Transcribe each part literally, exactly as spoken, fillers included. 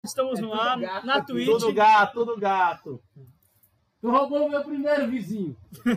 Estamos no ar, gato, na Twitch. Tudo gato, tudo gato. Tu roubou o meu primeiro vizinho.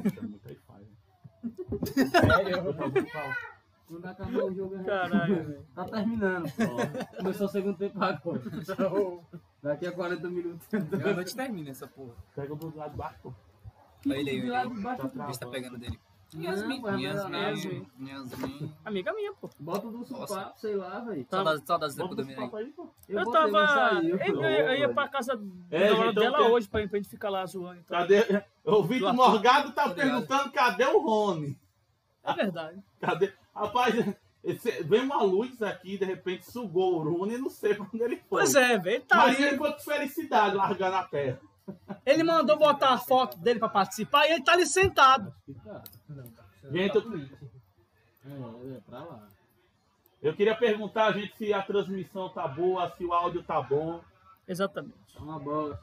Sério? Quando acabou o jogo, Caralho, velho. tá terminando. Ó. Começou o segundo tempo agora. Daqui a quarenta minutos. Eu não te termina essa porra. Pega do lado de baixo, pô. Olha ele aí, Do olha lado ele. de baixo. Tá A gente tá pegando dele. Não, Yasmin, vai, vai, Yasmin, Yasmin. Yasmin. Amiga minha, pô. Bota o do supapo, sei lá, velho. Tava- Saudades, saudades da Vamos pandemia papo aí. aí, pô. Eu, botei, tava. mas saiu. Eu, eu- eu ia pra casa É, da hora então dela tem- hoje pra, pra gente ficar lá zoando. Então. Cadê? O Vitor Do Morgado tá Obrigado. perguntando cadê o Rony? É verdade. Cadê? Rapaz, esse- vem uma luz aqui, de repente sugou o Rony e não sei pra onde ele foi. Pois é, velho. Ele tá Mas ali. ele foi com felicidade largando a terra. Ele mandou botar a foto dele pra participar e ele tá ali sentado. Gente, eu, É, é pra lá. eu queria perguntar, gente, se a transmissão tá boa, se o áudio tá bom. Exatamente. É uma bola.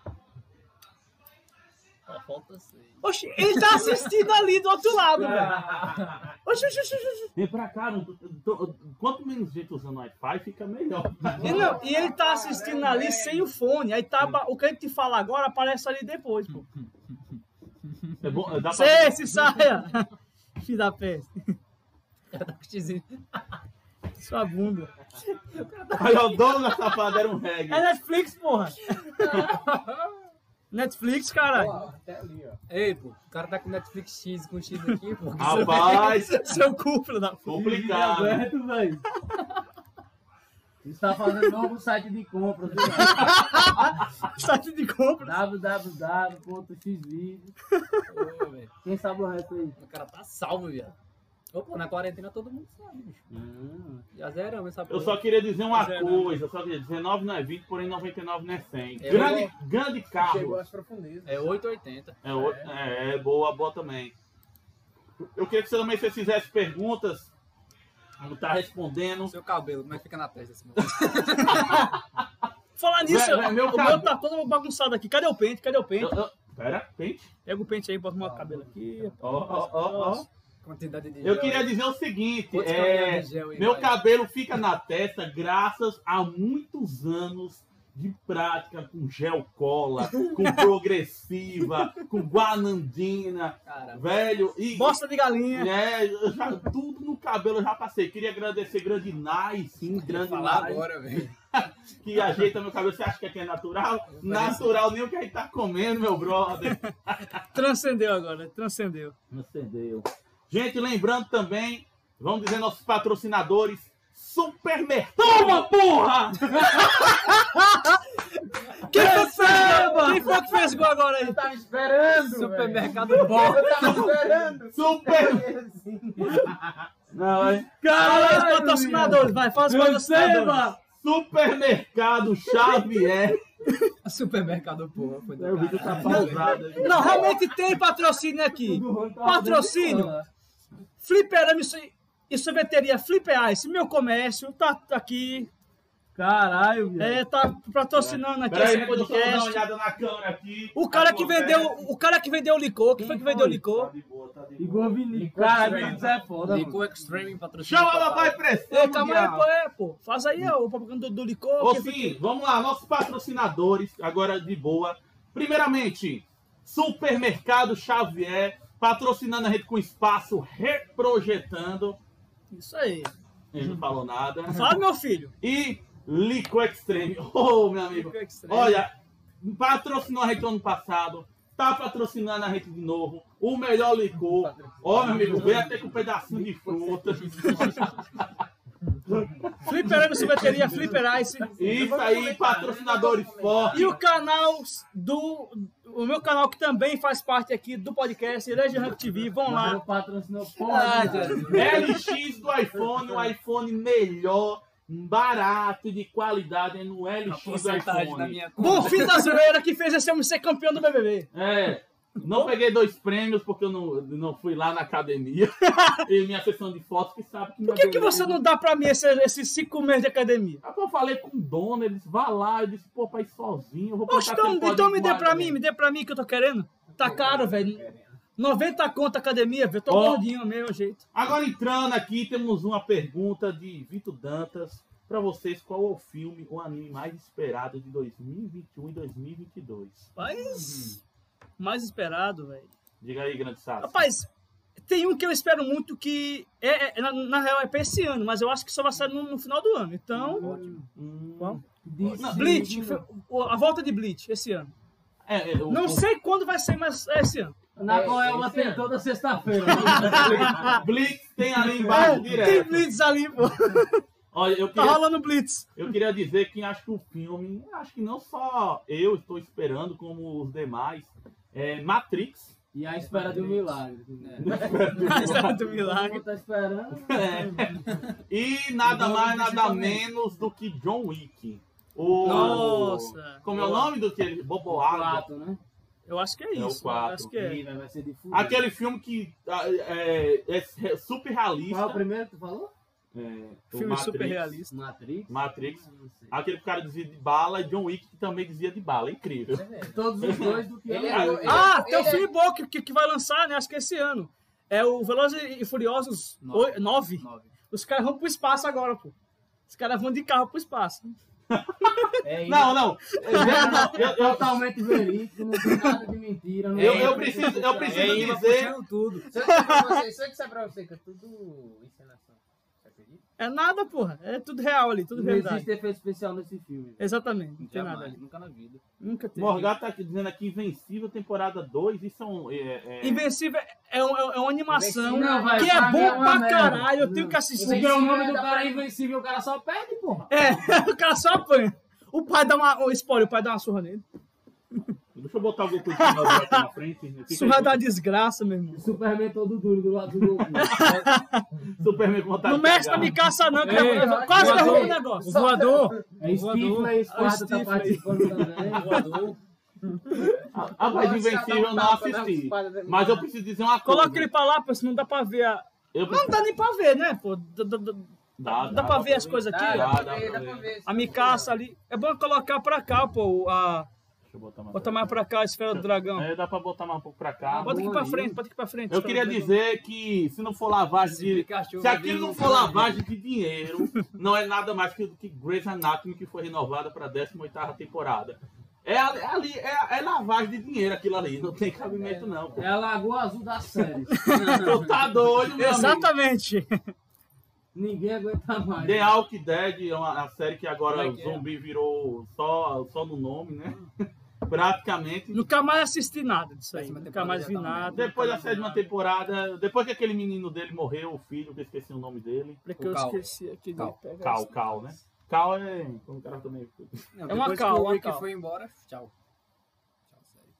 Só falta seis. Oxe, ele tá assistindo ali do outro lado, velho. Oxe, oxe, oxe, oxe. Vem pra cá, não- tô- quanto menos gente usando Wi-Fi, fica melhor. E, não, e ele tá assistindo ali sem o fone. Aí tá, o que a gente fala agora aparece ali depois, pô. É bom, dá pra... Cê, se saia! Filho da peste. Ela tá com xizinho. Sua bunda. Aí o dono da safada era um reggae. É Netflix, porra. Netflix, caralho. Até ali, ó. Ei, pô, o cara tá com Netflix X com X aqui, pô. Rapaz, Seu cu, filho da puta. complicado. Aberto, velho. Está fazendo novo site de compra. viu? Site de compra. w w w ponto x video. Ô, velho. Quem sabe o resto aí? O cara tá salvo, viado. Ô, pô, na quarentena todo mundo sabe, bicho. Hum. Já zero, mas sabe. Eu só queria dizer uma Zero. coisa, eu só queria dizer dezenove não é vinte, porém noventa e nove não é cem. É grande, bom. grande carro. Chegou às profundezas. É oito e oitenta. É, o- é, é boa, boa também. Eu queria que você também você fizesse perguntas. Não tá respondendo. Seu cabelo, como é que fica na testa assim? Falar nisso, Vé- vé- meu o meu cabelo- tá todo bagunçado aqui. Cadê o pente? Cadê o pente? Eu- eu- pera, pente. Pega o pente aí, bota o meu cabelo aqui. Ó, ó, ó, ó. Quantidade de Eu gel queria aí. dizer o seguinte, Quantos é, caminhões de gel aí, meu vai? cabelo fica na testa graças a muitos anos de prática com gel cola, com progressiva, com guanandina, Caramba. velho, e Bosta de galinha. é, eu já- tudo no cabelo eu já passei. Queria agradecer grande Nai, sim, grande Falar Nai, agora, velho. que ajeita meu cabelo. Você acha que aqui é natural? Natural nem o que a gente tá comendo, meu brother. Transcendeu agora, transcendeu. Acendeu. Gente, lembrando também, vamos dizer nossos patrocinadores, Supermercado. Toma, porra! Quem foi que fez gol? Quem foi que fez gol agora aí? Eu tava esperando, Supermercado bom. velho. Eu tava esperando. Super... Não, é... Fala aí os patrocinadores, vai, fala os patrocinadores. Receba! Supermercado Xavier. Supermercado porra. Foi do É, o vídeo tá caralho. pausado. Não, realmente tem patrocínio aqui. Patrocínio. Fliperama e, e sorveteria Flip Ice, meu comércio, tá, tá aqui. Caralho, velho. É, tá patrocinando aqui Peraí, esse deixa eu só dar uma podcast. olhada na câmera aqui. O cara que Acontece. vendeu, o cara que vendeu o licor, que foi que vendeu o Tá licor? de boa, tá de boa. Igual Vinícius. Cara, Vinícius é foda, mano. Lico Extreme patrocínio. Chama total. a papai pressão. Ei, calma aí, diabo. pô, é, pô. Faz aí, ó, o propaganda do, do licor. Ô, que sim, vamos lá, nossos patrocinadores, agora de boa. Primeiramente, Supermercado Xavier, patrocinando a gente com espaço reprojetando. Isso aí. Ele não falou nada. Fala, meu filho. E Lico Extreme. Ô, meu amigo. Lico Extreme. Olha, patrocinou a gente ano passado. Tá patrocinando a gente de novo. O melhor licor. Ó, meu amigo, vem até com um pedacinho de fruta. Fliperama e sorveteria Flipper Ice. Isso aí, patrocinadores fortes. E o canal do... O meu canal que também faz parte aqui do podcast, Legend Rank T V. Vão Mas lá. não patrocinou Ah, porra. Deus. L X do iPhone, um iPhone melhor, barato e de qualidade é no L A X do porcentagem da iPhone. minha Bom filho da zoeira que fez esse homem ser campeão do B B B. É, não peguei dois prêmios porque eu não, não fui lá na academia. E minha sessão de fotos que sabe que... Por que, que você não dá pra mim esse- esses cinco meses de academia? Aí, pô, eu falei com o dono, ele disse, vá lá. Eu disse, pô, pra ir sozinho, eu vou Poxa, perguntar se então, ele pode então ir me com dê a pra mim, academia. me dê pra mim que eu tô querendo. Tá caro, velho. noventa conto a academia, velho. Tô Ó. gordinho, mesmo jeito. Agora entrando aqui, temos uma pergunta de Vitor Dantas. Pra vocês, qual é o filme ou anime mais esperado de dois mil e vinte e um e dois mil e vinte e dois? Rapaz, mais esperado, velho. Diga aí, grande Sassi. Rapaz, tem um que eu espero muito que, é, é- na, na real, é pra esse ano, mas eu acho que só vai sair no, no final do ano. Então, Hum, qual? Disse- Bleach, foi- o- a volta de Bleach, esse ano. é, é, o- Não o- sei quando vai ser, mas é esse ano. Na É, qual ela esse tem ano. toda sexta-feira. Blitz tem ali embaixo Tem direto. Blitz ali, pô. Olha, eu Tá queria, rolando Blitz. eu queria dizer que acho que o filme, acho que não só eu estou esperando, como os demais, é Matrix. E a espera de um milagre. História do milagre. Tá esperando. É. E nada mais, nada menos do que John Wick. O, Nossa. Como é o nome do que ele? Boboado. Quatro, né? Eu acho que é É o isso. eu quatro. acho que é. Ih, vai ser de fuder. Aquele filme que ah, é, é super realista. Qual é o primeiro que tu falou? É, o Filme Matrix. super realista. Matrix. Matrix. Ah, não sei. Aquele que o cara dizia de bala e John Wick que também dizia de bala. Incrível. Todos os dois do que Ele eu- é- ele- Ah, tem um ele é- filme bom que, que, que vai lançar, né? Acho que é esse ano. É o Velozes e Furiosos Nove. nove. Nove. Os caras vão pro espaço agora, pô. Os caras vão de carro pro espaço. É, Não, não. Eu, eu, eu, Totalmente verídico, não tem nada de mentira. Não eu, é- eu preciso, eu preciso É, Iva dizer. puxando tudo. Se eu disser pra você, se eu disser pra você que é tudo encenação, você acredita? É nada, porra. É tudo real ali, tudo Não verdade. existe efeito especial nesse filme. Exatamente. Não tem Jamais, nada ali. nunca na vida. Nunca teve. Morgado tá aqui dizendo aqui Invencível temporada dois. Isso é um. É, é... Invencível é, um- é uma animação Invencível, não, vai, que é pra mim bom é uma pra merda. caralho. Eu tenho que assistir. Porque o nome do dá cara pra- é invencível, o cara só perde, porra. É, o cara só apanha. O pai dá uma. O spoiler, o pai dá uma surra nele. Deixa eu botar o Goku de novo aqui na frente. Fica Surra aí. da desgraça, meu irmão. O Superman todo duro do lado do Goku. Superman com vontade Não de mexe, pegar. não me caça, não, que Ei, eu quase voador. derruba o O negócio. voador. É Stifler e Esparta tá Stifler. participando também. Voador. Ah, mas Invencível eu não assisti. Mas eu preciso dizer uma coisa. Coloca ele pra lá, pô, senão não dá pra ver a. Eu Não dá nem pra ver, né, pô? Dá, dá- dá- Dá, dá pra ver as coisas aqui. Dá, dá Dá, pra dá ver, pra dá pra ver. ver. A micaça ali. É bom colocar pra cá, pô. A... Deixa eu botar mais Bota mais pra cá a esfera do dragão. É, dá pra botar mais um pouco pra cá. Bota aqui pra aí. frente, bota aqui pra frente. Eu esfera queria do dragão. dizer que se não for lavagem de. Pikachu Se vai aquilo vir não no for lavagem de dinheiro, não é nada mais que do que Grey's Anatomy, que foi renovada pra décima oitava temporada. É ali, é, ali- é, é lavagem de dinheiro aquilo ali, não tem cabimento não. Pô. É a Lagoa Azul das séries. Tu tá doido, meu amigo. Exatamente. Ninguém aguenta mais. The Walking Dead é uma, uma série que agora Como é o que é? zumbi virou só, só no nome, né? Praticamente. Nunca mais assisti nada disso aí. Décima Nunca mais vi temporada já tá nada. Depois da sétima temporada, depois que aquele menino dele morreu, o filho, que eu esqueci o nome dele. Porque eu O Cal. esqueci aqui de Cal. pegar Cal, isso. Cal, né? Cal é. Como o cara também. Não, É uma depois cal, que o uma Rick cal. foi embora, tchau. Tchau, sério.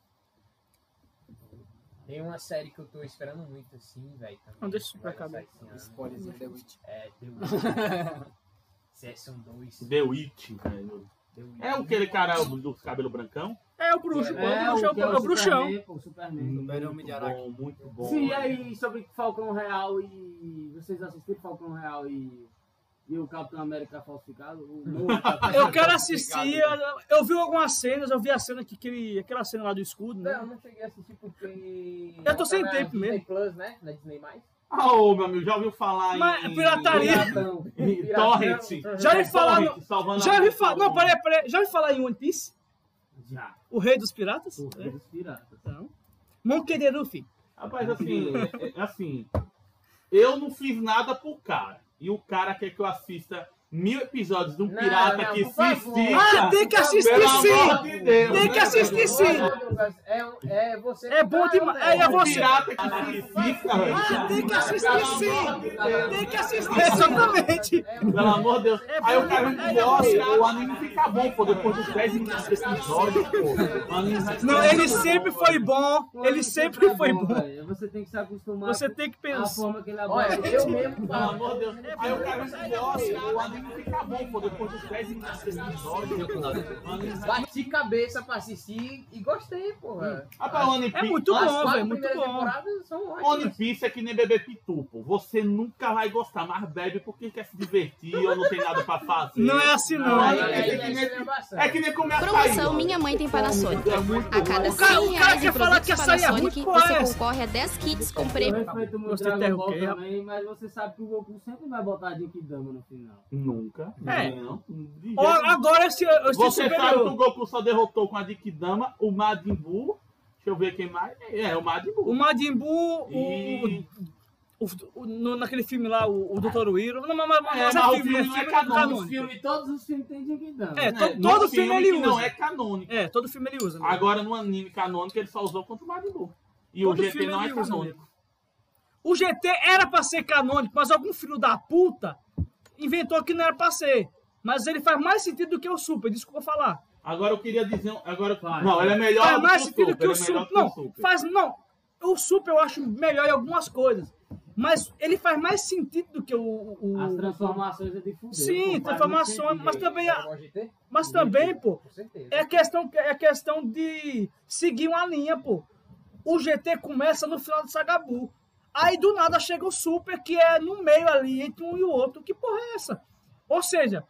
Tem uma série que eu tô esperando muito, assim, velho. também, Não, deixa isso que pra vai cá, lançar velho. esse ano. Spoilerzinho The Witch. É, The Witch. Season dois. The Witch, velho. The Witch. É aquele cara do cabelo brancão? É o bruxo, pô. É, o bruxo é o, que é é o bruxão. Superman, pô, o Superman. Super Homem de Araque. bom, muito bom. Sim, e aí sobre Falcão Real e... Vocês assistiram Falcão Real e... E o Capitão América falsificado? O novo Capitão Eu América quero falsificado. assistir. Eu, eu vi algumas cenas, eu vi a cena que aquele, aquela cena lá do escudo, Não, né? eu não cheguei a assistir porque... Eu tô sem tá na tempo Disney mesmo. Plus, né? Na Disney+. mais. Ah, ô, meu amigo, já ouviu falar Mas em... pirataria. Piratão. em Torrent? Já ouvi É, falar. Torrent, salvando Já a- ouvi falar. Não, peraí, peraí. Já ouvi falar em One Piece? Já. O rei dos piratas? O É. Rei dos Piratas. Então. Monkey D. Luffy. Rapaz, assim, é- é- assim, eu não fiz nada pro cara. E o cara quer que eu assista mil episódios de um Não, pirata não, que por se favor. estica. Ah, tem que assistir Pelo sim! amor de Deus, Tem que né, assistir meu sim! Deus? É, um- é você... É bom demais. É, é Um você. pirata que se estica, velho. Ah, tem que assistir Pelo sim! amor de Deus. Tem que assistir, exatamente! Pelo amor de Deus. Aí o cara me mostra, o anime fica bom, pô. Depois dos dez minutos desse episódio, pô. O anime vai Não, ficar ele bom. sempre foi bom. Ele sempre foi bom. velho. Você tem que se acostumar Você tem que com a pensar. forma que ele Olha, aborda. eu mesmo Pelo falo. amor de Deus. Aí o cara me mostra, o anime fica bom, pô. Depois dos dez minutos desse episódio, pô. O anime vai... Bati cabeça pra assistir e gostei, porra. Rapaz, o One É Piece... muito As bom, quatro velho. Muito primeiras bom. temporadas são One ótimas. Piece é que nem beber pitu, pô. Você nunca vai gostar, mas bebe porque quer se divertir ou não tem nada pra fazer. Não é assim, não. Aí, é, aí, é que aí, nem- é embaçado. É que nem comer açaí. Promoção Minha Mãe Tem Panasonic. É muito A cada bom. cara- cem o cara reais quer de falar que produtos açaí é ruim, Panasonic, pô, é você essa? concorre a dez kits com Eu prêmio. respeito muito Você Dragon Ball interrompeu. também, mas você sabe que o Goku sempre vai botar Genkidama no final. Não, Nunca. É. Não. De Ó, jeito- agora esse, esse Você sabe que o superior. Goku só derrotou com a Dikidama o Majin Buu. Deixa eu ver quem mais. É, o Majin Buu. O Majin Buu, o, E- o, o- no, naquele filme lá, o, o doutor Wiro. Não, mas, mas, É, mas mas o filme, filme é não é filme canônico. canônico. Os filmes, todos os filmes têm Jinkidama. É, É, todo, no todo filme ele que usa. não é canônico. É, todo filme ele usa. Né? Agora, no anime canônico, ele só usou contra o Majin Buu. E Todo o G T filme não é ele usa canônico. mesmo. O G T era pra ser canônico, mas algum filho da puta inventou que não era pra ser. Mas ele faz mais sentido do que o Super, desculpa falar. Agora eu queria dizer. um- Agora, Faz. não, ele é melhor Faz do mais que o sentido Super. que o ele é melhor Super. que o Não, Super. faz. Não. O Super eu acho melhor em algumas coisas. Mas ele faz mais sentido do que o. o- As transformações é de fuder. Sim, pô, faz transformações, muito mas sentido. também, Dragon Ball G T? mas também, pô, Com certeza. é questão, é questão de seguir uma linha, pô. O G T começa no final do Sagabu. Aí do nada chega o Super, que é no meio ali, entre um e o outro. Que porra é essa? Ou seja,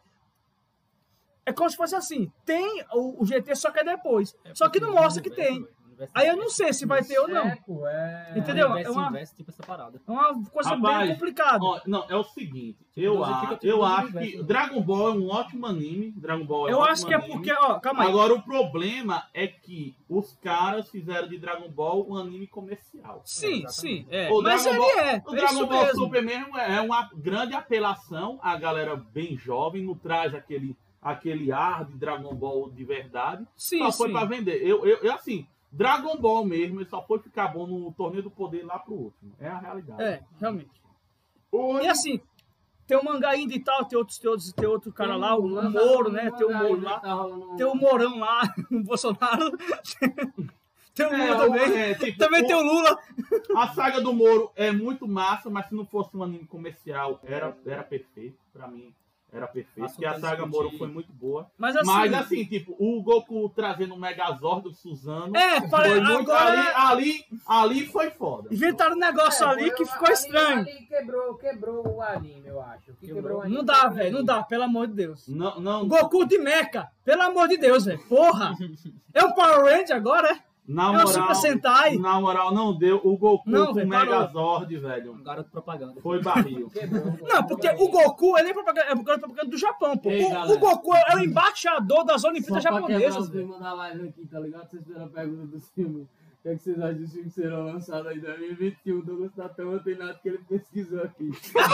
é como se fosse assim: tem o, o G T, só que é depois. Só que não mostra que tem. Aí eu não sei se vai ter ou não. É, pô, é... Entendeu? Investe, É uma- investe, tipo essa parada. É uma coisa Rapaz, bem complicada. Ó, não, é o seguinte. Eu, Você a- fica tipo eu no acho universo, que né? Dragon Ball é um ótimo anime. Dragon Ball é um Eu ótimo acho que é anime. porque, ó, calma aí. Agora, o problema é que os caras fizeram de Dragon Ball um anime comercial. Sim, sim, é. O Mas Dragon ele Ball- é. O é Dragon isso Ball mesmo. Super mesmo é uma grande apelação à galera bem jovem, não traz aquele, aquele ar de Dragon Ball de verdade. Sim, Só foi sim. pra vender. Eu, eu, eu, assim, Dragon Ball mesmo, ele só foi ficar bom no Torneio do Poder lá pro último. É a realidade. É, realmente. Hoje, E assim, tem o mangá ainda e tal, tem outros, tem outros, tem outro cara lá, o, o Lança Moro, um né? Tem o mangá Moro aí, lá. tá rolando um- Tem o Morão lá, o Bolsonaro. Tem o Lula É, também. é, tipo, Também o- tem o Lula. a saga do Moro é muito massa, mas se não fosse um anime comercial, era, era perfeito. Pra mim, era perfeito. Assunto Porque a a saga discutir. Moro foi muito boa. Mas assim, Mas assim, tipo, o Goku trazendo o Megazord do Suzano. é, Foi parece, muito, agora ali, ali, ali foi foda. inventaram um negócio É, ali foi que o- ficou ali- estranho. Ali quebrou, quebrou o anime, eu acho. O que quebrou, o anime Não dá, foi velho, não dá, pelo amor de Deus. Não, não, O Goku de Mecha, pelo amor de Deus, velho. Porra! É o Power Ranger agora, é? na É o moral, Super Sentai. na moral, não deu. O Goku Não, com o velho, parou. Megazord, velho, Um garoto propaganda. foi barril. Quebrou, Não, porque o Goku, ele é propaganda, é propaganda do Japão, pô. Ei, O, galera. o Goku é o embaixador das Olimpíadas Só pra quebrar japonesas, os velho. filmes da live aqui, tá ligado? Vocês fizeram a pergunta dos filmes. O que, é que vocês acham dos filmes que serão lançados aí em dois mil e vinte e um? O Douglas tá tão antenado que ele pesquisou aqui.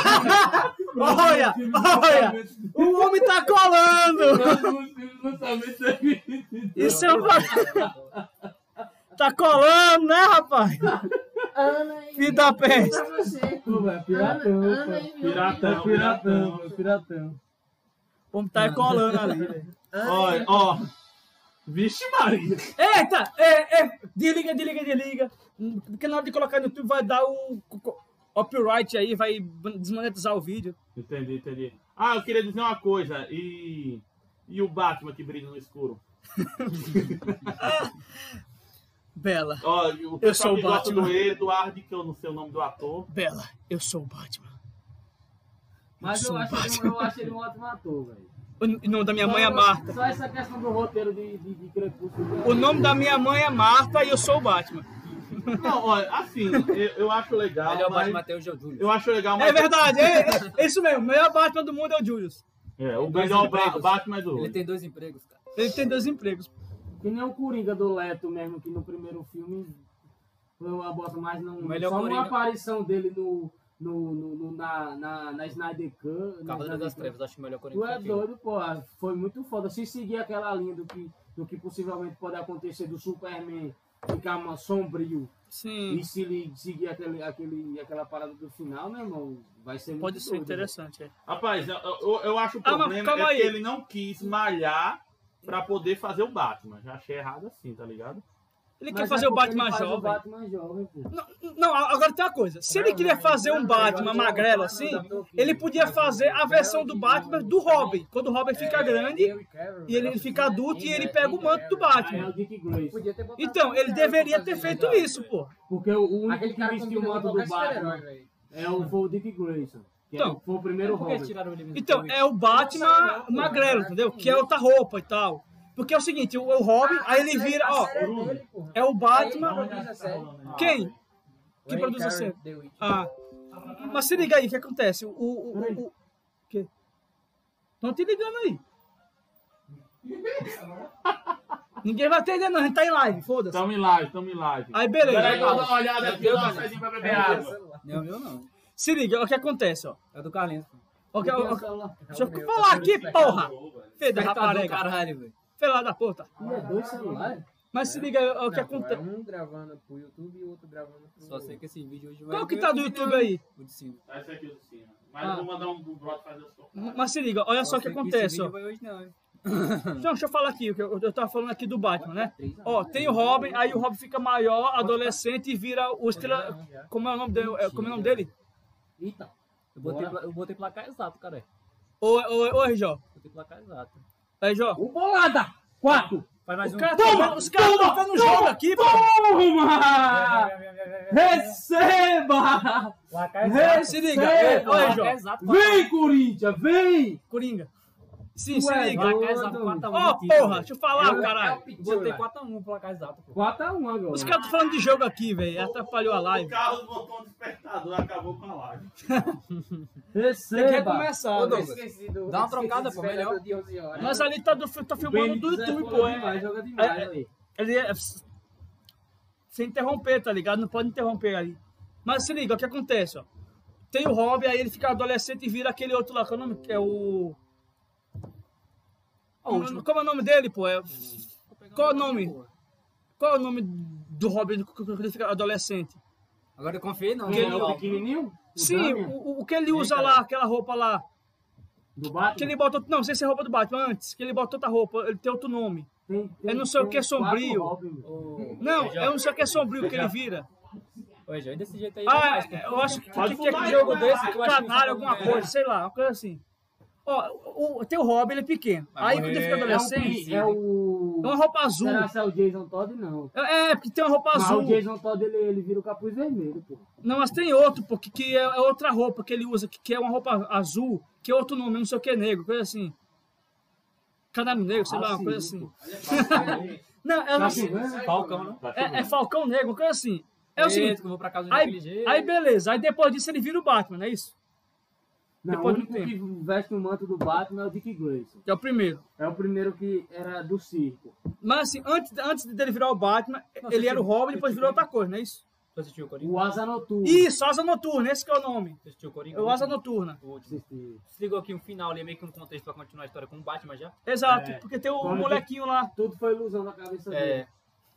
Olha, olha, o homem tá colando. Próximos filmes lançamentos de dois mil e vinte e dois. Isso é uma... Tá colando, né, rapaz? Ana e Filho da peste. pra você. Pô, velho, piratão, Ana, Ana pô. e meu Piratão, É piratão, é piratão. O homem tá colando ali, velho. Olha, ó. Vixe Maria. Eita, é, é, desliga, desliga, desliga. Porque na hora de colocar no YouTube vai dar o copyright aí, vai desmonetizar o vídeo. Entendi, entendi. Ah, eu queria dizer uma coisa. E, e o Batman que brilha no escuro? Bela, Ó, o Eu pessoal sou o que gosta Batman. do Eduardo, que eu não sei o nome do ator. Bela, eu sou o Batman. Mas eu sou acho, ele, eu acho ele um ótimo ator, velho. O nome da minha mãe é Marta. Só essa questão do roteiro de, de, de Crepúsculo. O nome da minha mãe é Marta e eu sou o Batman. Não, olha, assim, eu, eu acho legal, Ele é o mas... Batman até hoje é o Júlio. Eu acho legal, mas... É verdade, é, é, é isso mesmo. O melhor Batman do mundo é o Julius. É, o Dois melhor Ba- empregos. Batman é do Ele outro. tem dois empregos, cara. Ele tem dois empregos. Que nem o Coringa do Leto mesmo, que no primeiro filme foi uma bosta, mas não. O melhor só Coringa. uma aparição dele no, no, no, no- na, na, na Snyder Cut. na Cavaleiro Snyder das Cut. Trevas, acho melhor Tu Coringa. é doido, pô. Foi muito foda. Se seguir aquela linha do que, do que possivelmente pode acontecer do Superman ficar mais sombrio Sim, e se ele seguir aquele, aquele, aquela parada do final, meu irmão, vai ser muito pode ser doido, interessante. É. Rapaz, eu, eu, eu acho o Ah, mas problema calma é aí. que ele não quis malhar pra poder fazer o Batman. Já achei errado assim, tá ligado? Ele Mas quer é fazer o porque Batman ele faz o jovem. Batman jovem, pô. Não, não, agora tem uma coisa. Se ele queria fazer um Batman magrelo assim, ele podia fazer a versão do Batman do Robin. Quando o Robin fica grande e ele fica adulto e ele pega o manto do Aí é Batman. o Dick Grayson. Podia ter botado Então, ele um deveria pra ter fazer feito legal. isso, pô. Porque o o único Aquele que cara vestiu o combina manto com do qualquer Batman super-herói, velho. é o, foi o Dick Grayson. Que Então, é, foi o primeiro Por que Robin. tiraram ele mesmo? Então, é o Batman magrelo, entendeu? Que é outra roupa e tal. Porque é o seguinte, o, o Robin, aí ele vira, ó, é o Batman... Quem? Que produz a série? Ah, mas se liga aí, o que acontece? O, o, o, o, que? Estão te ligando aí. Ninguém vai atender, não. A gente tá em live, foda-se. Tamo em live, tamo em live. Aí, beleza. Peraí, eu vou dar uma olhada aqui, eu dou uma saidinha pra beber água. Não é o meu, não. Se liga, o que acontece, ó. É do Carlinhos. O que, Tem o, o celular. deixa eu falar aqui, porra. Filho da do rapariga. caralho, velho. Filho da puta. Ih, é dois celulares? Mas se liga, o que Não, pô, é acontece. um gravando pro YouTube e o outro gravando pro... Só sei que esse vídeo hoje vai... Qual que tá do YouTube aí? O de cima. Esse aqui é o de cima. Mas Ah. eu vou mandar um do brother fazer os toques. Mas se liga, olha só o que sei esse acontece, ó. vídeo vai hoje não, hein? Então, deixa eu falar aqui, o que eu, eu tava falando aqui do Batman, né? Ó, tem o Robin, aí o Robin fica maior, adolescente e vira o estrela. Como é o nome dele? É, Como é o nome dele? Eita. Eu botei, Bora. pla- eu botei placar exato, cara. Ô, ô, ô, R J. Botei placar exato. Aí, Jó. O bolada! Quatro! Faz mais O um. cara tá vendo- Os caras estão vendo o jogo aqui, pô. Toma! Receba! Vem, se liga. Ei, Ô, R Placar J. exato. Vem, Corinthians, vem! Coringa. Sim, se Ué, liga. Placar exato, quatro a um. Ó, aqui, porra, velho. deixa eu falar, É caralho. o Botei Pichula. quatro a um placar exato, pô. quatro a um agora. Os caras estão falando de jogo aqui, velho. Atrapalhou a O live. Carlos botou um despertador, acabou com a live. Tem que Receba! recomeçar, Eu velho. esqueci do... Dá uma esqueci trocada, do pô, despertador melhor. de onze horas. Mas ali tá, do, tá filmando do YouTube, pô. Demais, É, joga demais, é- ali. ele é. Sem interromper, tá ligado? Não pode interromper ali. Mas se liga, o que acontece, ó. Tem o Robin, aí ele fica adolescente e vira aquele outro lá, qual é o nome? Que é o. Como, como é o nome dele, pô? É... Qual é o nome? Qual é o nome do Robin quando ele fica adolescente? Agora eu confiei, não. Quem é não, o não. pequenininho? O Sim, Damian? o, o que ele usa Eita, lá, aquela roupa lá. Do Batman? Que ele botou. Não, não sei se é roupa do Batman, antes. Que ele botou outra roupa, ele tem outro nome. Tem- tem- É não sei o tem que, sombrio. quatro Robin. Ô, Não, é não sei o que é sombrio que ele vira. Ô, já, desse jeito aí. Ah, jamais, é, pô. eu acho que, Pode que, que é fumar que aí, jogo vai, desse, vai, que vai. canário, alguma coisa, sei lá, uma coisa assim. Ó, o, o- tem o Robin, ele é pequeno. Vai Aí morrer. quando ele fica É, um, adolescente, pi- é o... é uma roupa azul. Será que é o Jason Todd? Não. É, é, porque tem uma roupa Mas azul. o Jason Todd, ele, ele vira o capuz vermelho, pô. Não, mas tem outro, porque que é, é outra roupa que ele usa, que, que é uma roupa azul, que é outro nome, não sei o que, negro, coisa assim. Canário negro, sei lá, uma coisa assim. Não, eu não Tá sei. chovendo? Falcão, né? É, é Falcão Negro, uma coisa assim. É o seguinte, que eu vou pra casa aí, daquele jeito. aí beleza, aí depois disso ele vira o Batman, não é isso? Não, o Depois do único tempo. que veste o manto do Batman é o Dick Grayson. Que é o primeiro. É o primeiro que era do circo. Mas assim, antes, antes dele virar o Batman, ele era o Robin, depois virou outra coisa, não é isso? Tu assistiu o Coringa? O Asa Noturna. Isso, Asa Noturna, esse que é o nome. Tu assistiu o Coringa? É o Asa Noturna. O último. Assisti. Se ligou aqui um final ali, meio que um contexto pra continuar a história com o Batman já? Exato, É. porque tem o Quando molequinho lá. Tudo foi ilusão na cabeça dele. É.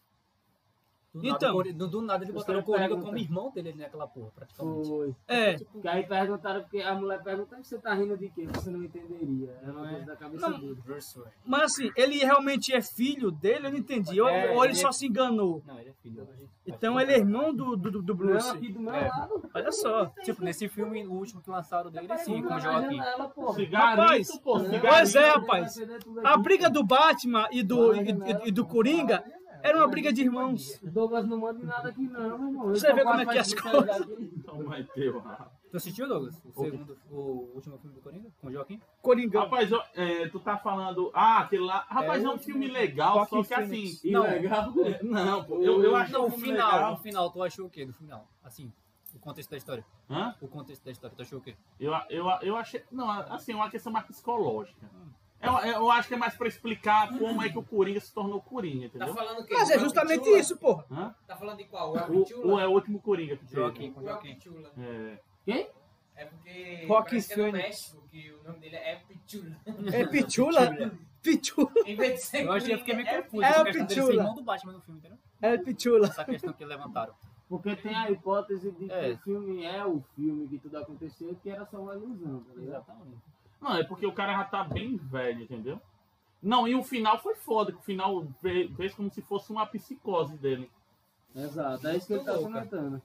Do nada, Então. o Cori- do, do nada ele Os botaram o caras Coringa perguntam. como irmão dele naquela porra, praticamente. Foi. É. Que aí perguntaram, porque a mulher perguntou, você tá rindo de quê? Você não entenderia. Era uma coisa da cabeça Não. dele. Mas assim, ele realmente é filho dele, eu não entendi. Ou, É, ou ele ele- só se enganou. Não, ele é filho. Então ele é irmão do, do, do Não, Bruce. aqui do meu É. lado. Olha só. Tipo, nesse filme, o último que lançaram dele, sim, Tudo com o na Joaquim. janela, pô. Cigarrito, Rapaz, pô, pois cigarrito. é, rapaz. A briga do Batman e do, e, e- e do Coringa era uma briga de irmãos. O Douglas não manda em nada aqui não, meu irmão. Você Ele vê só como é faz que é as isso coisas. aqui. Então vai ter, ó. Tu assistiu, Douglas? O segundo, o último filme do Coringa? Com o Joaquim? Coringão. Rapaz, eu- é, tu tá falando. Ah, aquele lá. Rapaz, é, um filme legal, Joaquim só que Phoenix. assim. Não. Ilegal. Não, pô, eu, eu acho Não, que o um filme final, legal. o final, tu achou o quê do final? Assim, o contexto da história. Hã? O contexto da história, tu achou o quê? Eu, eu, eu achei. Não, assim, é uma questão mais psicológica. Eu, eu acho que é mais pra explicar como é que o Coringa se tornou Coringa, Tá entendeu? falando o quê? Mas é Do justamente Pichula? isso, porra. Hã? Tá falando de qual? É o O, o, Pichula? é o último Coringa que teve. Joaquim, com O Joaquim. Pichula. É. Quem? É porque Joaquim parece que é no Phoenix. México, que o nome dele é Pichula. É Pichula? Pichula. Em vez de ser Eu achei que fiquei meio Coringa, confuso é com o a questão dele ser Pichula. irmão do Batman no filme, entendeu? É Pichula. Essa questão que levantaram. Porque tem a hipótese de que É. o filme é o filme que tudo aconteceu, que era só uma ilusão, tá ligado? Exatamente. Não, é porque o cara já tá bem velho, entendeu? Não, e o final foi foda, que o final ve- fez como se fosse uma psicose dele. Exato, é isso que ele tá Louca. comentando.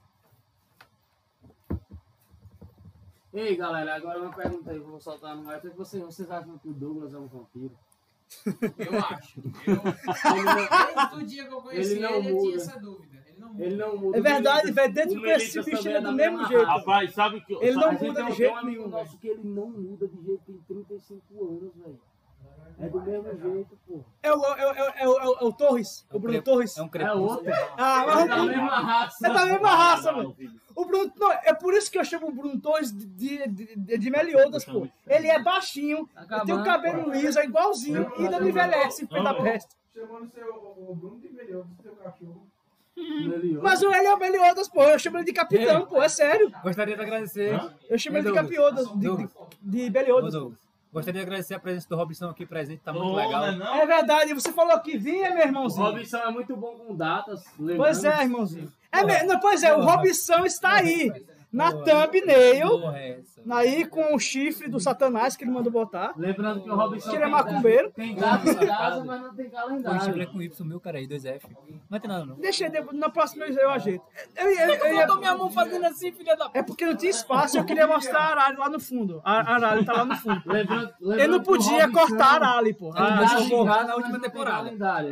Ei, galera, agora uma pergunta aí, vou soltar no ar. O que vocês, vocês acham que o Douglas é um vampiro? Eu acho. Eu, Ele não, desde o dia que eu conheci Ele ele, não eu tinha muda. essa dúvida. Ele não muda. ele não muda. É verdade, velho. Desde O que eu conheci esse Melissa bicho, também ele é é do da mesmo mesma jeito. raça. Rapaz, sabe que. Ele sabe, não A gente muda tem de um- jeito tem um amigo nenhum, nosso que ele não muda de jeito, tem trinta e cinco anos, velho. É do mesmo jeito, pô. É o, é, o, é, o, é, o, é o Torres, o Bruno Torres. É um É crepúsculo. outro. Ah, É mas da o- mesma raça. é da mesma raça, mano. O Bruno, não, é por isso que eu chamo o Bruno Torres de, de, de, de Meliodas, pô. Ele é baixinho, ele tem o cabelo liso, é igualzinho e ainda não envelhece, filho da peste. Chamando seu, o Bruno de melhor do seu cachorro. Meliodas. Mas o ele é o Meliodas, pô. Eu chamo ele de capitão, pô. É sério. Gostaria de agradecer. Eu chamo Ei, ele de Douglas. capiodas, de, de, Douglas. de Ô, Meliodas. Douglas, gostaria de agradecer a presença do Robson aqui presente, tá muito Ô, legal. não é não? É verdade, você falou que vinha, meu O irmãozinho. Robinson é muito bom com datas. Pois é, lembrando. irmãozinho. É, me- não, pois é, o Robson está aí, na Porra. thumbnail, Porra, é essa? aí com o chifre do Satanás que ele mandou botar. Lembrando que o Robinson Que ele é tem- macumbeiro. Tem datas em casa, mas não tem Pô, chifre é calendário. com Y, meu, cara aí, dois F. Não tem nada, não. Deixa ele, na próxima eu ajeito. Eu, eu, eu, eu, Botou minha mão fazendo assim, filha da... é porque não tinha espaço, eu queria mostrar a Aralho lá no fundo. A Aralho tá lá no fundo. Lembrando, lembrando Eu não que o podia Robinson cortar a Aralho, pô. tem Ah, datas eu em vou- casa, na mas última não tem temporada. calendário.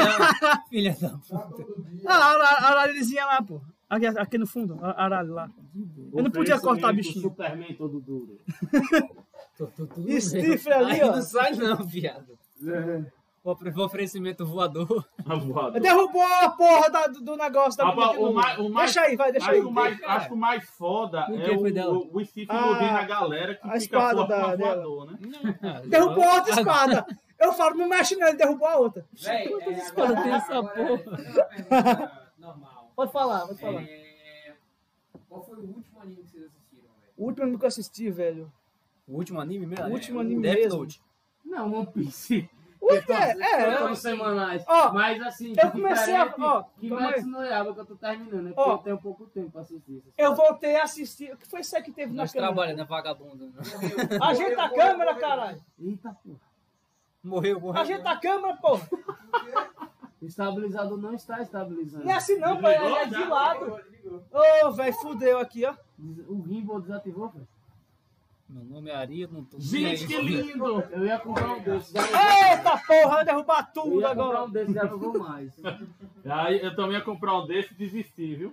Filha da puta. Ah, a Aralhozinha lá, pô. Aqui, aqui no fundo, a Aralho lá. Eu não podia cortar Oferecimento bichinho. Superman todo duro. Tô, tô, tô, E Stifler ali, Aí ó. não sai não, viado. É. O ofre- o oferecimento voador. A voadora. Derrubou a porra da- do, do negócio da Rapaz, boneca de o novo. mais, o mais, Deixa aí, vai, deixa acho aí. que o mais, acho que o mais foda O é que foi o, dela? o, o Steve Ah, iludindo a galera que a fica espada forte da- com a dela. voador, né? Derrubou a outra espada. Eu falo, não mexe nele, derrubou a outra. Véi, é, espada agora, tem essa agora, porra? é uma pergunta normal. Pode falar, pode falar. É, qual foi o último anime que vocês assistiram, velho? O último anime que eu assisti, velho. O último anime mesmo? O último anime Death mesmo. Note. Não, One Piece. O que é? É, São semanais. Ó, Mas assim, eu comecei a- diferente ó, que calma aí. Metsu no Yaiba que eu tô terminando, né? Porque Ó. eu tenho pouco tempo pra assistir. essas eu coisas. voltei a assistir. O que foi isso aí que teve na Nós câmera? trabalhamos, né, vagabundo? Né? Ajeita a câmera, caralho. Eita, porra. Morreu, morreu. Ajeita a câmera, porra. O estabilizador não está estabilizando. Não é assim não, pai. É de lado. Ô, velho, fudeu aqui, ó. O gimbal desativou, velho. Meu nome é Ari, não tô... Gente, que lindo! Eu ia comprar um desses. Já não... Eita porra, vai derrubar Eu tudo ia comprar agora. um desses, já não vou mais. Aí eu também ia comprar um desse e desisti, viu?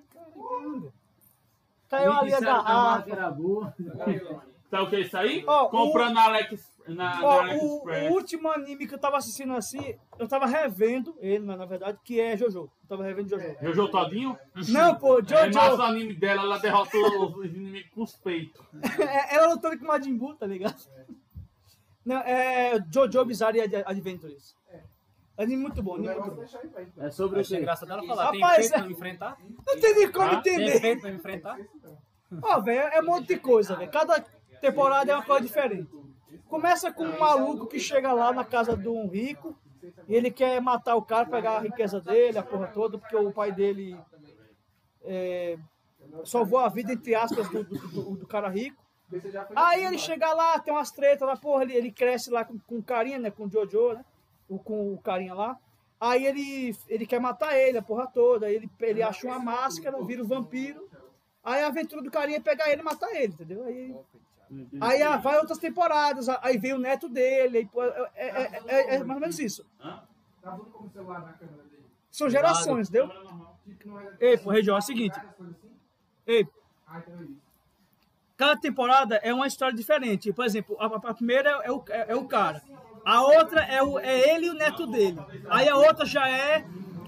Caiu Me ali a disseram que a marca garrafa. era boa. Sabe o que é isso aí? Ó, Comprando na Alex, na, na Ó, o, AliExpress. o último anime que eu tava assistindo assim, eu tava revendo ele, na na verdade, que é Jojo. Eu tava revendo Jojo. Jojo Todinho? Não, pô, É massa o Jojo. anime dela, ela derrotou os inimigos com os peitos. É, ela lutando com o Majin Buu, tá ligado? Não, é Jojo Bizarre Adventures. Anime muito bom, anime muito bom. É sobre o Achei quê? engraçado ela falar. Tem Rapaz, efeito é- pra me enfrentar? Não tem nem como Ah, Tem entender. efeito pra me enfrentar? Ó, velho, é um monte de coisa, velho. Cada temporada é uma coisa diferente. Começa com um maluco que chega lá na casa de um rico e ele quer matar o cara, pegar a riqueza dele, a porra toda, porque o pai dele é, salvou a vida, entre aspas, do, do, do- do cara rico. Aí ele chega lá, tem umas tretas lá, porra, ele, ele cresce lá com, com o carinha, né, com o Jojo, né, o, com o carinha lá. Aí ele, ele quer matar ele, a porra toda, aí ele, ele acha uma máscara, vira um vampiro. Aí a aventura do carinha é pegar ele e matar ele, entendeu? Aí, aí ah, vai outras temporadas, aí vem o neto dele, aí, pô, é, é- é- é mais ou menos isso. Tá tudo como celular na câmera dele. São gerações, entendeu? Tipo, não é- Ei, pô, Região, é o seguinte. várias coisas assim. Ei, Ah, então é isso. cada temporada é uma história diferente. Por exemplo, a, a primeira é o, é, é o cara. A outra é, o, é ele e o neto dele. Aí a outra já é...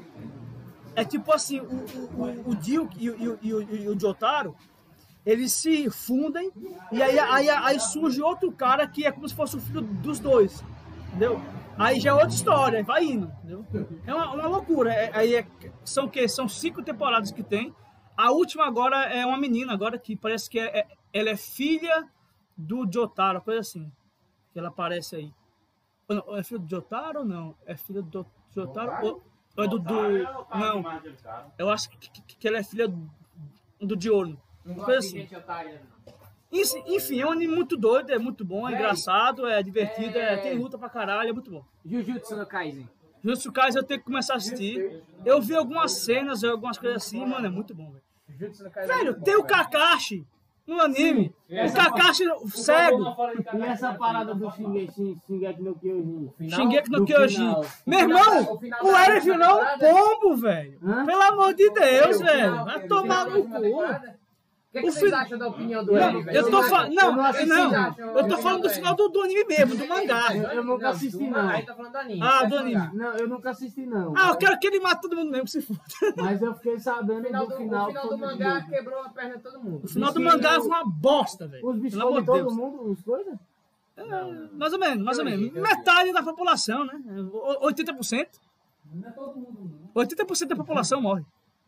É tipo assim, o, o, o, o Dio e, o- e, o- e, o- e o Jotaro, eles se fundem e aí, aí, aí surge outro cara que é como se fosse o filho dos dois. Entendeu? Aí já é outra história, vai indo. Entendeu? É uma, uma loucura. É, aí é- são o quê? São cinco temporadas que tem. A última agora é uma menina, agora que parece que é, é- ela é filha do Jotaro, coisa assim. Que ela aparece aí. Ou não, é filha do Jotaro ou não? É filha do Jotaro ou, ou é do... do não, eu acho que, que, que ela é filha do, do Diorno. Não Uma gosto coisa de assim. gente otária, não. Enfim, enfim, é um anime muito doido, é muito bom, é Véi, engraçado, é divertido, é, é- tem luta pra caralho, é muito bom. Jujutsu no Kaisen. Jujutsu Kaisen eu tenho que começar a assistir. Eu vi algumas cenas, algumas coisas assim, mano, é muito bom, velho. Jujutsu no Kaisen. é Velho, muito tem bom, o Kakashi no anime. É. O Kakashi cego. E essa parada do Shingeki, Shingeki no Kyojin? Final? Shingeki no do Kyojin. final. Meu irmão, O final o da Eren virou um temporada? pombo, velho. Hã? Pelo amor de Deus, O velho. final- Vai o tomar final da no última cu. temporada? que, que O vocês fi- acham da opinião do Não, Eren, velho? eu tô Vocês falando. acham- Não, eu assisti, não. acham a Eu tô opinião falando do Eren. final do, do anime mesmo, do mangá. Eu nunca assisti, não. Aí tá falando do anime. Ah, Você do acha anime. mangá? Não, eu nunca assisti, não. Ah, eu quero que ele mate todo mundo mesmo, que se foda. Mas eu fiquei sabendo O final do do, final. o final que do foi muito mangá doido. quebrou a perna de todo mundo. O final do mangá foi uma bosta, velho. Os bichos Pelo amor comem de todo Deus. mundo, os coisas? Mais ou menos, mais ou menos. Metade da população, né? O- oitenta por cento. oitenta por cento da população morre.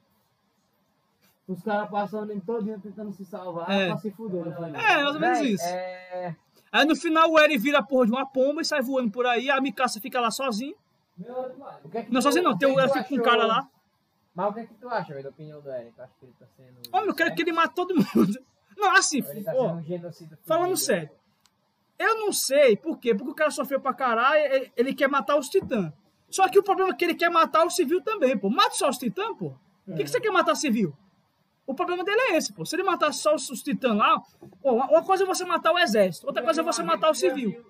Os caras passando em todo dia tentando se salvar É. pra se fuder. no final. É, mais ou menos Véi, isso. É... Aí no final o Eren vira a porra de uma pomba e sai voando por aí, a Mikasa fica lá sozinha. O que é que Não, tu- sozinha não, o tem que o é Eren que fica tu com um achou- cara lá. Mas o que é que tu acha, velho, da opinião do Eren? Tu acha que ele tá sendo... Homem, eu quero que ele mate todo mundo. Não, assim, Ele tá ó, sendo um genocida. falando fudido. sério. Eu não sei por quê, porque o cara sofreu pra caralho, ele- ele quer matar os titãs. Só que o problema é que ele quer matar o civil também, pô. Mata só os titãs, pô. Por que, que você quer matar civil? O problema dele é esse, pô. Se ele matar só os, os titãs lá, pô, uma, uma coisa é você matar o exército, outra coisa é você matar o civil.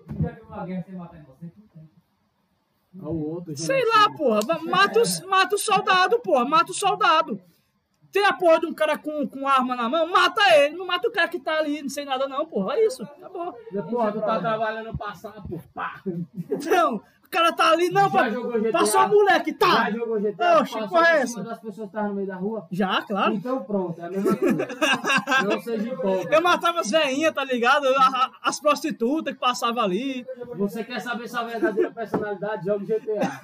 Ao outro, Sei lá, porra. va- Mata os, mata o soldado, porra. Mata o soldado. Tem a porra de um cara com, com arma na mão, mata ele. Não mata o cara que tá ali, não sei nada não, porra. É isso. Acabou. Porra, tu tá trabalhando pra sapo. Pá. Então, o cara tá ali, não, Já pô, jogou G T A? passou o moleque, tá. Já jogou G T A? Oxe, Passou porra é por cima essa? das pessoas que estavam no meio da rua? Já, claro. Então pronto, é a mesma coisa. Não seja hipócrita. Eu matava as veinhas, tá ligado? A- a- As prostitutas que passavam ali. Você quer saber sua verdadeira personalidade? Joga G T A.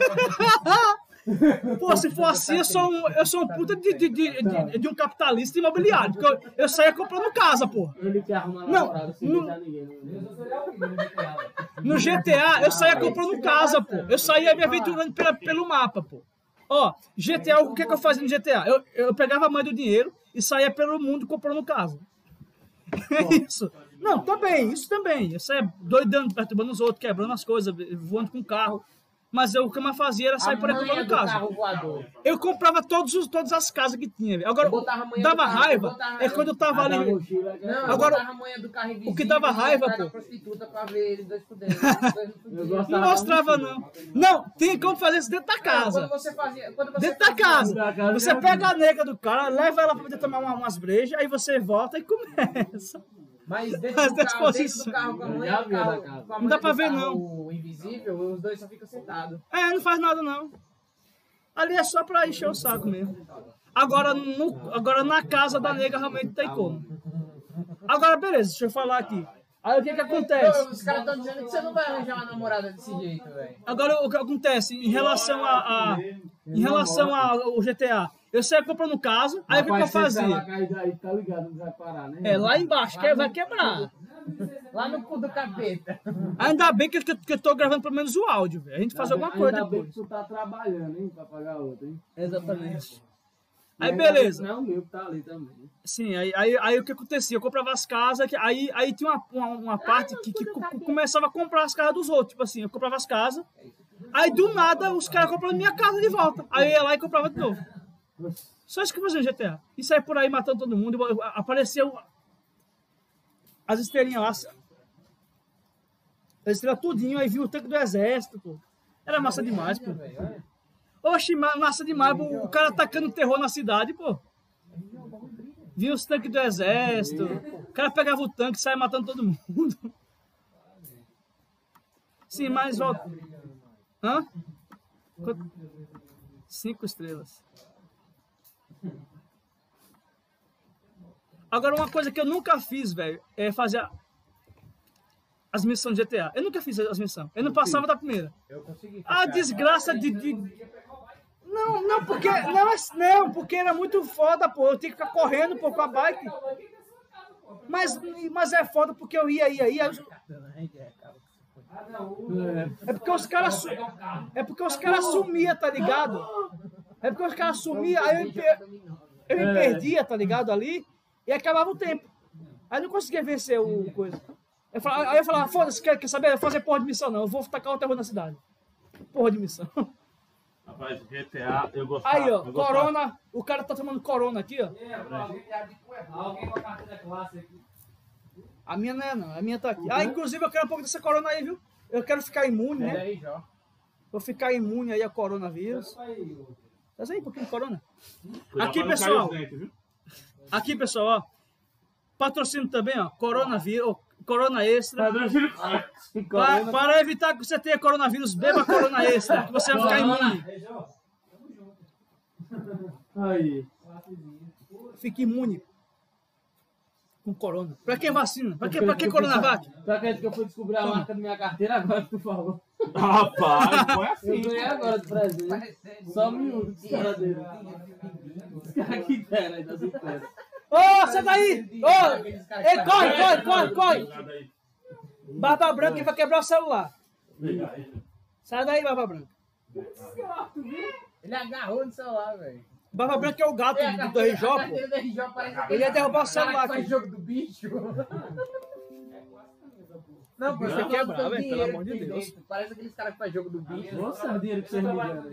Pô, se for assim, eu sou um, eu sou um puta de, de, de, de- de um capitalista imobiliário. Porque eu, eu saía comprando casa, pô. Ele quer arrumar Não, namorada sem não- deixar ninguém. Não. No G T A, eu saía comprando casa, pô. Eu saía me aventurando pela, pelo mapa, pô. Ó, G T A, o que, que eu fazia no G T A? Eu, eu pegava a mãe do dinheiro e saía pelo mundo comprando casa. É isso. Não, também, isso também. Eu saía doidando, perturbando os outros, quebrando as coisas, voando com carro. Mas eu, o que eu mais fazia era sair A por aí manha comprando do casa. carro voador. Eu comprava todos os, todas as casas que tinha. velho. Agora, Eu botava a manha dava do carro, raiva eu botava- é quando eu tava A da ali. mochila, que é- Não, Agora, Agora, eu botava a manha do carro invisível. o que dava e ia raiva, atrás pô. da prostituta pra ver eles dois fudendo. Eu Não gostava mostrava, da mochila. não. Não, tem como fazer isso dentro da Quando casa. você fazia... Quando você Dentro da fazia- casa. Da casa Você é pega a nega do cara, leva ela pra poder tomar uma- umas brejas, aí você volta e começa. Mas dentro Mas do, da carro, dentro disposição. do carro com a mãe Já do vi carro, da casa. com a Não dá mãe pra do ver, carro invisível, os dois só ficam sentados. É, não faz nada não. Ali é só pra encher o saco mesmo. Agora, no, agora na casa da nega realmente tem como. Agora, beleza, deixa eu falar aqui. Aí o que que acontece? Os caras estão dizendo que você não vai arranjar uma namorada desse jeito, velho. Agora o que acontece em relação a, a em relação ao G T A, eu saía comprando casa, aí o que, que eu Rapaz, você tá lá fazia? caído aí, tá ligado, não vai parar, né? É, lá embaixo, que vai quebrar. Lá no cu do capeta. Ainda bem que, que, que eu tô gravando pelo menos o áudio, velho. A gente faz alguma coisa Ainda bem depois. que tu tá trabalhando, hein, pra pagar outra, hein? Exatamente. E Aí ainda bem beleza. que Não é o meu que tá ali também. Sim, aí, aí, aí o que acontecia? Eu comprava as casas, que- aí, aí tinha uma, uma, uma parte que, que co- começava a comprar as casas dos outros. Tipo assim, eu comprava as casas, aí do nada os caras compravam minha casa de volta. Aí eu ia lá e comprava de novo. Só isso que eu fazia no G T A. E saía por aí matando todo mundo. eu- eu- Apareceu as estrelinhas lá. As estrelas tudinho, aí viu o tanque do exército, pô. Era massa demais, pô. Oxi, ma- massa demais, pô. O cara atacando terror na cidade, pô. Viu os tanques do exército. O cara pegava o tanque e saia matando todo mundo. Sim, mas volta. Hã? Quanto? Cinco estrelas. Agora, uma coisa que eu nunca fiz, velho, é fazer as missões de G T A. Eu nunca fiz as missões. Eu não passava da primeira. Eu consegui. A desgraça de... de- Não, não, porque... Não, é- não, porque era muito foda, pô. Eu tinha que ficar correndo, pô, com a bike. Mas, mas é foda porque eu ia, ia, ia. É porque os caras... su- É porque os caras sumiam, tá ligado? É porque os caras sumiam, aí eu, me per- eu me perdia, tá ligado, ali. E acabava o tempo. Aí eu não conseguia vencer o coisa. Eu falava, aí eu falava, foda-se, quer, quer saber? Eu vou fazer porra de missão não. Eu vou tacar o terror na cidade. Porra de missão. Rapaz, G T A, eu gostava. Aí, ó, eu gostava. corona. O cara tá tomando corona aqui, ó. Alguém com a carta da classe aqui. A minha não é, não. A minha tá aqui. Ah, inclusive eu quero um pouco dessa corona aí, viu? Eu quero ficar imune, Pera né? aí, Jó. Vou ficar imune aí a coronavírus. Traz aí um pouquinho de corona. Cuidado Aqui, pra não cair pessoal. os dentes, viu? Aqui, pessoal, ó. Patrocínio também, ó. Coronavírus, Corona Extra. Patrocínio. Para, para evitar que você tenha coronavírus, beba Corona Extra, que você vai ficar imune. Aí. Fique imune com corona. Pra que vacina? Pra que, pra que Coronavac? Tu acredita que eu fui descobrir a marca da minha carteira agora que tu falou? Rapaz, foi assim. Eu ganhei agora de presente. Só um minuto dos caras dele. Os caras que deram aí das empresas. Ô, sai daí! Ô! Ei, corre, corre, corre, corre! Barba Branca que vai quebrar o celular. Sai daí, Barba Branca. Ele agarrou no celular, velho. Barba Branca é o gato É, do, do R J, a carteira do R J parece pô. aquele Ele ia derrubar o cara celular que faz aqui. jogo do bicho. Não, pô, Você você quebra, quebra, velho, pelo amor de Deus. Parece aqueles caras que faz jogo do bicho. Nossa, o dinheiro que vocês me deram.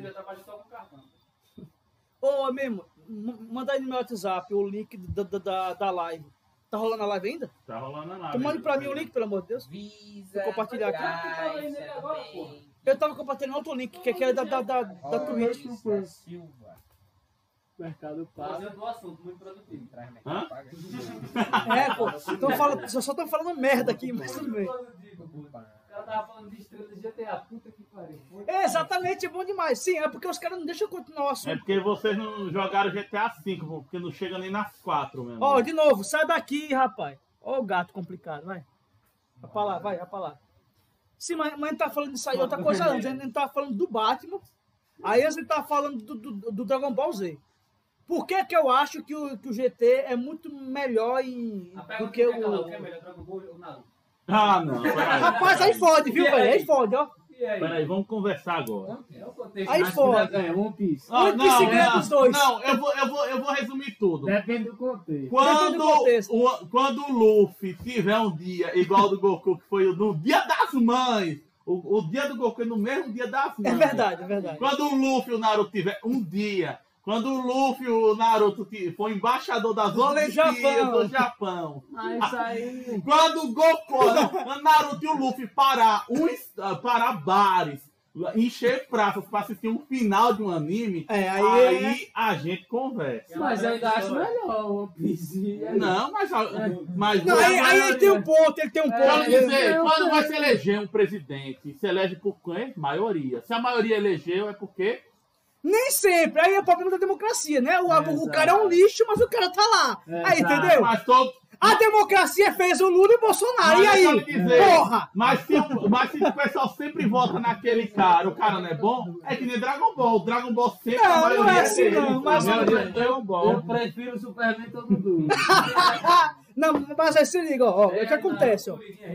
Ô, mesmo, m- manda aí no meu WhatsApp o link da, da, da, da live. Tá rolando a live ainda? Tá rolando lá. Tu manda pra mim o link, pelo amor de Deus. Visa, Vou compartilhar aqui. Gás, também. Eu tava compartilhando outro link, que é da, da, da, da Twitch. Rosa Silva. Mercado Pago. Fazendo um assunto muito produtivo. Traz Hã? Mercado Pago. É, pô. Tão falando, só estão falando merda aqui, mas tudo bem. O cara tava falando de estrela de G T A. Puta que pariu. É, exatamente, é bom demais. Sim, é porque os caras não deixam eu continuar o É assunto. porque vocês não jogaram G T A cinco, pô, porque não chega nem nas quatro mesmo. Ó, de novo, sai daqui, rapaz. Ó o gato complicado, vai. Vai pra lá, vai, vai pra lá. Sim, mas, mas a gente tá falando disso aí, outra coisa não. A gente tá falando do Batman. Aí a gente tá falando do, do, do Dragon Ball Z. Por que que eu acho que o, que o G T é muito melhor em, A do pergunta que que é aquela, o o... que é melhor, Dragon Ball ou Naruto? Ah, não. Peraí, Rapaz, aí fode, viu, E aí? velho? Aí fode, ó. E aí? peraí, vamos conversar agora. É o contexto. Aí Acho que fode. já ganha One Piece. Ah, One Piece ganha dos dois. Não, eu vou, eu, vou, eu vou resumir tudo. Depende do contexto. Depende Quando do contexto. o, quando o Luffy tiver um dia igual ao do Goku, que foi no dia das mães, o, o dia do Goku é no mesmo dia das mães. É verdade, é verdade. Quando o Luffy e o Naruto tiver um dia, quando o Luffy e o Naruto ti- for embaixador das Olimpíadas Japão. do Japão, Ah, isso aí. quando o Goku, o Naruto e o Luffy parar, uns, ah, parar bares, encher praças pra assistir um final de um anime, É, aí aí, é- a gente conversa. Mas eu ainda acho melhor o One Piece. Não, mas, mas Não, aí, aí ele tem um ponto, ele tem um Quero ponto. dizer, eu quando sei. vai se eleger um presidente, se elege por quem? Maioria. Se a maioria elegeu, é porque... Nem sempre. Aí é o problema da democracia, né? O, o cara é um lixo, mas o cara tá lá. Aí, Exato. entendeu? Mas todo... A democracia fez o Lula e o Bolsonaro. Mas E aí? eu quero dizer, Porra! Mas se, o- mas se o pessoal sempre vota naquele cara, o cara não é bom, é que nem Dragon Ball. O Dragon Ball sempre Não, a não maioria é assim, dele. não, mas- A maioria é Dragon Ball. Eu prefiro o Superman todo mundo. Não, mas aí se liga, ó. ó, o que acontece, ó.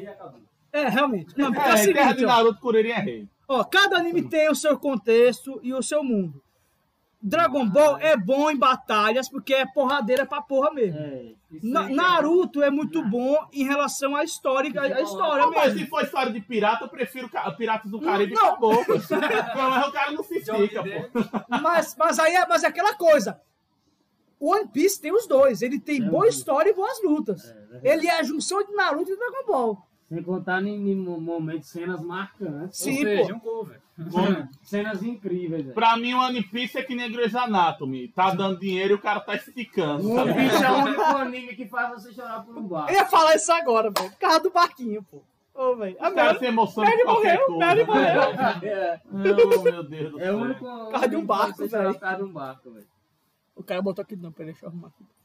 É, realmente. Não, porque é, o É, em terra seguinte, de ó. Naruto, Kuririn é rei. Ó, cada anime tem o seu contexto e o seu mundo. Dragon Ball é bom em batalhas porque é porradeira pra porra mesmo. É. Na- Naruto é muito bom em relação à história, à história Não, mas mesmo. se for história de pirata, eu prefiro ca- Piratas do Caribe e Não. acabou. Pelo menos o cara não se fica, pô. Mas, mas aí é, mas é aquela coisa. O One Piece tem os dois. Ele tem boa história e boas lutas. Ele é a junção de Naruto e Dragon Ball. Sem contar em, em momentos, cenas marcantes. Sim, Ou seja, pô. um cover. Bom, Cenas incríveis. velho. pra mim, o One Piece é que nem Grey's Anatomy. Tá dando dinheiro e o cara tá esticando. One sabe? Piece é o único anime que faz você chorar por um bar. Eu ia falar isso agora, velho. Por causa do barquinho, pô. Ô, velho. A O cara Mary, se emociona Mary com qualquer morreu, coisa. Mary né? morreu. É, Oh, meu Deus do é o céu. único. Por causa de um anime que barco, faz você chorar velho. por causa de um barco, velho. O cara botou aqui não, peraí, deixa eu arrumar aqui.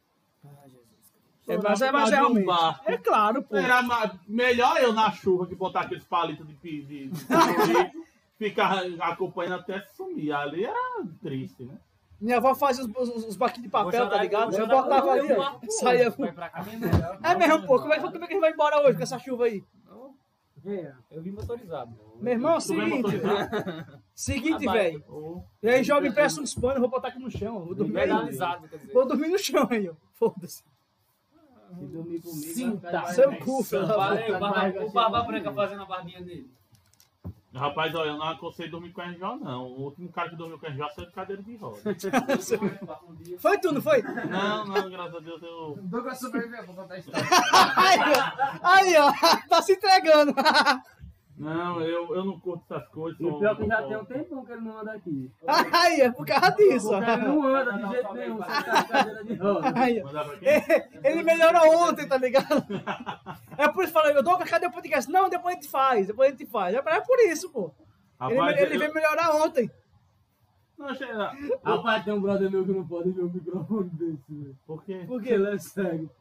É, Chorar mas é, por mas causa é de um realmente. barco. É claro, pô. Era ma- melhor eu na chuva que botar aqueles palitos de, pi- de, de, de ficar acompanhando até sumir. Ali era triste, né? Minha avó fazia os, os, os barquinhos de papel, Vou tá chorar- ligado? vou Eu chorar botava quando ali, eu ó. barco Saía. hoje. Vai pra cá. É mesmo, pô. Como é, que- como é que a gente vai embora hoje com essa chuva aí? É, eu vim motorizado. Meu irmão, é o Tu vem seguinte. motorizado? Seguinte, Ah, velho. Oh. E aí joga e empresta uns panos, eu vou botar aqui no chão. Vou dormir aí. Legalizado, quer dizer. Vou dormir no chão aí, ó. Foda-se. Se dormir comigo. Sim, vai tá. ficar Seu mais- cu, filho da Barba- puta. o Barba- O Barba Branca fazendo a barbinha dele. Rapaz, olha, eu não aconselho dormir com o R J, não. O último cara que dormiu com o R J saiu de cadeira de roda. Foi tu, não foi? Não, não, graças a Deus eu. Douglas sobreviveu, vou contar a história. Aí, ó. Aí, ó. Tá se entregando. Não, eu, eu não curto essas coisas. E o sou- pior que já sou- tem um tempão que ele não anda aqui. Aí, é por causa disso. Porque ele não anda de jeito nenhum, você tá de cadeira de roda. Aí, Mandar pra quem? ele melhorou ontem, tá ligado? É por isso que eu falei, eu dou cadê o podcast? Não, depois a gente faz, depois a gente faz. É por isso, pô. Ele, Rapaz, ele eu- veio melhorar ontem. Não, achei... Rapaz, tem um brother meu que não pode ver o microfone desse, velho. Por quê? Por Porque quê? ele é cego.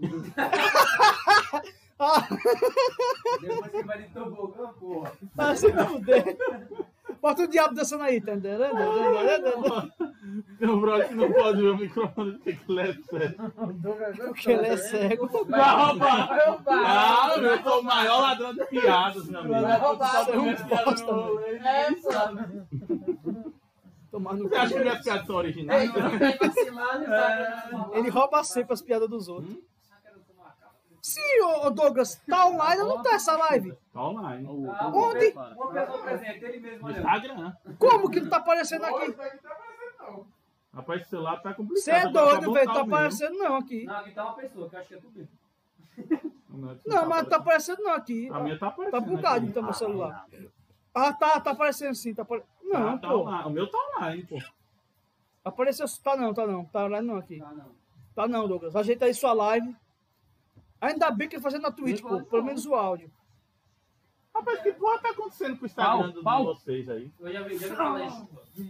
Ah, Depois que vai de tobogã, porra. tá se fuder. Bota o diabo dançando aí. Tá entendendo? Tem um brother que não pode ver o microfone porque ele é sério. Porque ele é cego. Vai roubar! Vai roubar. Ah, eu sou o maior ladrão de piadas, meu amigo. Vai roubar. Você é um bosta, velho. É, pô. Tomar no Você acha que cu. minhas piadas são originais? Ei, não tem vacilado, sabe? Ele rouba sempre as piadas dos outros. Sim, ô, ô Douglas, tá online ou não tá essa live? Tá online. Onde? Uma pessoa presente, ele mesmo No olhando. Instagram. Como que não tá aparecendo aqui? Isso aqui tá aparecendo, não. Rapaz, esse celular tá complicado. Você é Dá pra doido, botar velho. Tá o mesmo. aparecendo não aqui. Não, aqui tá uma pessoa, que eu acho que é tudo isso. Não, mas não tá aparecendo não aqui. A minha tá aparecendo. Tá bugado aqui. então meu celular. Ah, tá, tá aparecendo sim. Tá apare... Não, Ah, tá pô. online. O meu tá online, pô. Apareceu. Tá não, tá não. Tá online não aqui. Tá, não. Tá não, Douglas. Ajeita aí sua live. Ainda bem que ele fazendo na Twitch, pô. Pelo menos o áudio. Rapaz, que porra tá acontecendo com o Instagram Pau, de pau. vocês aí? Eu já vi, já vi falar isso.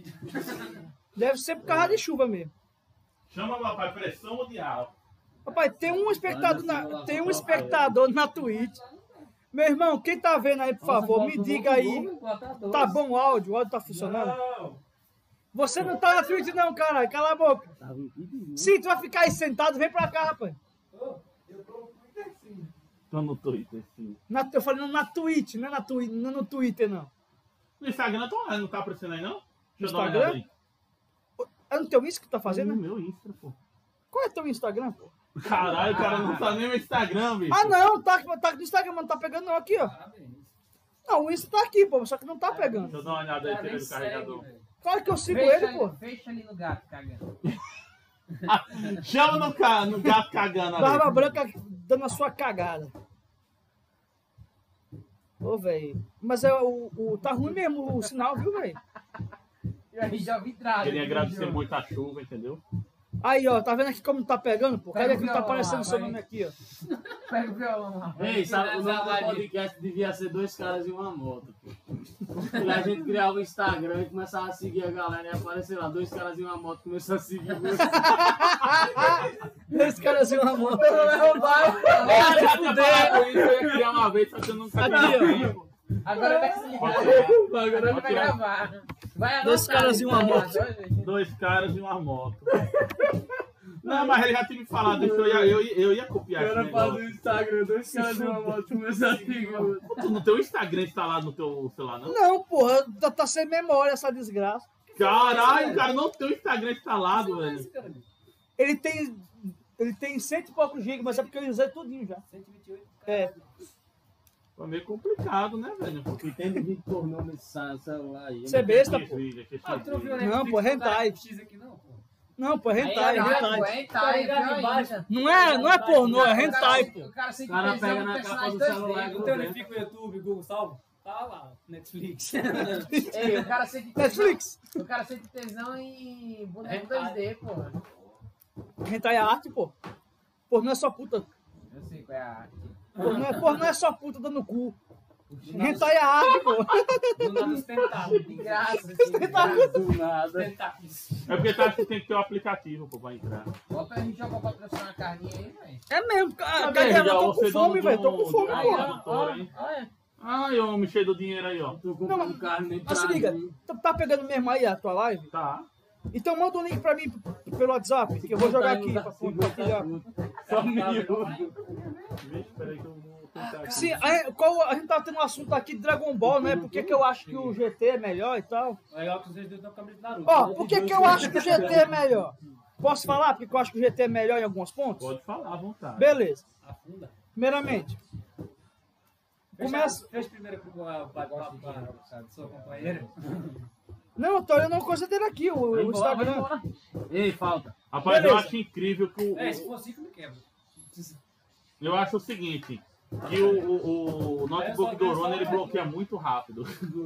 Deve ser por causa de chuva mesmo. Chama, papai, pressão ou diálogo? Rapaz, tem um espectador na, tem um espectador na Twitch. Meu irmão, quem tá vendo aí, por favor, me diga aí. Tá bom o áudio? O áudio tá funcionando? Você não tá na Twitch não, caralho. Cala a boca. Sim, tu vai ficar aí sentado, vem pra cá, rapaz. Eu tô no Twitter sim. Tô no Twitter, sim. Na, eu falei na Twitch, não é na Twi- não é no Twitter, não. No Instagram tá online, não tá aparecendo aí, não? Deixa eu dar uma Instagram? olhada aí. É no teu Insta que tá fazendo? No meu Insta, pô. Qual é teu Instagram, pô? Caralho, o cara não tá nem no Instagram, bicho. Ah, não, tá, tá no Instagram, mas não tá pegando não aqui, ó. Não, o Insta tá aqui, pô, só que não tá pegando. Deixa eu dar uma olhada aí, TV do carregador. Claro que eu sigo Fecha ele, ali- pô. Fecha ali no gato, cagando. Chama no, ca... no gato cagando ali. Barba Branca dando a sua cagada. Ô, velho. Mas é, o, o, tá ruim mesmo o sinal, viu, velho? E aí já vi entrada. Queria agradecer muito a chuva, entendeu? Aí, ó, tá vendo aqui como tá pegando, pô? Cadê Pega o que não tá violão aparecendo lá, o seu vai. nome aqui, ó? Pega o violão lá. Ei, sabe, o nome do Live. podcast devia ser Dois Caras e uma Moto, pô. E a gente criava o Instagram e começava a seguir a galera e aparecer lá, Dois Caras e uma Moto, começou a seguir você. Esse cara assim, uma moto. Eu já tinha falado isso, eu ia criar uma vez, só que eu nunca Aqui, criei. ó. Agora vai se ligar. Pode tirar. Agora ele Pode vai tirar. gravar. Vai Dois anotar caras aí, e uma tá moto. ligado, gente? Dois caras e uma moto. Não, mas ele já tinha me falado isso, eu ia, eu, ia- eu ia copiar esse negócio. Instagram, Dois Caras e uma Moto, começou a seguir você. Tu não tem o Instagram instalado no teu celular, não? Não, porra, tá, tá sem memória essa desgraça. Caralho, cara, não tem o Instagram instalado, velho. Ele tem. Ele tem cento e poucos gigas, mas é porque eu usei tudinho já. cento e vinte e oito. É. Foi meio complicado, né, velho? E tem de vídeo pornô nesse sa- celular aí. Você é besta, Esse pô. vídeo aqui, esse Ah, tu não viu vídeo. o Não, Netflix pô, do hentai. X aqui não, pô. Não, pô, é hentai, é Aí, hentai. pô, hentai, Tá ligado pior embaixo? ainda. Não é, não é pornô, é hentai, pô. O cara sente O cara tesão pega no na personagem capa do celular dois D. e Não tem onde fica o YouTube, Google salvo? Tá lá, Netflix. Ei, o cara sente tesão. Netflix. O cara sente tesão em boneco Hentai. dois D, porra. Hentai é arte, pô. Pô, não é só puta. Eu sei qual é a arte. Pô, não é, pô, não é só puta dando cu. Hentai é arte, pô. Do nada os tentáculos. De graça. Do nada. Tentáculos. É porque tá, que tem que ter o aplicativo, pô, pra entrar. Bota a gente já pra patrocinar a carninha aí, velho. É mesmo, cara. Cadê, Cadê? Eu já, tô você com fome, dono velho. Tô do- com fome, do- Aí, pô. do- ó, ó, hein? olha. Ai, eu me cheio do dinheiro aí, ó. Tô comprando carne nem Mas se pra liga, mim. tá- tá pegando mesmo aí a tua live? Tá. Então manda um link pra mim p- pelo WhatsApp, que eu vou jogar aqui pra compartilhar. Só miúdo. Vixe, peraí que eu vou tentar aqui. Sim, a, qual, a gente tava tendo um assunto aqui de Dragon Ball, né? Por que que eu acho que o G T é melhor e tal? Legal que vocês deu na câmera de Naruto. Ó, por que que eu acho que o G T é melhor? Posso falar porque eu acho que o G T é melhor em alguns pontos? Pode falar à vontade. Beleza. Afunda. Primeiramente, começa... Fez primeiro com a bate-papo com a sua companheira. Não, eu tô olhando uma coisa dele aqui, o, Vai o embora, vai Instagram. embora. Ei, falta. Rapaz, eu Beleza. acho incrível que o. É, se for cinco, me quebra. Eu acho o seguinte, que o, o, o notebook do Rony ele bloqueia muito rápido.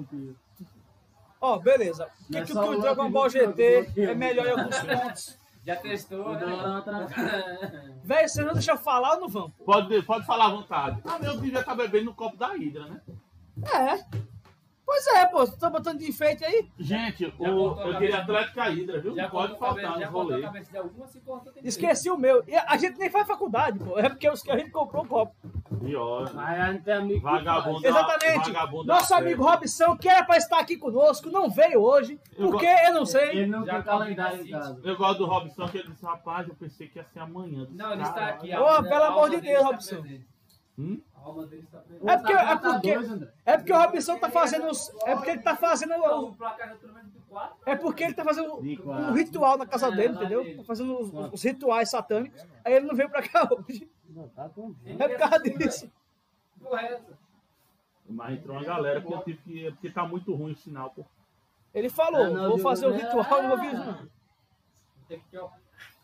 Ó, beleza. O que, Não é que, só que o o Dragon Loki Ball que G T bloqueia. é melhor em alguns pontos? Já testou, O né? Dorão atrás. Véi, você não deixa eu falar ou não vamos? Pode, pode falar à vontade. Ah, meu devia estar bebendo no copo da Hidra, né? É. Pois é, pô. Você tá botando de enfeite aí? Gente, o, botou a eu queria cabeça- Atlética Hidra, viu? Já Não pode cortou a cabeça- faltar já nos cortou a rolês. cabeça de alguma, se cortou, tem que Esqueci o meu. E a gente nem faz faculdade, pô. É porque os que a gente comprou o copo. E ó, Aí a gente tem amigo que vagabundo. faz. Exatamente. Vagabundo Nosso da amigo festa. Robson, que era pra estar aqui conosco, não veio hoje. Eu Por go- que? Eu não sei. Ele não Já tem calendário em combina casa. Eu gosto do Robson, que ele disse, rapaz, eu pensei que ia ser amanhã. Não, ele está aqui. Ô, a- pelo a amor alma de dele Deus, está Robson. presente. Hum? A alma dele está presente. É porque, é Tá porque, dois, André. é porque o Robson tá fazendo os, é porque ele tá fazendo Não, o- o placar já pelo menos de quatro. é porque ele tá fazendo De um quatro. ritual na casa É, dele, lá entendeu? dele. Tá fazendo os, os rituais satânicos. Aí ele não veio pra cá hoje. Não, tá com É por causa disso. Porra, é essa? Mas entrou uma galera que eu tive que. Porque tá muito ruim o sinal, pô. Ele falou, Ah, não, vou viu? fazer o É. ritual, não vou vir não. Tem que ó.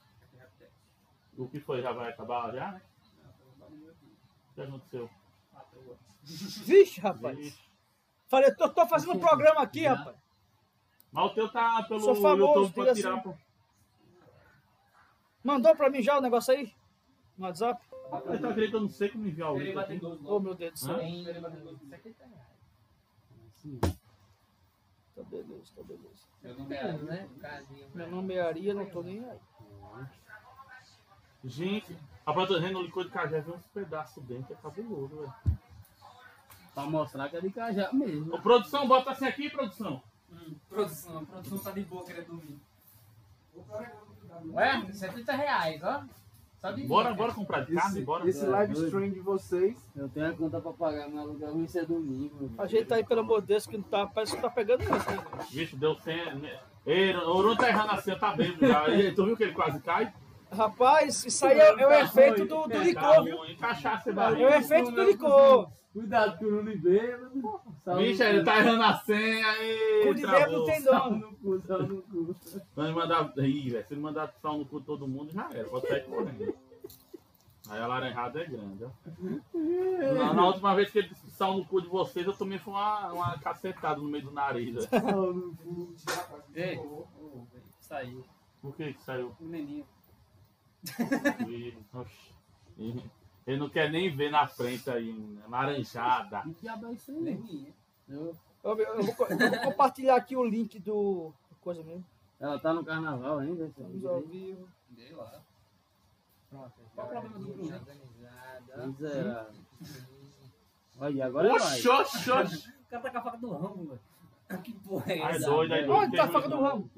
O que foi? Já vai acabar já, né? O que aconteceu? Vixe, rapaz. Ixi. Falei, tô, tô fazendo um programa aqui, rapaz. Mas o teu tá pelo Sou famoso, YouTube pra diga tirar, assim. pô. Mandou pra mim já o negócio aí? No WhatsApp? Eu tô acreditando, eu não sei como enviar o Ele link vai ter aqui. doze. Oh, meu Deus do céu. Tem, ele vai ter doze. setenta reais. Tá beleza, tá beleza. Eu não quero, né? Casinha. Meu nome é Aria, não tô nem aí. Gente, a planta no licor de cajé vem uns pedaços dentro, é cabuloso, velho. Pra mostrar que é de cajá mesmo. Ô, produção, bota assim aqui, produção. Hum, produção, a produção tá de boa querendo dormir. Ué, setenta reais, ó. Só de Bora, dica. bora comprar de carne, bora. Esse live stream de vocês. Eu tenho a conta pra pagar, meu aluguel isso é domingo. A gente tá aí, pelo amor de Deus, que não tá, parece que tá pegando isso aí. Vixe, deu cem. né? Ei, o Ouro tá errando assim, tá bêbado já. Ei, tu viu que ele quase cai? Rapaz, isso aí é, é o efeito do, do Tá licor, viu? ruim, cachaça e É o barriga. efeito do licor. Cuidado que o não bêbado. Vixe, ele tá errando a senha aí. O de bebo não tem dono. no cu, sal no cu. Vai mandar. Ih, velho, se ele mandar sal no cu de todo mundo, já era. Pode sair correndo. Aí a laranjada é grande, ó. Na, na última vez que ele disse sal no cu de vocês, eu também fui uma, uma cacetada no meio do nariz, velho. Sal no cu. Ei, ô, velho, saiu. Por que que saiu? O neninho. Ih, oxi. Ih, ele não quer nem ver na frente aí, né? Laranjada. Que diabo é isso aí? Neninho. Eu- Eu, eu vou, co- eu vou compartilhar aqui o link do. Coisa mesmo. Ela tá no carnaval ainda. essa Vamos vida ao aí. vivo. Dei lá. Pronto. Qual o problema do Bruno? Organizada. Miserável. Olha, agora vai. Oxi, oxi, oxi. O cara tá com a faca do ramo, velho. Que porra é Ai, essa? doido, aí doido. Onde tá a Tem faca do muito, ramo?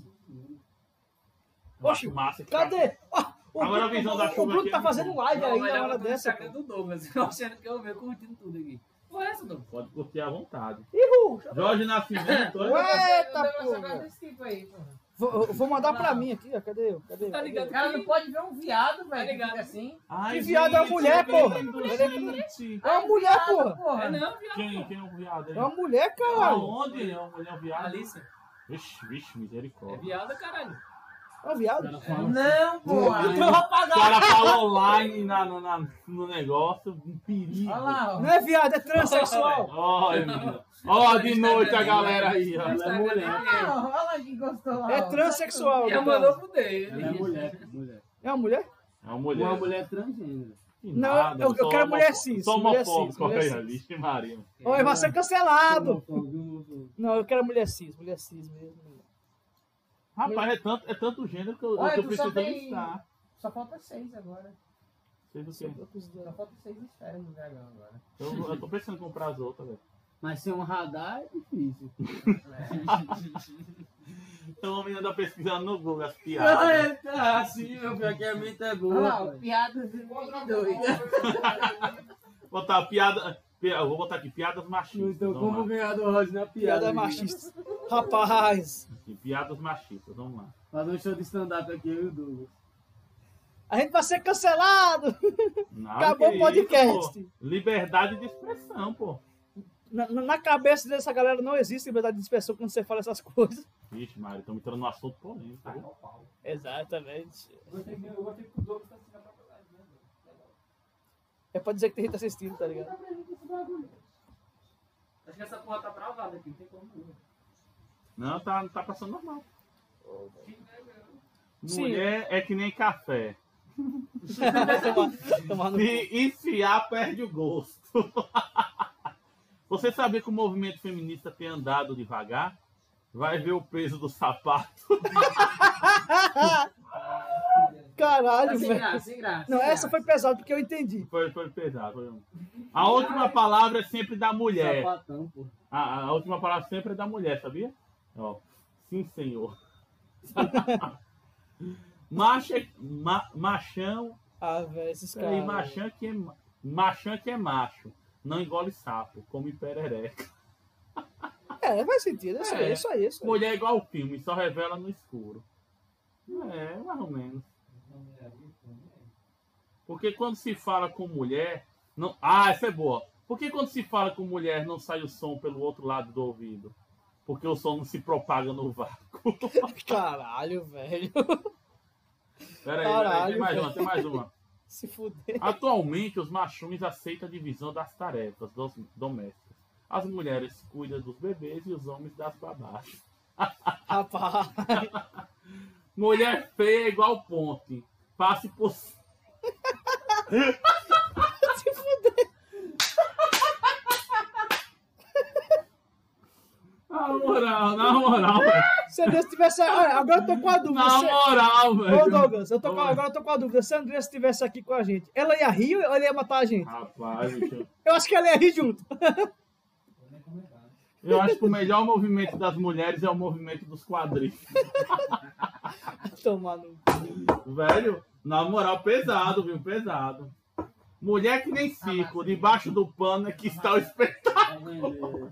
não. Oxi, Massa, cadê? Ó, o, Agora a Bruno- visão da o, chuva o Bruno aqui tá é fazendo muito live Não, aí mas na ela hora tá no dessa. Instagram do Douglas. Eu achando que eu vejo curtindo tudo aqui. Porra é essa, Douglas? Pode curtir à vontade. Ihu! Jorge Nascimento, olha. Eita, Douglas porra! desse tipo aí, porra. Vou, eu vou mandar pra mim aqui, ó. Cadê eu? Cadê eu? Tá Cadê ligado? eu? Cara, não pode ver um viado, velho. Tá Que fica assim. Ai, Que viado é uma gente, mulher, que porra. lindo, Ele é gente. É uma mulher, porra! Porra, é não, viado. Quem, quem é o viado aí? É uma mulher, caralho! Aonde é uma mulher um viado? Alice. Vixe, vixe, É misericórdia. viada, caralho. É um viado? Não, porra. Então eu vou O pagar! cara fala online na, no, na- no negócio, um perigo. Olha lá, ó. Não é viado, é transexual! Olha, menina. Ó, de noite a galera aí, ó. Ela é mulher. Olha lá que gostou lá. É ó. transexual! Já no mandou caso. fuder. Ela é mulher. mulher. É uma mulher? É uma mulher. Uma mulher transgênero. Que Não, nada, eu- eu sou quero homo- mulher cis, Sou mulher homofóbico, cis, mulher olha cis. aí, vixe Maria. Oi, vai ser cancelado! Homofóbico, homofóbico. Não, eu quero mulher cis, mulher cis mesmo. Rapaz, é tanto, é tanto gênero que eu, Olha, eu tô tu só precisando tem- estar. Só falta seis agora. Sei do quê? Só falta seis esferas no dragão agora. Eu, eu tô pensando em comprar as outras, velho. Mas sem um radar é difícil. Então a menina tá pesquisando no Google as piadas. Tá assim, meu pior que a mente é Olha boa. lá, ó, pai. piadas de doida. Botar piada. pi- Eu vou botar aqui, piadas machistas. Então, Vamos como lá. ganhar do Roger na piada? Piada machista. Rapaz, Aqui, piadas machistas, vamos lá. Fazer um show de stand-up aqui, eu e o Douglas. a gente vai ser cancelado! Nada Acabou que o podcast. isso, pô. Liberdade de expressão, pô. Na, na- na cabeça dessa galera não existe liberdade de expressão quando você fala essas coisas. Vixe, Mário, estamos entrando no assunto polêmico. Tá? Exatamente. Eu gostei que o Douglas tá assistindo a própria live, né? É pra dizer que tem gente assistindo, tá ligado? Acho que essa porra tá travada aqui, não tem como não. Não, tá, tá passando normal. Sim. Mulher é que nem café. Tomar- tomar no cu. Se enfiar, perde o gosto. Você sabia que o movimento feminista tem andado devagar? Vai ver o peso do sapato. Caralho, Tá sem velho. graça, sem graça. Não, sem essa foi graça. pesada porque eu entendi. Foi, foi pesado. Foi... um- A última palavra é sempre da mulher. Sapatão, pô. A, a última palavra sempre é da mulher, sabia? Ó, sim, senhor. Macha, ma, machão. Ah, velho, esses Aí, caras. machão que é, ma- machão que é macho. Não engole sapo, come perereca. É, faz sentido. É isso aí, É. é isso aí. É isso aí. Mulher é igual ao filme, só revela no escuro. É, mais ou menos. Porque quando se fala com mulher. Não... Ah, essa é boa. Porque quando se fala com mulher não sai o som pelo outro lado do ouvido? Porque o som não se propaga no vácuo. Caralho, velho. Pera aí, pera aí, Caralho, tem mais velho. uma, tem mais uma. Se fuder. Atualmente, os machões aceitam a divisão das tarefas dos domésticas. As mulheres cuidam dos bebês e os homens das babás. Rapaz. Mulher feia é igual ponte. Passe por. Se fuder. Na moral, na moral, velho. Se Deus tivesse. Olha, agora eu tô com a dúvida. Na Se- moral, Ô, velho. Douglas, eu tô com... Oi. agora eu tô com a dúvida. Se a Andressa estivesse aqui com a gente, ela ia rir ou ela ia matar a gente? Rapaz, bicho. Eu acho que ela ia rir junto. Eu acho que o melhor movimento das mulheres é o movimento dos quadris. Tomar no. Velho, na moral, pesado, viu? Pesado. Mulher que nem circo, debaixo do pano é que está o espetáculo.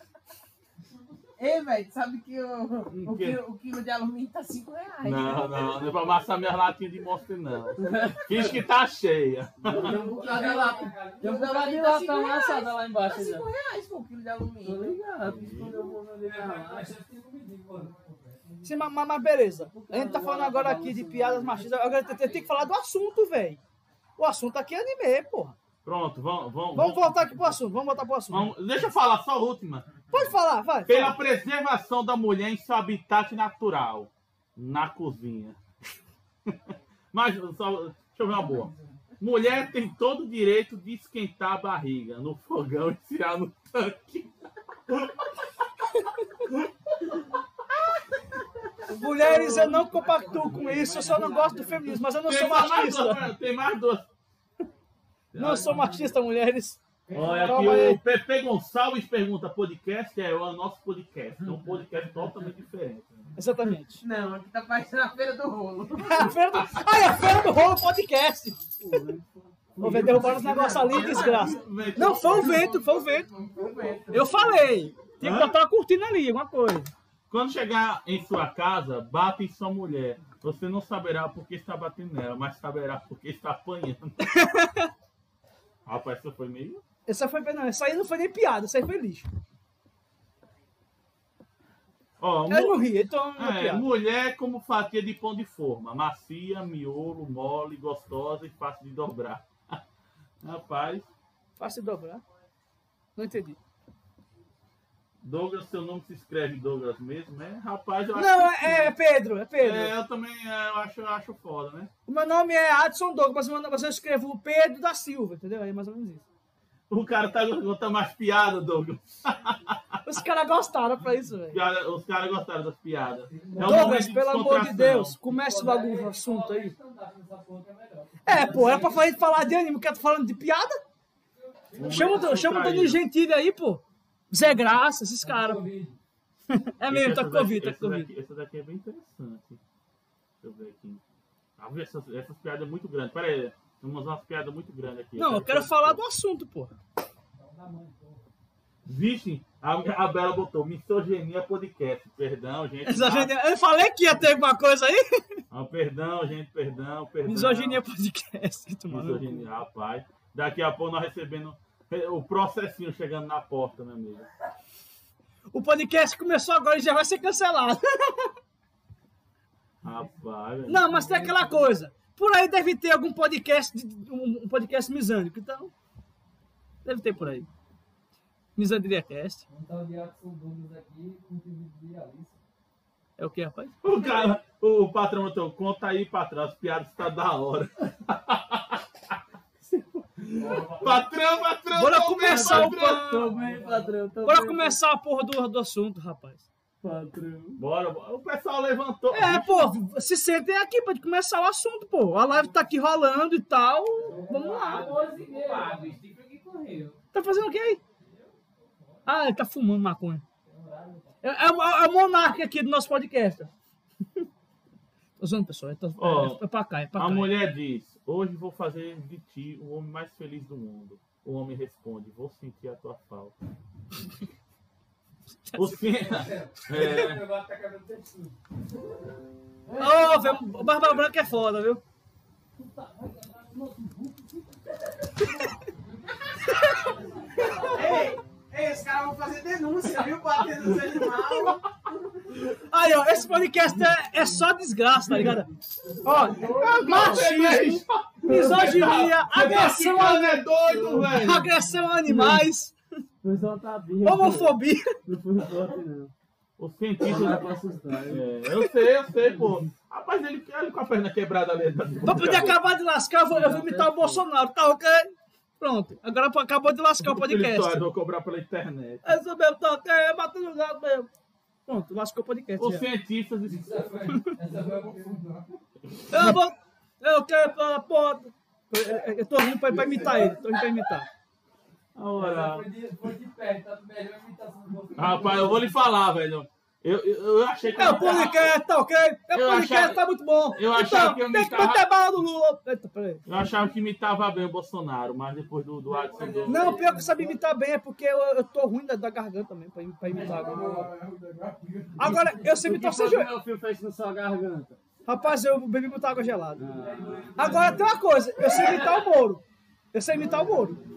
Ei, velho, sabe que o, O o, quê? quilo, o quilo de alumínio tá cinco reais. Não, não, não é pra amassar minhas latinhas de Monster, não. Finge que tá cheia. Tem um bocado de lata. Tem um bocado de Tá lata cinco reais. amassada lá Tá embaixo. cinco já. reais, pô, o quilo de Tô alumínio. ligado. Quando eu vou vender minha lata. Sim, mas, mas- mas beleza. A gente tá falando agora aqui de piadas machistas. Agora tem, tem que falar do assunto, velho. O assunto aqui é anime, porra. Pronto, vamos, vamos. Vamos voltar aqui pro assunto. Vamos voltar pro assunto. vamos- Deixa eu falar só a última. Pode falar, vai. Pela preservação da mulher em seu habitat natural, na cozinha. Mas, só, deixa eu ver uma boa. Mulher tem todo o direito de esquentar a barriga no fogão e tirar no tanque. Mulheres, eu não compactuo com isso. Eu só não gosto do feminismo, mas eu não sou Tem mais machista. duas, tem mais duas. Não sou machista, mulheres. Olha aqui, Calma aí. o Pepe Gonçalves pergunta: podcast é o nosso podcast. É um podcast totalmente diferente. Exatamente. Não, aqui tá parecendo a feira do rolo. A feira do... Ai, a Feira do Rolo Podcast. Vou ver, derrubaram os negócios ali, desgraça. Não, foi o vento, foi o vento. Eu falei. Tem que Hã? botar uma cortina ali, alguma coisa. Quando chegar em sua casa, bata em sua mulher. Você não saberá por que está batendo nela, mas saberá por que está apanhando. Rapaz, isso foi meio. Essa foi, não, essa aí não foi nem piada, essa aí foi lixo. Ó, Eu mu- não ri, então não é é, piada. mulher como fatia de pão de forma. Macia, miolo, mole, gostosa e fácil de dobrar. Rapaz, Fácil de dobrar. Não entendi. Douglas, seu nome se escreve Douglas mesmo, né? Rapaz, eu acho Não, que é, é Pedro, é Pedro. É, eu também é, eu acho, eu acho foda, né? O meu nome é Adson Douglas, mas, meu nome- mas eu escrevo Pedro da Silva, entendeu? É mais ou menos isso. O cara tá contando mais piada, Douglas. Os caras gostaram pra isso, velho. Piada- Os caras gostaram das piadas. É um Douglas, momento de pelo amor de descontração. Deus, comece logo o assunto aí. É, pô, é pra falar, falar de anime, que eu tô falando de piada? Chama, o- chama o Danilo Gentili aí, pô. Zé Graça, esses caras. É mesmo, tá com Covid, tá com esse Covid. daqui, esse daqui é bem interessante. Deixa eu ver aqui. Ah, ver essas, essas piadas muito grandes. Pera aí, temos umas piadas muito grandes aqui. Não, eu quero falar do assunto, pô. Vixe, a, a Bela botou misoginia podcast. Perdão, gente. Misoginia. Eu falei que ia ter alguma coisa aí. Ah, perdão, gente, perdão, perdão. Misoginia podcast. Tomando no cu. Misoginia, rapaz. Daqui a pouco nós recebendo o processinho chegando na porta, meu amigo. O podcast começou agora e já vai ser cancelado. Rapaz, velho. Não, mas tem aquela coisa. Por aí deve ter algum podcast, de- um um podcast misândrico, então. Deve ter por aí. Misandriacast. Um tal de Axel Douglas aqui, com o pedido de Alice. É o que, rapaz? O cara, o patrão, então, conta aí, patrão, as piadas tá da hora. Patrão, patrão! Bora tô começar o bem, patrão. pa- Tô bem, patrão. Tô Bora bem, começar a porra do, do assunto, rapaz. patrão. Bora, bora. O pessoal levantou. É, pô, se sentem aqui pra gente começar o assunto, pô. A live tá aqui rolando e tal. Vamos lá. Ah, bicho, tem que correu. Tá fazendo o que aí? Ah, ele tá fumando maconha. É, é, o- é o monarca aqui do nosso podcast. Tô zoando, pessoal. É, tá- Ó, é, é pra cá, é pra A cá. mulher diz: hoje vou fazer de ti o homem mais feliz do mundo. O homem responde: vou sentir a tua falta. O sim... é, Ô, velho, o Barba Branca é foda, viu? Ei, ei, os caras vão fazer denúncia, viu? Batendo nos animais. Aí, ó, esse podcast é, é só desgraça, tá ligado? Ó, machismo, misoginia, agressão, a- é doido, velho. agressão a animais, O pessoal tá bem. homofobia. Não foi forte, não. O cientista. Não dá pra assustar. hein? É, eu sei, eu sei, pô. Rapaz, ele, ele com a perna quebrada ali. Pra poder acabar de lascar, eu vou, eu vou imitar o Bolsonaro, tá ok? Pronto, agora acabou de lascar o podcast. Vou cobrar pela internet. É isso mesmo, tá ok, é batendo no gato mesmo. Pronto, lascou o podcast. Os já. cientistas. Essa foi a profunda. Eu vou. Eu quero pra porra. Eu, eu tô rindo pra, pra imitar ele, tô rindo pra imitar. Ora, Foi de, foi de perto, tá melhor imitação do Bolsonaro. rapaz, eu vou lhe falar, velho. Eu, eu, eu achei que. É o podcast, tá ok? É o Eu podcast, achava- tá muito bom. eu achava então, que eu tem que imitava- bater bala no Lula. Eita, peraí. Eu achava que imitava bem o Bolsonaro, mas depois do, do Adson. do- Não, pior que eu sabia imitar bem é porque eu, eu tô ruim da, da garganta também pra, pra imitar agora. Agora, eu sei imitar o O que Sérgio. meu filho fez na sua garganta? Rapaz, eu bebi muita água gelada. Agora tem uma coisa, eu sei imitar o Moro. Eu sei imitar o Moro.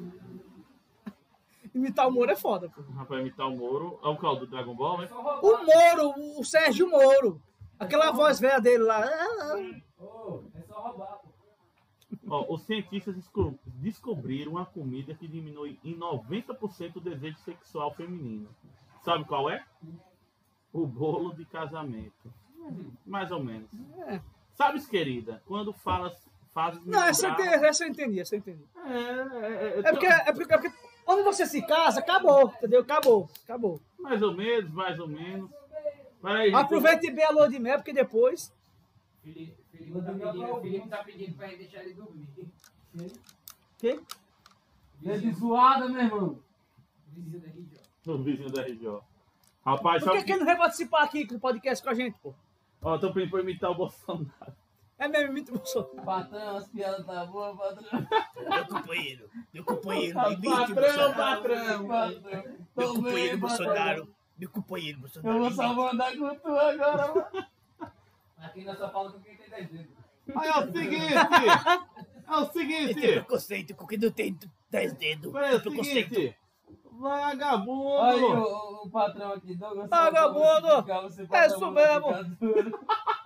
Imitar o Moro é foda, pô. Rapaz, imitar o Moro. É o caldo do Dragon Ball, né? O Moro, o Sérgio Moro. Aquela voz velha dele lá. Ô, é só roubar, pô. Ó, os cientistas desco- descobriram uma comida que diminui em noventa por cento o desejo sexual feminino. Sabe qual é? O bolo de casamento. Mais ou menos. É. Sabes, querida, quando falas, fazes Não, essa eu misturar- entendi, essa eu entendi, essa eu entendi. É, é, é, É porque, é porque, é porque quando você se casa, acabou, entendeu? Acabou, acabou. Mais ou menos, mais ou menos. Peraí, gente, Aproveite bem a lua de mel, porque depois... Felipe, Felipe, tá pedindo, Felipe tá pedindo pra gente deixar ele dormir. Quê? É de zoada, meu irmão. Vizinho da região. o vizinho da região. Rapaz, Por só que, que ele não vai participar aqui do podcast com a gente, pô? Ó, tô pedindo pra imitar o Bolsonaro. É mesmo, muito Bolsonaro. Patrão, as piadas tá boas, patrão. Meu companheiro, meu companheiro, Patrão, patrão. Patrão. Meu Tô companheiro bem, Bolsonaro, meu companheiro Eu Bolsonaro. vou salvar da cultura agora, mano. Aqui nós só falamos com quem tem dez dedos. Aí é o seguinte, é o Esse seguinte, preconceito com quem não tem dez dedos. é o Preconceito. seguinte, vagabundo. Aí o, o, o patrão aqui, Douglas. Vagabundo. Você É isso mesmo.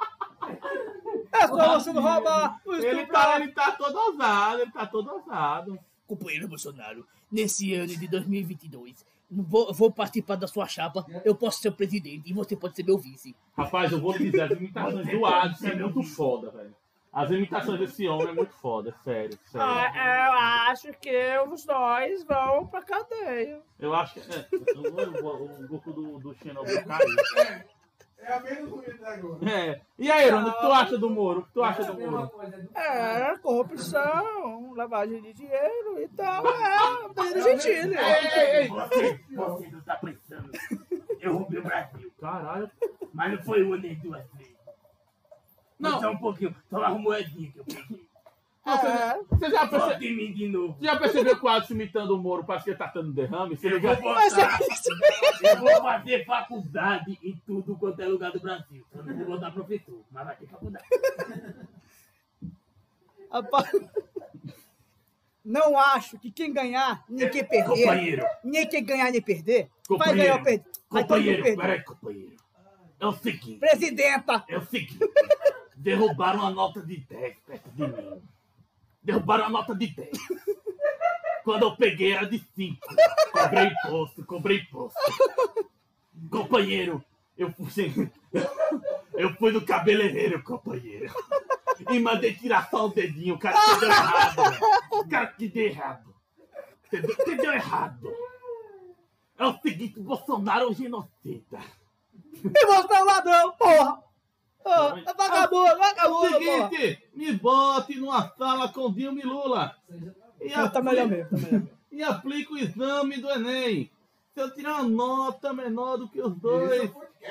É só você não roubar, não Ele tá, estuprar. ele tá todo ousado, ele tá todo ousado. Companheiro Bolsonaro, nesse ano de dois mil e vinte e dois, vou, vou participar da sua chapa, eu posso ser o presidente e você pode ser meu vice. Rapaz, eu vou lhe dizer, as imitações do Adson é muito foda, velho. As imitações desse homem é muito foda, é sério, sério. eu acho que os dois vão pra cadeia. Eu acho que é, o, o, o Goku do, do Shinobu caiu. É a menos ruim até agora. É. E aí, Ron, o que tu acha do Moro? O que tu acha do É uma Moro? coisa do É, corrupção, lavagem de dinheiro e tal, é, Danilo Gentili. Você, você não tá pensando. Eu roubei o Brasil. Caralho. Mas não foi uma nem duas vezes. Não. Só um pouquinho. Só uma moedinha que eu peguei. É. Você já, Só perce... de mim de novo. já percebeu que o Adson imitando o Moro parece que ele tá tendo derrame? Você Eu liga... vou Mas botar. é isso. Eu vou fazer faculdade em tudo quanto é lugar do Brasil. Eu não vou botar professor, mas vai ter faculdade. Rapaz, não acho que quem ganhar, nem quem perder, Companheiro, nem quem ganhar nem perder, vai Companheiro. ganhar ou perder. Vai todo mundo companheiro, perder. peraí, companheiro. É o seguinte, Presidenta, é o seguinte. derrubaram a nota de dez perto de mim. Derrubaram a nota de dez. Quando eu peguei era de cinco. Cobrei imposto, cobrei imposto. Companheiro, eu fui, eu fui no cabeleireiro, companheiro. E mandei tirar só o dedinho. O cara que deu errado. O cara que deu errado. Entendeu? Que deu errado. É o seguinte, o Bolsonaro é um genocida. E você é um ladrão, porra! Oh, é vagabundo, É o vagabundo, porra! seguinte, me bote numa sala com Dilma e Lula. E, Ah, tá apli- melhor mesmo, tá melhor mesmo. e aplica o exame do Enem. Se eu tirar uma nota menor do que os dois.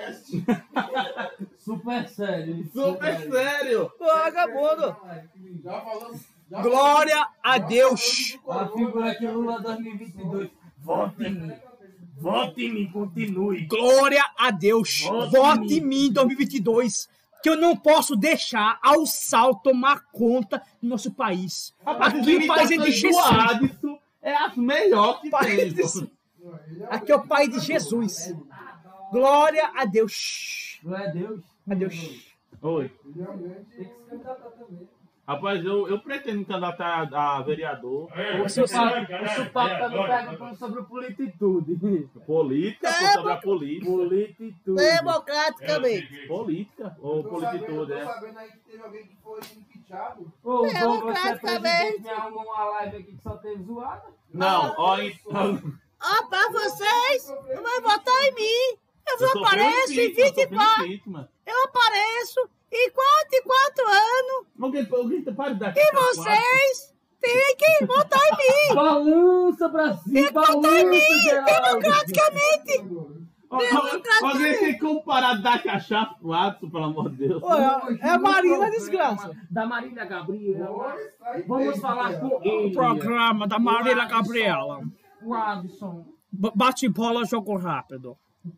Super sério. Super sério. Vagabundo! Já falamos. já Glória a Deus! A figura aqui Lula dois mil e vinte e dois. Vote em mim. Vote em mim, continue. Glória a Deus! Vote Vote em em mim em dois mil e vinte e dois, que eu não posso deixar ao sal tomar conta do nosso país. Aqui o país é de Jesus. Adson é as melhores que País tem. de- Aqui é o país de Jesus. Glória a Deus. Glória a Deus. A Deus. Oi. Tem que se candidatar também. Rapaz, eu, eu pretendo me candidatar a, a vereador. O Supapo também perguntando sobre o polititude. Política, pô, sobre a política. Polititude. Democraticamente. Política ou Tô sabendo, polititude, tô é. sabendo aí que teve alguém que foi impeachado. Ô, o bom, você é presidente, me arrumou uma live aqui que só teve zoada. Não, ó, então. Ó, pra vocês, vai votar em mim. Eu Eu sofri um impeachment, eu sofri um impeachment. Eu apareço em quatro e quatro anos. Alguém, alguém para daqui. E vocês têm que votar em mim. Balança, Brasil, balança, Geraldo. Democraticamente. Alguém tem como parar de dar cachaça pro Adson, pelo amor de Deus. É a Marina desgraça. Da Marília Gabriela. Pois, tá aí Vamos mesmo, falar cara. com ele. Programa da Marília Gabriela. O Adson. B- Bate bola, jogo rápido.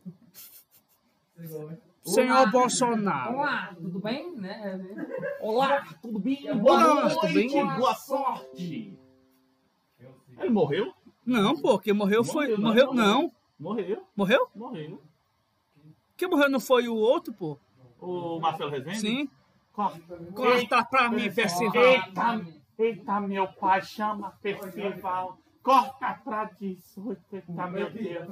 Senhor Bolsonaro. Olá, tudo bem? Né? Olá, tudo bem? Olá, Boa tudo noite, bem? boa sorte. Ele morreu? Não, pô, quem morreu foi. Morreu, Morreu, não. não. Morreu, Morreu? morreu. Quem morreu não foi o outro, pô? O Marcelo Rezende? Sim. Corta. Corta pra mim, festival. Eita, eita, meu pai, chama festival. Corta pra disso. Eita, meu Deus.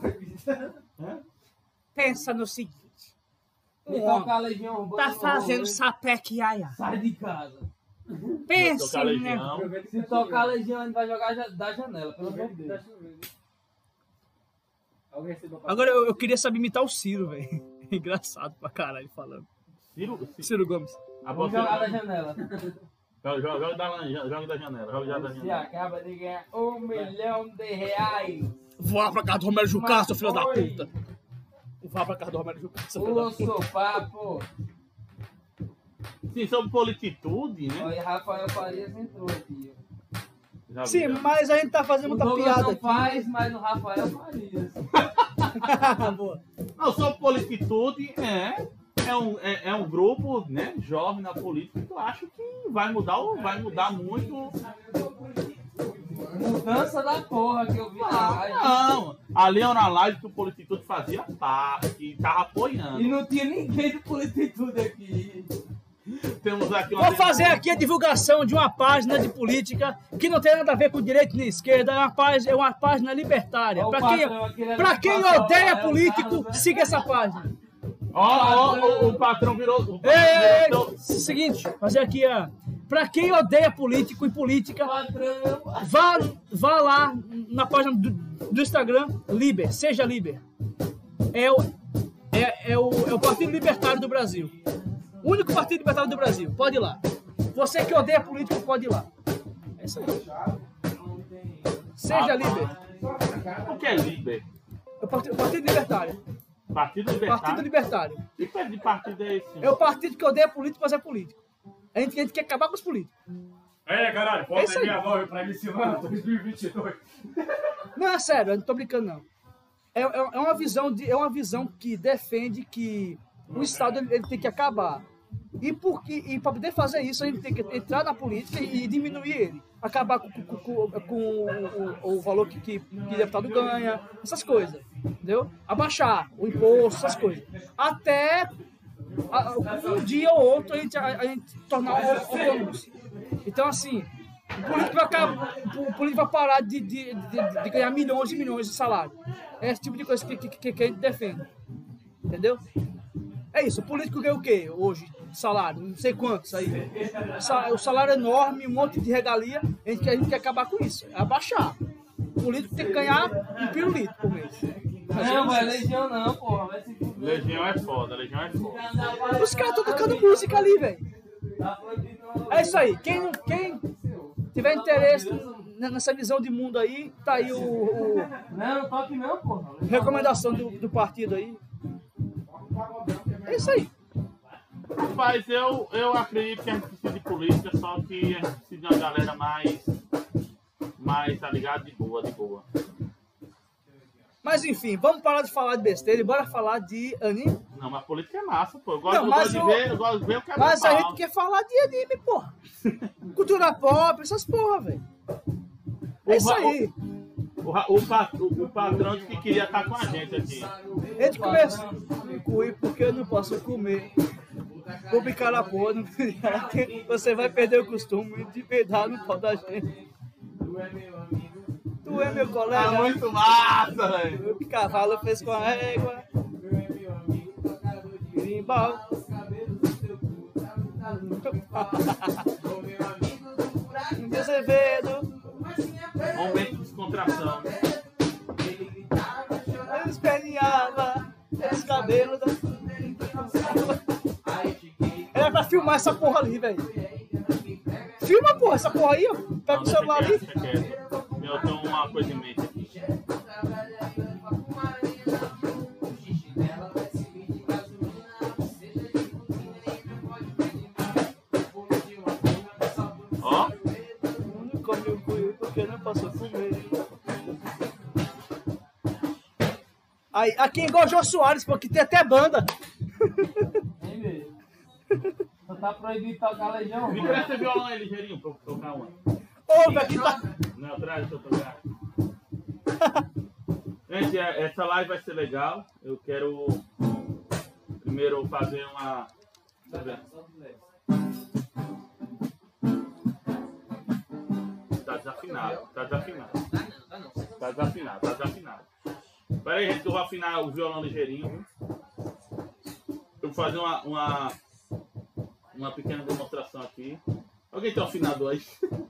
Pensa no seguinte. Me Um homem tocar a Legião Urbana. tá fazendo sapeque iaia. Sai de casa. Pensa, Tocar né? Legião. Se tocar a Legião, a gente vai jogar ja- da janela, pelo amor de Deus. Agora eu, eu queria saber imitar o Ciro, velho. Engraçado pra caralho falando. Ciro, Ciro. Ciro Gomes. A Vamos você- jogar da janela. Joga, joga, joga da, lan- joga da janela. Joga já da Se janela. acaba de ganhar um milhão de reais. Vou lá pra casa do Romero Jucá, seu filho da Oi. puta. Vou lá pra casa do Romero Jucá, seu filho da O puta. Sopapo. Sim, sobre polititude, né? Olha, Rafael Farias entrou aqui. Já vi, Sim, já. mas a gente tá fazendo O muita Douglas piada não aqui. faz, mas no Rafael Farias. Boa. Não, sobre polititude é, é, um, é, é um grupo, né, jovem na política que eu acho que vai mudar, o- vai mudar muito. Mudança da porra que eu vi na live. Não, ali era uma live que o Polititude fazia parte, e tava E apoiando. não tinha ninguém do Polititude aqui. Temos aqui uma Vou fazer aqui a divulgação de uma página de política que não tem nada a ver com direita nem esquerda, é uma página, é uma página libertária. Ó, o Pra quem, patrão aqui, ele é pra quem patrão, odeia é o político, Carlos, né? siga essa página. Ó, ó, o, o patrão virou. O patrão Ei, virou- seguinte, fazer aqui a. Pra quem odeia político e política, Patrão. vá, vá lá na página do, do Instagram, Liber, seja Liber. É o, é, é, o, é o Partido Libertário do Brasil. O único Partido Libertário do Brasil. Pode ir lá. Você que odeia político, pode ir lá. É isso aí. Seja Liber. O que é Liber? É o Partido, o Partido Libertário. Partido Partido Libertário? Libertário. Que tipo de partido é esse? É o partido que odeia político, mas é político. A gente, a gente quer acabar com os políticos. É, caralho, É bota isso aí. aí minha nove pra mim semana dois mil e vinte e dois. Não, é sério, eu não tô brincando, não. É, é, é uma visão de, é uma visão que defende que o Estado ele, ele tem que acabar. E, porque, e para poder fazer isso, a gente tem que entrar na política e, diminuir ele. Acabar com, com, com, com o, o, o valor que, que, que o deputado ganha, essas coisas. Entendeu? Abaixar o imposto, essas coisas. Até a- um dia ou outro a gente, a, a gente tornar autônomos. Então, assim, o político vai, acabar, o político vai parar de, de, de, de ganhar milhões e milhões de salário. É esse tipo de coisa que, que, que a gente defende. Entendeu? É isso, o político ganha o quê hoje? Salário, não sei quantos aí. O salário é enorme, um monte de regalia. A gente, a gente quer acabar com isso, é abaixar. O político tem que ganhar um pirulito por mês. Não, mas Legião não, porra. Vai se fuder. Legião é foda, Legião é foda. Os caras estão tocando música ali, velho. É isso aí. Quem, não- quem tiver interesse nessa visão de mundo aí, tá aí o, o- Não, não toque não, porra. recomendação do, do partido aí. É isso aí. Rapaz, eu, eu acredito que a gente precisa de política, só que a gente precisa de uma galera mais, mais, tá ligado? De boa, de boa. Mas enfim, vamos parar de falar de besteira e bora falar de anime. Não, mas política é massa, pô. Eu gosto, Não, eu mas gosto eu- de ver, eu gosto de ver o que é Mas a normal. gente quer falar de anime, porra. Cultura pop, essas porra, velho. É isso aí. O, ra- o, pa- o, o patrão que queria estar com a gente aqui. A gente começa. Cui porque eu não posso comer. Vou picar a porra, não você vai perder o costume de peidar no pau da gente. Tu é meu colega. Tá muito massa, velho. O que cavalo fez com a égua. Grimbal. Azevedo. Momento de descontração. Ele esperneava. Os cabelos da... Era pra filmar essa porra ali, velho. Filma, porra, essa porra aí, ó. Pega o celular ali. Deixa quieto. Eu tenho uma coisa em mente aqui. Ó. Não come o cuio porque não posso comer. Aí, aqui é igual o Jô Soares, porque tem até banda. Hein, velho? Só tá proibido tocar Legião. Me presta violão aí, ligeirinho, pra eu tocar uma. Ô, velho, aqui tá... Não, traz, deixa eu tocar. Gente, é- essa live vai ser legal. Eu quero primeiro fazer uma. Deixa eu ver. Tá desafinado, tá desafinado. Tá desafinado, tá desafinado. Pera aí, gente, que eu vou afinar o violão ligeirinho. Eu vou fazer uma, uma, uma pequena demonstração aqui. Alguém tem um afinador aí?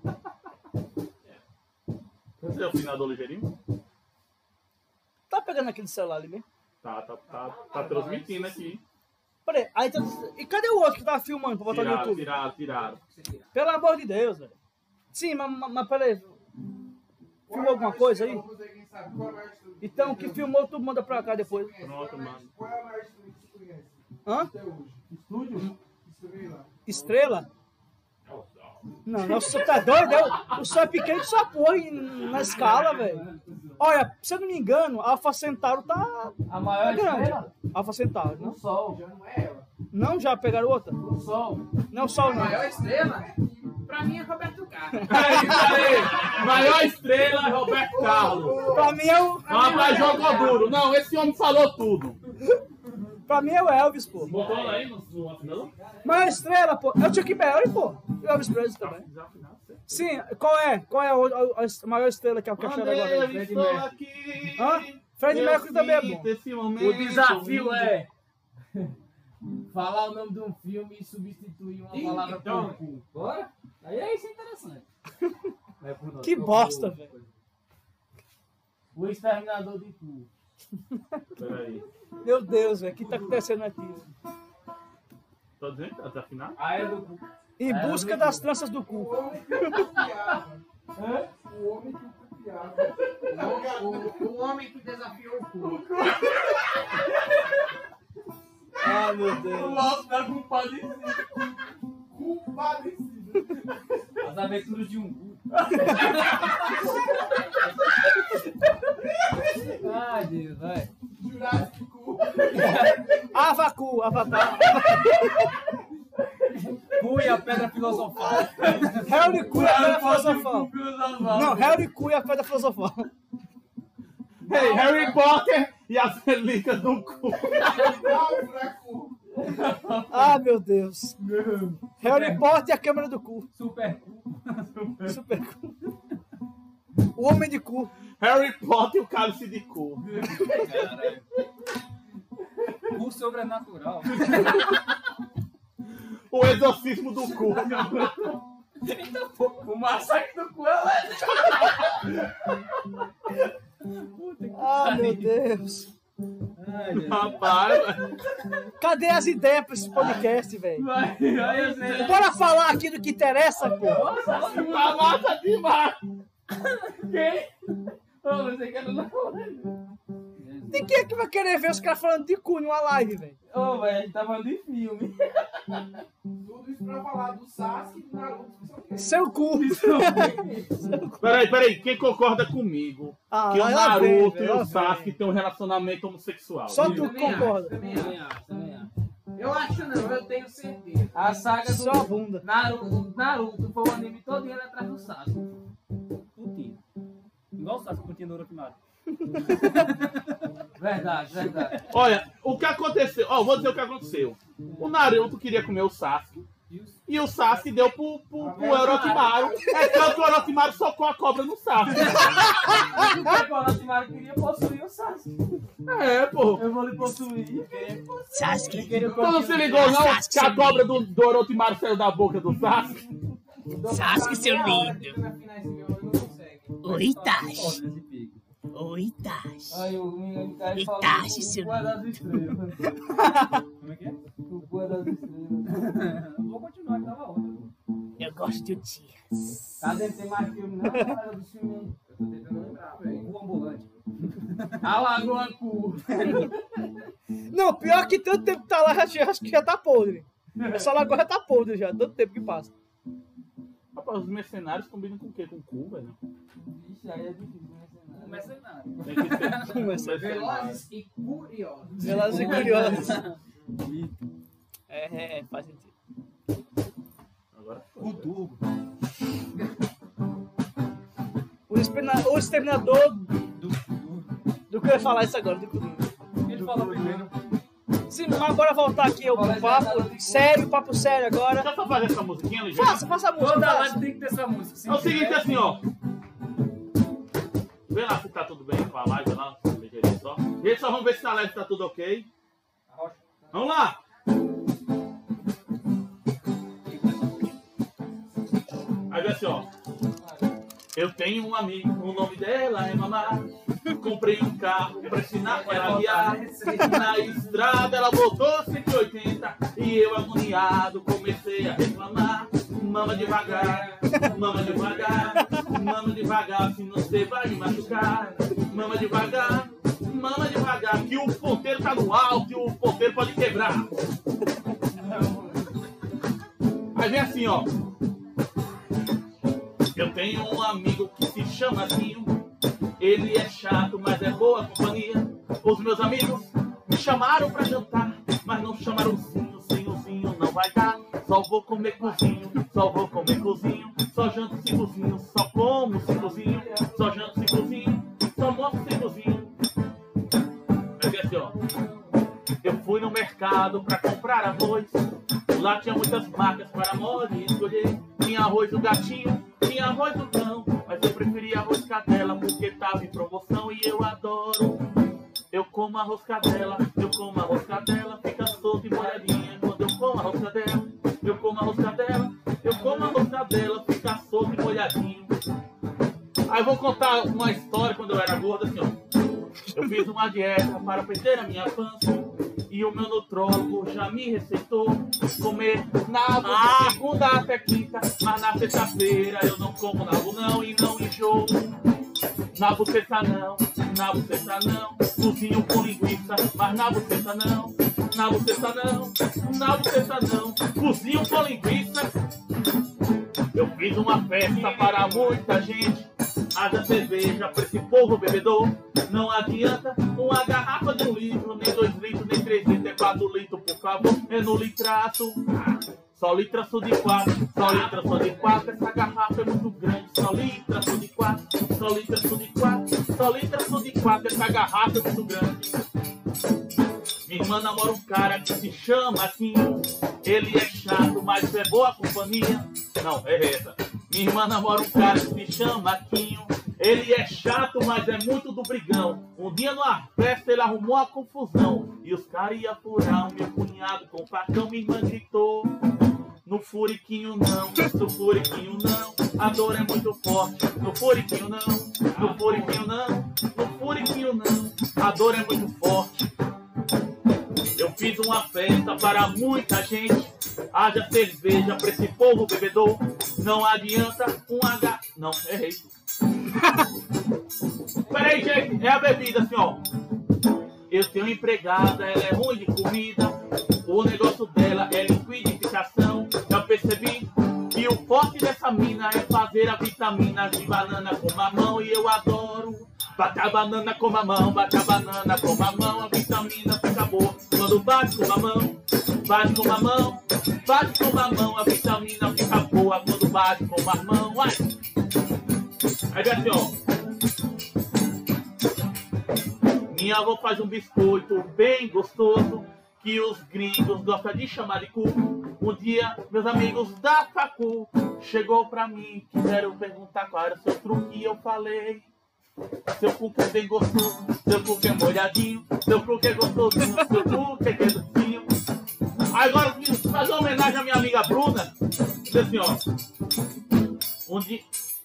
Você é o afinador ligeirinho? Tá pegando aquele celular ali mesmo? Tá, tá, tá, tá transmitindo aqui. Peraí, aí tá... E cadê o outro que tava filmando pra botar no Tiraram, YouTube? tiraram, tiraram. Pelo amor de Deus, velho. Sim, mas, mas, mas peraí. Filmou alguma coisa aí? Então, o que filmou, tu manda pra cá depois. Pronto, mano. Qual é a maior estúdio que você conhece? Hã? Até hoje. Estúdio? Escreve lá. Estrela? Não, não, você tá doido? Eu- O sol é pequeno que só põe na escala, velho. Olha, se eu não me engano, a Alpha Centauro tá, A maior tá grande. estrela? Alpha Centauro, O não? Sol. Já não é ela. Não, já pegaram outra? O Sol. Não, Sol A não. maior estrela, pra mim, é Roberto Carlos. É isso aí. Maior estrela é Roberto Carlos. Pra mim é o, Rapaz, jogou duro. Não, esse homem falou tudo. pra mim é o Elvis, pô. Botou ela aí no, no afinador? Maior estrela, pô. É o Chuck Berry, pô. E o Elvis Presley também. Sim, qual é? Qual é a, a- a maior estrela que a que achou agora? Eu estou aqui. Hã? Fred Eu Mercury também é bom. sinto esse momento. O desafio é falar o nome de um filme e substituir uma palavra então. por cu. Bora? Aí é isso interessante. É por nós. Que bosta, velho. O Exterminador de Cu. Peraí. Meu Deus, velho. O que tá acontecendo aqui? Tô dizendo que tá desafinado? A era do cu. Em É, busca eu das tranças do cu. O homem que o copiava. O homem que o copiava. O, o homem que desafiou o cu. Ah, meu Deus. Nossa, tá culpado em Compadecido. As aventuras de um cu. Ai, Deus, vai. Jurássico cu. Avacu, Avatar. Cu e a pedra filosofal. Harry Cu e a pedra filosofal. Não, Harry Cu e a pedra filosofal. Hey, Harry Potter e as relíquias do cu. Náufrago. Ah, meu Deus. Harry Potter e a câmera do cu. Super. Super cu. O homem de cu. Harry Potter e o cálice de cu. Cu sobrenatural. O exorcismo do cu. O massacre do cu é Ah, meu Deus. Ai, gente. Rapaz, Cadê as ideias pra esse podcast, velho? Vai, vai, eu sei. Bora falar aqui do que interessa, pô. tá massa demais. Quem? Ô, você quer não De quem é que vai querer ver os caras falando de cu numa live, velho? Ô, velho, a gente tá falando de filme. Tudo isso pra falar do Sasuke e do Naruto. que são quem? Seu cu. Peraí, peraí, quem concorda comigo Ah, que o lá vem, Naruto velho, e lá o Sasuke têm um relacionamento homossexual? Só tu Também acho, concorda. também Também acho. acho, também acho. Eu acho não, eu tenho certeza. A saga do Só a bunda. Naruto, Naruto foi o anime todo ele atrás do Sasuke. Putinho. Igual o Sasuke putinho do Orochimaru. Verdade, verdade. Olha, o que aconteceu, ó, vou dizer o que aconteceu. O Naruto queria comer o Sasuke e o Sasuke deu pro, pro, pro Orochimaru. É tanto que o Orochimaru socou a cobra no Sasuke. O Orochimaru queria possuir o Sasuke. É, pô. Eu vou lhe possuir. Sasuke. Tu não se ligou não que a cobra do, do Orochimaru saiu da boca do Sasuke? Sasuke, seu lindo. Na final esse meu não consegue. Oi, Itachi. Oi, Itachi. Aí o menino cara falou Itachi, o seu cu é das estrelas. Como é que é? O cu é das estrelas. Vou continuar, que tava ótimo. Eu gosto de dias. Cadê? Tem mais filme não? Galera do filme. Eu tô tentando lembrar, velho. Cu ambulante. A Lagoa Cu. Não, pior que tanto tempo que tá lá, já, acho que já tá podre. Essa lagoa já tá podre já, tanto tempo que passa. Rapaz, os mercenários combinam com o quê? Com cu, velho? Ixi, aí é difícil, né? Começa nada. Tem que ser Começa. Velozes e curiosos. Velozes e curiosos. É, é, faz sentido. Agora Cu turbo. O, extermina- o exterminador do, do que eu ia falar isso agora, do Kuduro. Ele falou primeiro. Sim, mas bora voltar aqui ao papo sério, papo sério agora. Deixa eu só fazer essa musiquinha, ligeiro. Faça, faça a música. Toda faça. live tem que ter essa música. Se É o seguinte, tiver, assim, ó. Vê lá se tá tudo bem com a live lá, ligeirinho só. Gente, só vamos ver se na live tá tudo ok. Vamos lá! Aí vem assim, ó. Eu tenho um amigo, o nome dela é Mamá. Comprei um carro pra ensinar ela a guiar. Na estrada ela botou cento e oitenta e eu agoniado comecei a reclamar. Mama devagar, mama devagar, mama devagar, se você vai me machucar. Mama devagar, mama devagar, que o ponteiro tá no alto e o ponteiro pode quebrar. Aí vem assim, ó. Eu tenho um amigo que se chama Zinho. Ele é chato, mas é boa companhia. Os meus amigos me chamaram pra jantar, mas não chamaram Zinho, Zinho, Zinho não vai dar. Só vou comer cozinho, só vou comer cozinho. Só janto sem cozinho, só como sem cozinho. Só janto sem cozinho, só mostro sem cozinho. Vai ver assim, ó. Eu fui no mercado pra comprar arroz. Lá tinha muitas marcas para moda e escolher. Tinha arroz do gatinho, tinha arroz do cão. Mas eu preferi arroz cadela porque tava em promoção e eu adoro. Eu como arroz cadela, eu como arroz cadela, fica solto e molhadinha. Quando eu como arroz cadela, eu como arroz cadela, eu como arroz cadela, fica solto e molhadinho. Aí eu vou contar uma história quando eu era gordo, assim, ó. Eu fiz uma dieta para perder a minha pança e o meu nutrólogo já me receitou comer nabo de segunda até quinta, mas na sexta-feira eu não como nabo não e não enjoo. Nabo sexta não, nabo sexta não, cozinho com linguiça, mas nabo sexta não, nabo sexta não, nabo sexta não, cozinho com linguiça. Eu fiz uma festa para muita gente, haja cerveja pra esse povo bebedor. Não adianta uma garrafa de um litro, nem dois litros, nem três litros, é quatro litros, por favor, é no litraço. Só litraço de quatro, só litraço de quatro, essa garrafa é muito grande. Só litraço de quatro, só litraço de quatro, só litraço de quatro, essa garrafa é muito grande. Me irmã namora um cara que se chama Quinho. Ele é chato, mas é boa companhia. Não, é essa. Minha irmã namora um cara que se chama Quinho. Ele é chato, mas é muito do brigão. Um dia numa festa ele arrumou a confusão. E os caras iam furar o meu cunhado com o facão. Minha irmã gritou: no furiquinho não, no furiquinho não. A dor é muito forte. No furiquinho não, no furiquinho não. No furiquinho não, a dor é muito forte. Eu fiz uma festa para muita gente. Haja cerveja pra esse povo bebedor. Não adianta um H... Não, errei. Peraí, gente, é a bebida assim, ó. Eu tenho empregada, ela é ruim de comida. O negócio dela é liquidificação. Já percebi que o forte dessa mina é fazer a vitamina de banana com mamão. E eu adoro. Bate a banana com mamão, bate a banana com mamão. A vitamina fica boa quando bate com mamão. Bate com mamão, bate com mamão. A vitamina fica boa quando bate com mamão. Vai! Aí vem assim, ó. Minha avó faz um biscoito bem gostoso que os gringos gostam de chamar de cu. Um dia, meus amigos da facu chegou pra mim, quiseram perguntar qual era o seu truque e eu falei: seu cu que é bem gostoso, seu cu que é molhadinho, seu cu que é gostosinho, seu cu que é queducinho. Agora, fazer uma homenagem à minha amiga Bruna. Diz assim, ó. Um dia...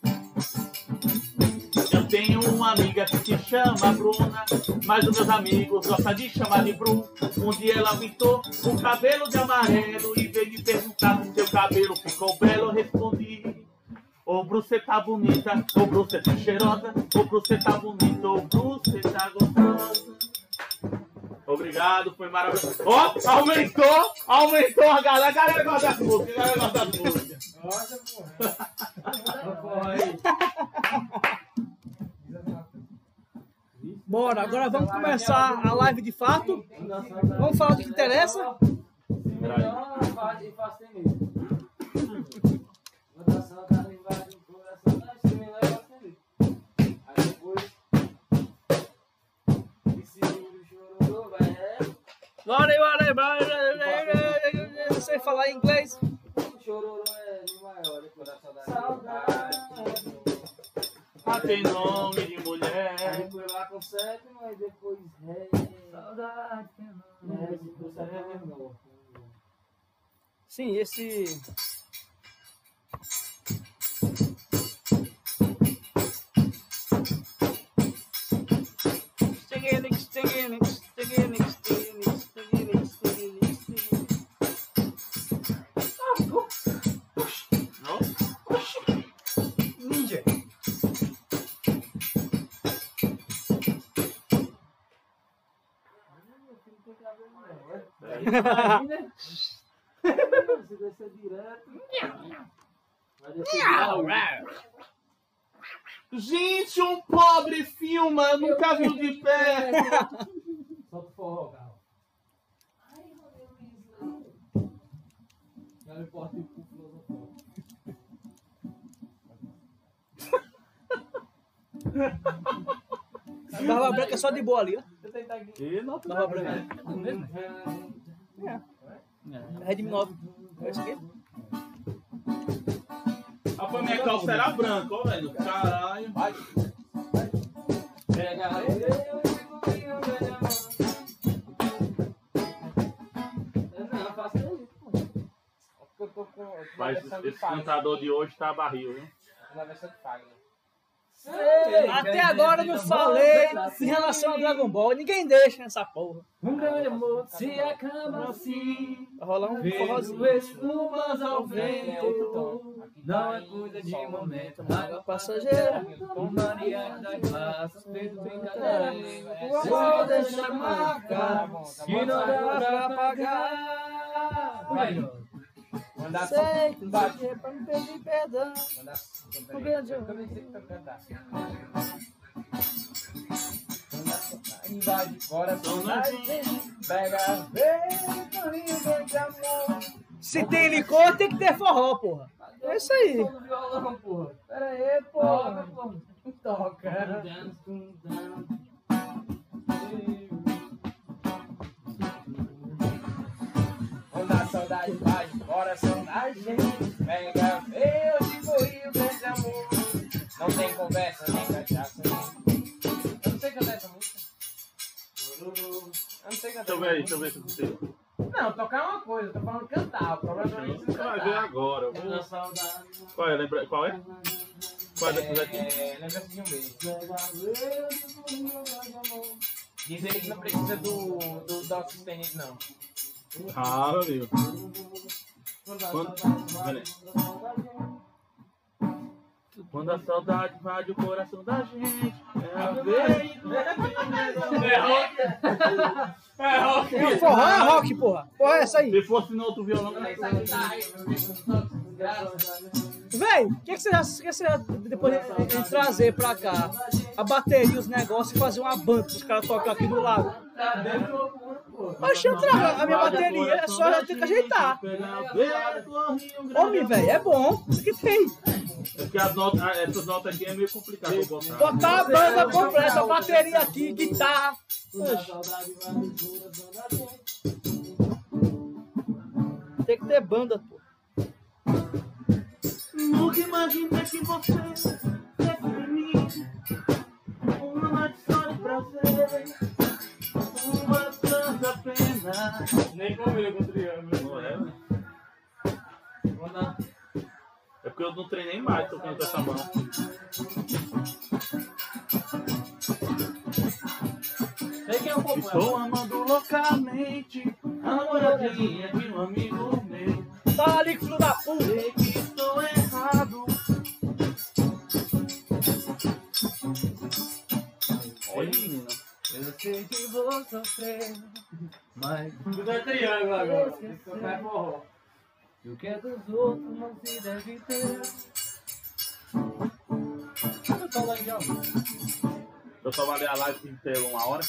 Eu tenho uma amiga que se chama Bruna, mas os meus amigos gostam de chamar de Bru. Um dia ela pintou o cabelo de amarelo e veio me perguntar se seu cabelo ficou belo. Eu respondi: ô Bru, cê tá bonita, ô Bru, cê tá cheirosa, ô Bru, cê tá bonita, ô Bru, cê tá gostosa. Obrigado, foi maravilhoso. Ó, oh, aumentou, aumentou a galera. A galera gosta das músicas, a galera gosta das músicas. Nossa, porra. Bora, agora vamos começar a live de fato. Vamos falar do que interessa. Bora, bora, bora. Não sei falar inglês. Chororô é de maior, saudade. Ah, tem nome de mulher. Aí foi lá com sete, mas depois ré. Saudade, tem nome. É, sim, esse. Ninja. Imagina. Se descer direto. Vai descer Gente, um pobre filma, eu nunca viu de perto. Solta o forró, carro. Não importa o cu filosofal. Barba branca é só de boa ali, ó. E não, Barba branca. É. Redmi nove. É isso aqui? Rapaz, minha calça era branca, ó, velho. Caralho. Vai. Pega eu. Não, faça isso, pô. Eu tô com. Mas esse cantador de hoje tá barril, viu? Na versão de Fagner. Até agora eu não falei em relação ao Dragon Ball. Ninguém deixa nessa porra. Um grande amor se acaba assim. Vai rolar um forrozinho. Espumas ao vento. Não é coisa de momento. Água passageira. Com Maria das Graças. Feito brincadeira. O amor deixa marca. Que não dá pra apagar. Vai, Mandar sei que não sei pra me pedir perdão. Mandar o grande eu nem sei cantar. Invade coração, pega vento de amor. Se tem licor, tem que ter forró, porra. É isso aí. Pera aí, porra. Toca. saudade bate no coração da gente. Pega feio, eu te corri, grande amor. Não tem conversa nem cachaça. Eu não sei cantar essa música. Eu não sei cantar. Deixa eu ver aí, deixa eu ver se você. Não, tocar é uma coisa, eu tô falando cantar. O problema é não Você vai ver agora. Eu vou... Qual é? Lembra... Qual é? Qual é dessas aqui? É, lembra-se de um beijo. Diz ele que não precisa do, do, do oxigênio, não. Ah, meu amigo. Quando... Quando a saudade invade o coração da gente, é a vez. É rock. É rock. É forró, é rock, porra. Porra, é essa aí. Se fosse no outro violão, não Essa guitarra aí, meu amigo. Véi, o que, que você já, que que você já depois de, de trazer pra cá a bateria, os negócios e fazer uma banda que os caras tocam aqui do lado? Oxe, eu trago a minha bateria, é só eu ter que ajeitar. Homem, velho, é bom. Isso que tem. É porque as notas, ah, essas notas aqui é meio complicado eu botar. Botar a banda completa, a bateria aqui, guitarra. Oxe. Tem que ter banda, pô. Nunca imaginei que você fosse de mim. Uma noite só de prazer, uma tanta pena. Nem comigo com o triângulo. Não é, né? É porque eu não treinei mais tocando com essa mão. Estou amando loucamente a namoradinha de um amigo meu. Tá ali, filho da puta. Sei que estou errado. Olha, menina. Eu sei que vou sofrer, mas Tudo é triângulo agora. Isso não é forró. o que é dos outros não se deve ter. Eu tô lá de amor. Eu só valei a live inteira uma hora.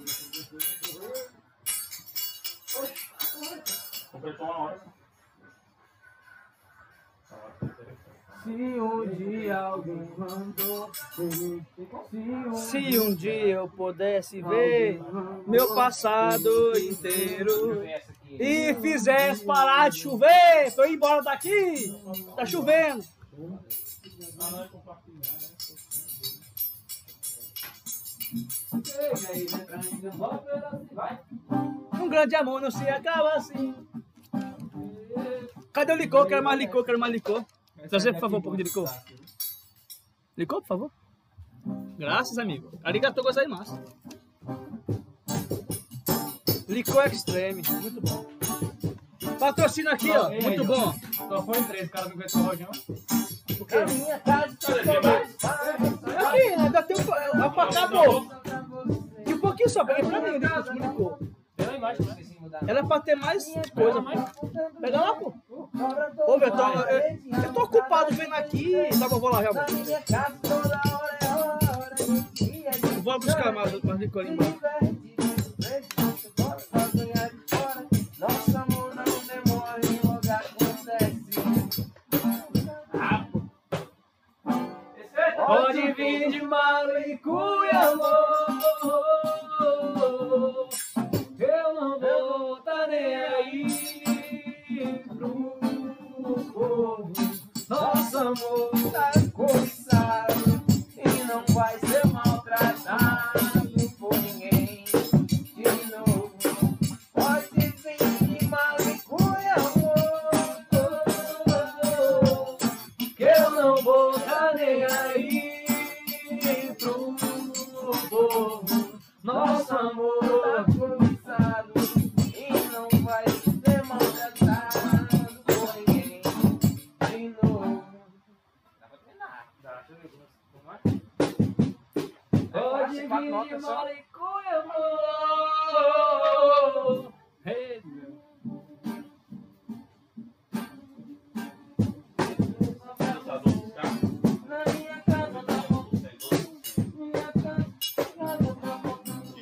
Completou uma hora. Se um dia alguém mandou, Se um dia eu pudesse ver meu passado inteiro e fizesse parar de chover, tô indo embora daqui, tá chovendo. Um grande amor não se acaba assim. Cadê o licor? Quero mais licor, quero mais licor. Trazer, por favor, um pouco de licor. Licor, por favor. Graças, amigo. Arigatou gozaimasu. Licor Extreme, muito bom. Patrocínio aqui, ó, muito bom. Só foi em três, o cara não aguentou o rojão. O quê? Aqui, ainda tem um... Acabou. E um pouquinho só, peguei pra mim, o último licor. Pela imagem, não sei se mudar. Ela é pra ter mais coisa, pô. Pega lá, pô. Ô, velho, eu, tô- eu, eu tô ocupado vendo aqui. Tá bom, vou lá, realmente. Vou buscar mais, mais licor ali embaixo. Nosso amor não demora em lugar acontece. Pode vir de malicuia, amor. Eu não vou tá nem aí pro povo. Nosso amor tá cobiçado e não vai ser maltratado por ninguém de novo. Pode vir de malicuia, amor. Que eu não vou tá nem aí pro povo. Nosso amor tá cobiçado e não vai ser maltratado por ninguém de novo. Dá pra treinar. Dá, deixa eu ver. Vamos lá? Pode vir de malicuia, amor. Hey, meu. Na minha casa tá bom. Minha casa, casa tá bom.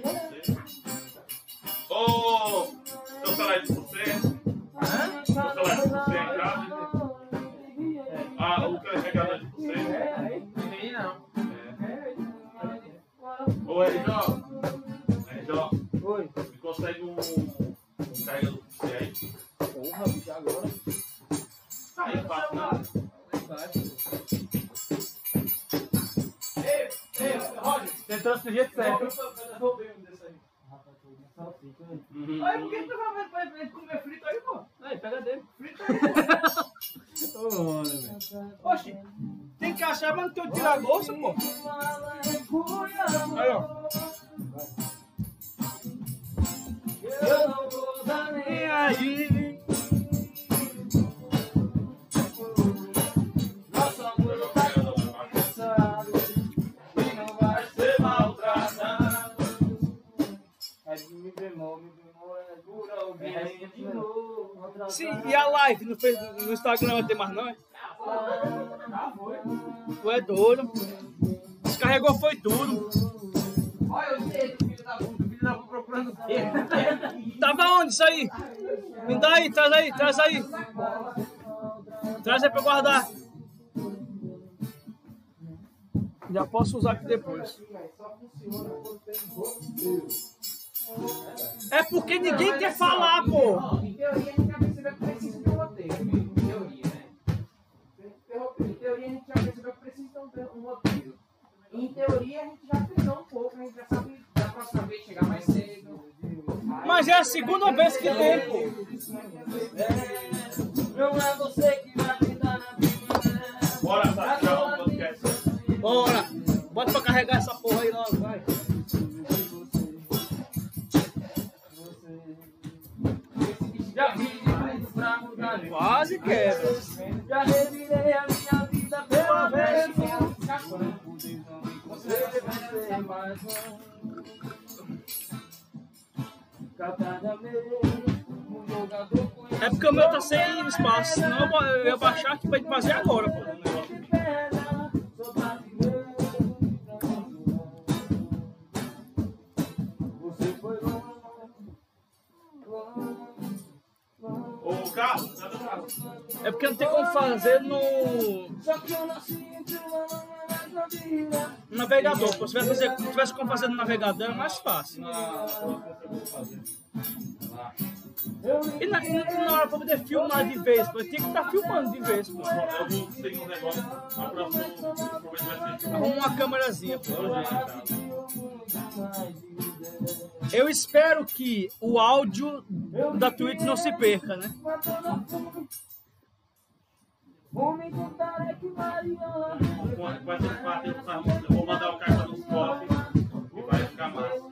Ô, seu salário de você? Seu salário de você em casa? Ah, o carregador de você? Sim, não. Ô, R J. R J. Oi. Me consegue um, um carregador de você aí? Porra, cair fácil, não. Ei, ei, Roger. Você trouxe do jeito certo. Eu roubei um desse aí. Uhum. Aí por que tu vai ver pra ele comer frito aí, pô? Aí, pega dele. Frito aí, pô. Oxi, tem que achar, mas não tem o tira-gosto, pô. Aí, ó. Eu não vou dar nem aí. Nosso amor tá começado e não vai ser maltratado. É de me bemol, me bemol, é dura, alguém de novo. Sim, e a live no, Facebook, no Instagram não vai ter mais, não, é? Já foi. Tu é doido. Descarregou foi tudo. Olha o dedo, filho da puta, filho da puta procurando o dedo. Tava onde isso aí? Me dá aí, traz aí, traz aí. Traz aí pra eu guardar. Já posso usar aqui depois. É porque ninguém quer falar, pô. Em teoria, a gente já percebeu que precisa de um roteiro. Em teoria, né? Em teoria, a gente já percebeu que precisa de um roteiro. Em teoria, a gente já treinou um pouco, a gente já sabe da próxima vez chegar mais cedo. Mas é a segunda vez que tem, pô. Não é você que vai me dar na vida. Bora, tá? Tirar um podcast. Bora. Bota pra carregar essa porra aí logo, vai. Já vi demais pra mudar. Quase quebra. Já revirei a minha vida pela vez. Você vai ser mais um. Um jogador conhece. É porque o meu tá sem espaço, senão eu ia baixar aqui pra gente fazer agora, pô. Você foi longe. Ô, Carlos, nada do Carlos. É porque não tem como fazer no Só que eu nasci entre uma na vida. no navegador. Pô. Se tivesse, fazer, se tivesse como fazer no navegador, é mais fácil. E na, e na hora pra poder filmar de vez, pô, eu tinha que estar filmando de vez, pô. Eu vou seguir um negócio. A próxima provavelmente vai ser. Arruma uma câmerazinha, pô. Eu espero que o áudio da Twitch não se perca, né? Vou me contar é que Mariana. Vai ter que bater no salão. Eu vou mandar o cartão nos copos e vai ficar massa.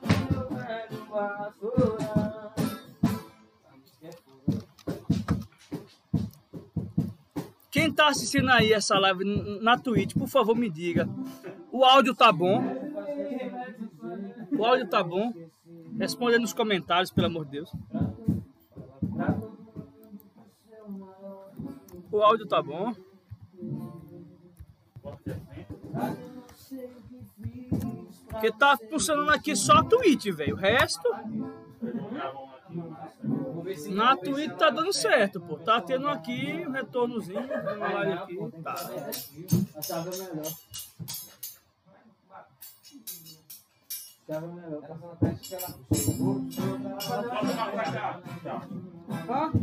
Quem tá assistindo aí essa live na Twitch, por favor, me diga. O áudio tá bom? O áudio tá bom? Responda nos comentários, pelo amor de Deus. O áudio tá bom? Porque tá funcionando aqui só a Twitch, velho. O resto... Na Twitch tá dando certo, pô. Tá tendo aqui um retornozinho. Uma live aqui. Tá. Achava melhor. Achava melhor. Passando até que ela chegou. Hã?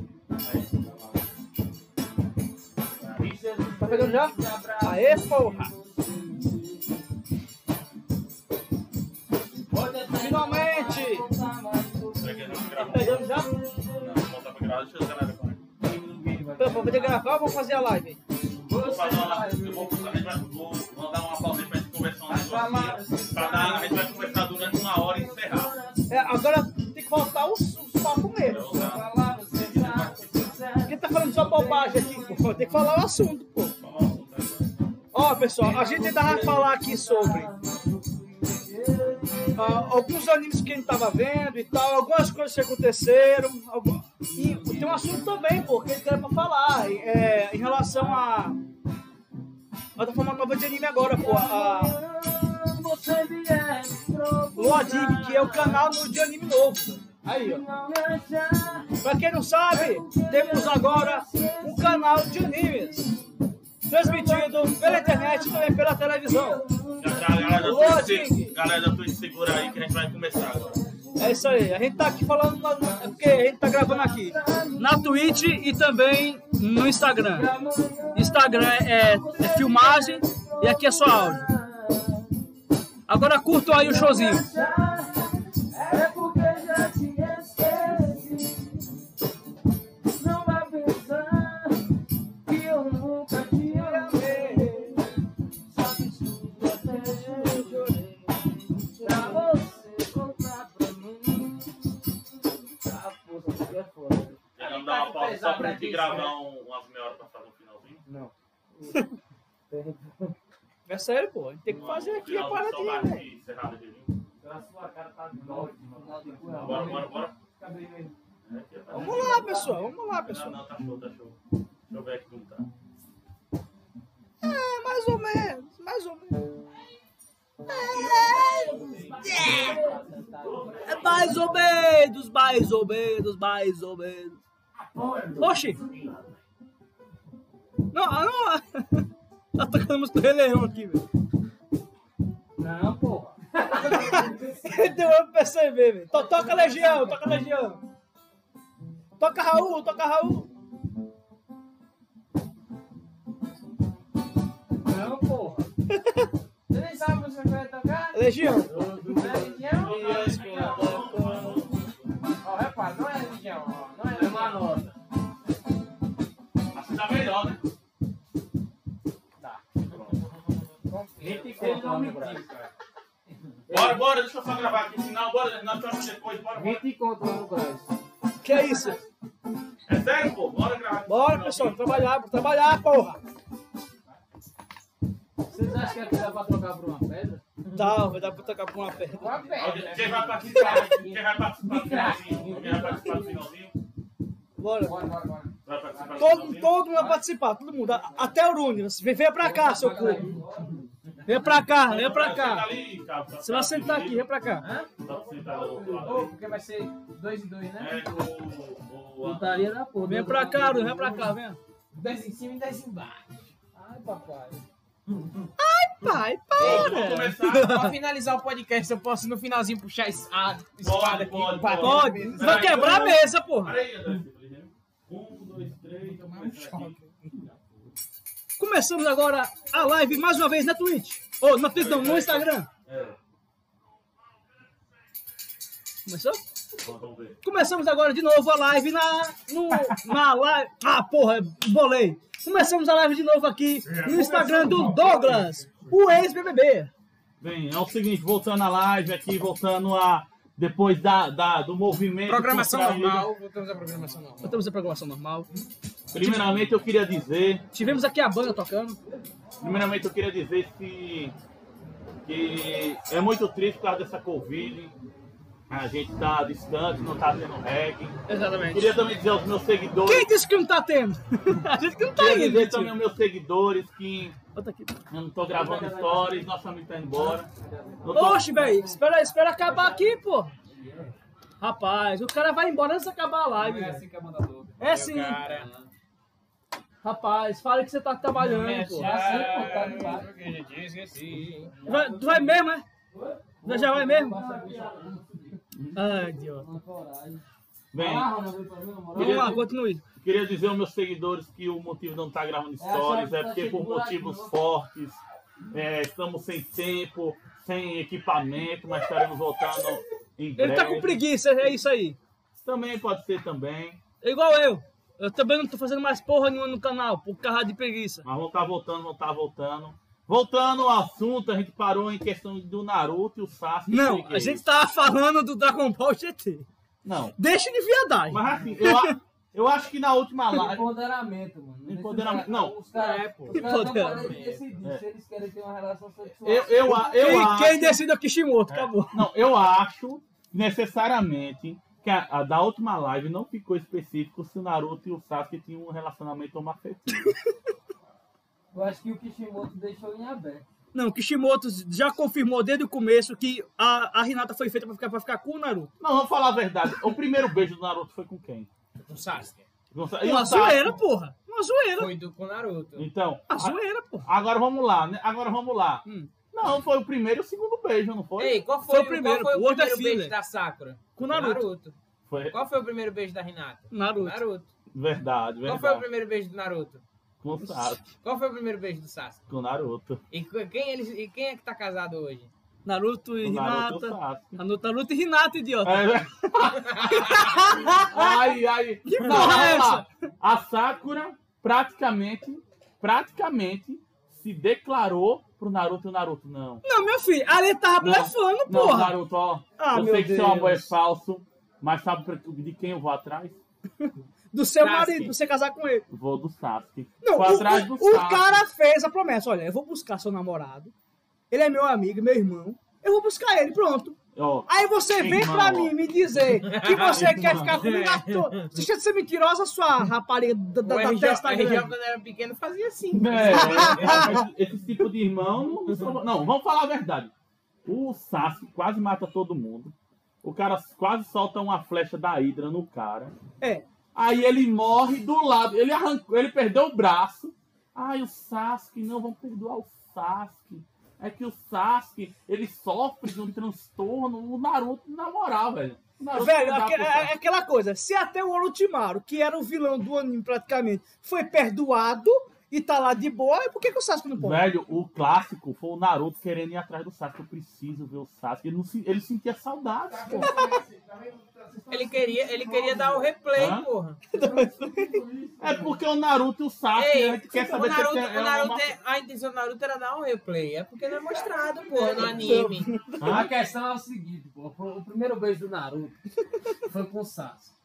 Tá pegando já? Aê, porra! Finalmente! Tá pegando já? Não, vou botar pra gravar, deixa eu ver a galera com ele. Pra poder gravar ou vou fazer a live? Vou fazer uma live, eu vou, a gente vai, vou mandar uma pausa pra gente conversar um negocinho. Pra dar, a gente vai conversar durante uma hora e encerrar. É, agora tem que faltar os, os papos mesmo. Quem tá falando só bobagem aqui, pô? Tem que falar o assunto, pô. Ó, pessoal, a gente ainda vai falar aqui sobre uh, alguns animes que a gente tava vendo e tal, algumas coisas que aconteceram. Algum... E tem um assunto também, pô, que a gente quer pra falar, é, em relação a. Eu tô falando uma nova de anime agora, pô. A Loadib, que é o canal de anime novo. Aí, ó. Pra quem não sabe, temos agora um canal de animes transmitido pela internet e também pela televisão. Já, já, galera da Twitch, galera da Twitch, segura aí que a gente vai começar agora. É isso aí, a gente tá aqui falando, na, é porque a gente tá gravando aqui na Twitch e também no Instagram. Instagram é, é filmagem e aqui é só áudio. Agora curtam aí o showzinho. É porque já te esqueci. Não vai pensar que eu nunca te amei. Sabe tudo até chorei pra você contar pra mim. Ah, porra, que é foda. Quer dar uma pausa só pra gente gravar um, umas meia hora pra fazer um finalzinho? Não. É sério, pô. Tem que fazer aqui a paradinha, velho. A sua cara tá ótima. Bora, bora, bora. Vamos lá, pessoal. Vamos lá, pessoal. Não, não, tá show, tá show. Deixa eu ver aqui como tá. É, mais ou menos. Mais ou menos. É, é mais ou menos, mais ou menos, mais ou menos. Oxi! Não, não. Tá tocando música do Rei Leão aqui, velho. Não, porra. Deu pra perceber, velho. To, toca Legião, toca Legião. Toca Raul, toca Raul. Não, porra. Você nem sabe você vai tocar? Legião. Legião? Ó, repara, não é Legião, ó. Não é É uma nota. Assim tá melhor, né? vinte e quatro não mentiu, cara. Bora, bora, deixa eu só gravar aqui o final. Bora, nós estamos depois, bora, bora. vinte e quatro lá no Brás. Que é isso? É sério, pô? Bora gravar. Bora, pessoal. Trabalhar, trabalhar, porra. Vocês acham que aqui dá pra trocar por uma pedra? Tá, vai dar pra tocar por uma perna. Uma pedra. Quem vai participar? Quem vai participar do finalzinho? Quem vai participar do finalzinho? Bora. Bora, bora, bora. Vai participar do Todo, finalzinho? todo mundo vai participar, todo mundo. A- Até o Rune. Vem, venha pra cá, seu cu. Vem pra cá, vem pra cá. Ali, cara, tá- Você vai sentar aqui, vem pra cá. Hã? Tá sentado do outro lado Ô, ali. porque vai ser dois e dois, né? É, o... o- Putaria da porra. Vem pra cá, Rune, vem pra cá, vem. Dois em cima e dois embaixo. Ai, papai. Pai, Vamos para. começar. Pra finalizar o podcast, eu posso no finalzinho puxar a espada Pode, aqui. pode, pra- Pode. Você vai quebrar a mesa, porra. Peraí, André. Um, dois, três, eu vou começar aqui. Começamos agora a live mais uma vez na Twitch. Ou na Twitch não, no Instagram. É, Começou? vamos ver. Começamos agora de novo a live na, no, na live. Ah, porra, bolei. Começamos a live de novo aqui no Instagram do Douglas, o ex-B B B. Bem, é o seguinte, voltando à live aqui, voltando a... Depois da, da, do movimento... Programação contra a Liga. normal. Voltamos à programação normal. Voltamos a programação normal. Primeiramente, eu queria dizer... Tivemos aqui a banda tocando. Primeiramente, eu queria dizer que, que é muito triste por causa dessa Covid. A gente tá distante, não tá tendo reggae. Exatamente. Queria também dizer aos meus seguidores... Quem disse que não tá tendo? A gente que não tá Queria indo. dizer também aos meus seguidores que Bota aqui. eu não tô gravando stories, nosso amigo tá indo embora. Não tô- Oxe, velho, espera, espera acabar aqui, pô. Rapaz, o cara vai embora antes de acabar a live. É velho. assim que é mandador. É sim. Rapaz, fala que você tá trabalhando, pô. Vai, tu vai mesmo, é? Tu já vai mesmo? Ai, idiota. Bem, Vamos lá, continue. queria dizer aos meus seguidores que o motivo de não estar gravando stories é porque por motivos fortes, é, estamos sem tempo, sem equipamento, mas estaremos voltando em breve. Ele tá com preguiça, é isso aí. Também pode ser também, É igual eu. Eu também não tô fazendo mais porra nenhuma no canal, por causa de preguiça. mas vamos estar voltando, vamos estar voltando. Voltando ao assunto, a gente parou em questão do Naruto e o Sasuke. Não, Cheguei. a gente tava falando do Dragon Ball G T. Não, Deixa de viadagem. mas assim, eu, a- eu acho que na última live... Empoderamento, mano. Empoderamento, não. Os caras é, pô. Os caras não podem decidir É. se eles querem ter uma relação sexual. Eu, eu, a- eu Quem, acho... quem decide é o Kishimoto, acabou. Não, eu acho necessariamente que a, a da última live não ficou específico se o Naruto e o Sasuke tinham um relacionamento homoafetivo. Eu acho que o Kishimoto deixou em aberto. Não, Kishimoto já confirmou desde o começo que a, a Hinata foi feita pra ficar, pra ficar com o Naruto. Não, vamos falar a verdade. O primeiro beijo do Naruto foi com quem? Com Sasuke. Com Sa- e o Uma Sasuke? zoeira, porra. Uma zoeira. Foi do com Naruto. Então, Uma a- zoeira, porra. agora vamos lá, né? Agora vamos lá. Hum. Não, foi o primeiro e o segundo beijo, não foi? Ei, qual foi, Foi o primeiro, qual foi o o outro é primeiro filler. beijo da Sakura? Com o Naruto. Foi. Qual foi o primeiro beijo da Hinata? Naruto. Naruto. Verdade, Qual verdade. foi o primeiro beijo do Naruto? Com o Sasuke, Qual foi o primeiro beijo do Sasuke? com o Naruto. E quem, eles, e quem é que tá casado hoje? Naruto e O Naruto e o Hinata. Sasuke. Naruto, Naruto e Hinata, idiota. É, né? ai, ai. Que Não, porra é vamos lá. essa? A Sakura praticamente, praticamente se declarou pro Naruto e o Naruto não. Não, meu filho, ali tava Não, blefando, Não, porra. Naruto, ó. Ah, eu meu sei que Deus. seu amor é falso, mas sabe pra- de quem eu vou atrás? Do seu Sasuke. marido, pra você casar com ele. Vou do Sasuke. Não, Vou o, atrás do o, o Sasuke. cara fez a promessa. Olha, eu vou buscar seu namorado. Ele é meu amigo, meu irmão. Eu vou buscar ele, pronto. Ó, Aí você vem Irmão, pra ó. mim me dizer que você quer ficar comigo à toa. Você deixa de ser mentirosa, sua rapariga da, da, O da R J, testa R J, grande. quando era pequeno, fazia assim. É, é, esse, esse tipo de irmão não, não, são- não, vamos falar a verdade. O Sasuke quase mata todo mundo. O cara quase solta uma flecha da Hydra no cara. É. Aí ele morre do lado. Ele arrancou, ele perdeu o braço. Ai, o Sasuke, não, vamos perdoar o Sasuke. É que o Sasuke, ele sofre de um transtorno. O Naruto, na moral, velho. O Naruto Velho, não dá aque- pro é, Sasuke. é aquela coisa. Se até o Orochimaru, que era o vilão do anime praticamente, foi perdoado e tá lá de boa, por que, que o Sasuke não pode? Velho, o clássico foi o Naruto querendo ir atrás do Sasuke. Eu preciso ver o Sasuke. Ele, não se- ele sentia saudade, pô. Ele queria, ele queria dar o replay, Hã? porra. É porque o Naruto e o Sasuke, Ei, a gente quer o saber Naruto, se o é Naruto uma... é- a intenção do Naruto era dar um replay. É porque não é mostrado, porra, no anime. A questão é o seguinte, pô. O primeiro beijo do Naruto foi com o Sasuke.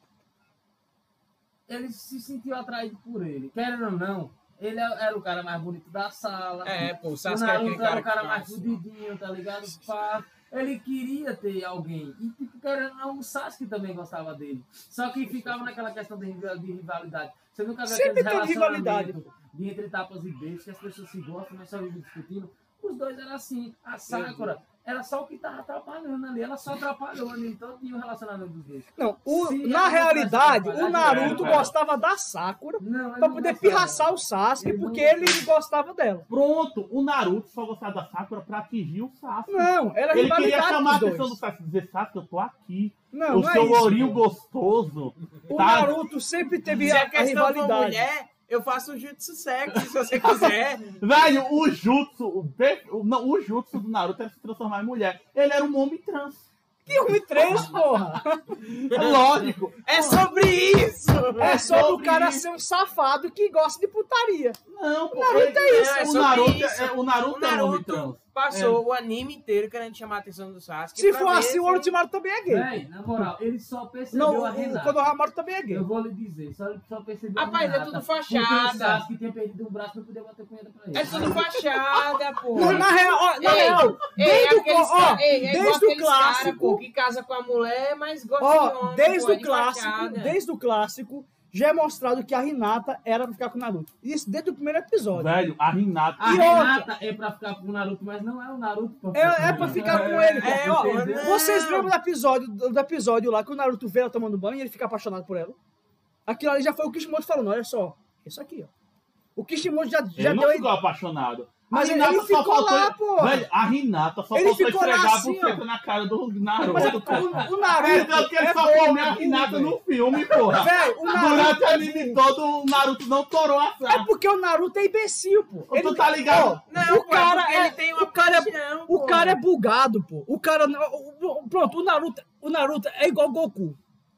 Ele se sentiu atraído por ele. Querendo ou não, ele era o cara mais bonito da sala. É, pô, o O Sasuke era aquele Naruto era cara o cara que mais faz. fudidinho, tá ligado? Pá. Ele queria ter alguém. E, tipo, querendo ou não, o Sasuke também gostava dele. Só que ficava naquela questão de, rival- de rivalidade. Você nunca viu Sempre aqueles tem rivalidade. relacionamentos de entre tapas e beijos, que as pessoas se gostam, mas só vivem discutindo. Os dois eram assim. A Sakura era só o que tava atrapalhando ali. Ela só atrapalhou ali. Então tinha o relacionamento dos dois. Não, o- Se na ela realidade, tivesse o Naruto trabalhado, é, gostava da Sakura Não, ele pra não poder gostava. pirraçar o Sasuke, Ele não porque ele gostava dela. Pronto, o Naruto só gostava da Sakura pra atingir o Sasuke. Não, era Ele queria rivalidade chamar a dos atenção dois. do Sasuke, dizer, Sasuke, eu tô aqui. Não, o não é seu isso, lourinho pô. gostoso. O tá? Naruto sempre teve Se a, a a questão for rivalidade. mulher, eu faço o jutsu sexo, se você quiser. Velho, o jutsu, o, pe- o, não, o jutsu do Naruto era se transformar em mulher. Ele era um homem trans. Que homem três, porra! É lógico. É sobre isso! É só o sobre cara isso. ser um safado que gosta de putaria. Não, pô. Naruto ele- é isso, é o, sobre Naruto, isso. é, o Naruto O é um homem Naruto trans. passou o anime inteiro querendo chamar a atenção do Sasuke. Se pra for ver assim, o se- Orochimaru também é gay. Véi, na moral, ele só percebeu Não, a o Renata. Konohamaru também é gay. Eu vou lhe dizer, só, só percebeu a Rapaz, é Renata. tudo Porque fachada. o Sasuke tinha perdido um braço pra poder bater punheta pra ele. É tudo fachada, Não, porra. na real, ó, na Ei, real, Ei, desde o, aqueles ó, ca- ei, é igual desde o aqueles cara, clássico, pô, que casa com a mulher, mas gosta de ó, homem, desde pô, é o de clássico, fachada. desde o clássico, já é mostrado que a Hinata era pra ficar com o Naruto. Isso desde o primeiro episódio. Velho, a Hinata. A E outra? Renata é pra ficar com o Naruto, mas não é o Naruto pra É, ficar é com pra ele. ficar com ele. pô. É, Ó, entendeu? vocês lembram do episódio, do episódio lá que o Naruto vê ela tomando banho e ele fica apaixonado por ela? Aquilo ali já foi o Kishimoto falando, olha só, isso aqui, ó. O Kishimoto já, já Ele deu... não ficou apaixonado. Mas A ele Hinata só ficou lá, faltou- pô. Velho, a Hinata só Ele faltou ficou lá esfregar assim, a buceta na cara do Naruto. Mas é, o, o Naruto... É, tanto que ele é só bom, comeu a né, Hinata velho? no filme, porra. Velho, o Naruto... Durante o anime todo, o Naruto não torou a É frase. porque o Naruto é imbecil, pô. Tu tá ligado? Ó, Não, o pô, cara é porque é, ele tem uma o cara é, paixão, o pô. cara é bugado, pô. O cara não- o- o- pronto, o Naruto, o Naruto é igual o Goku.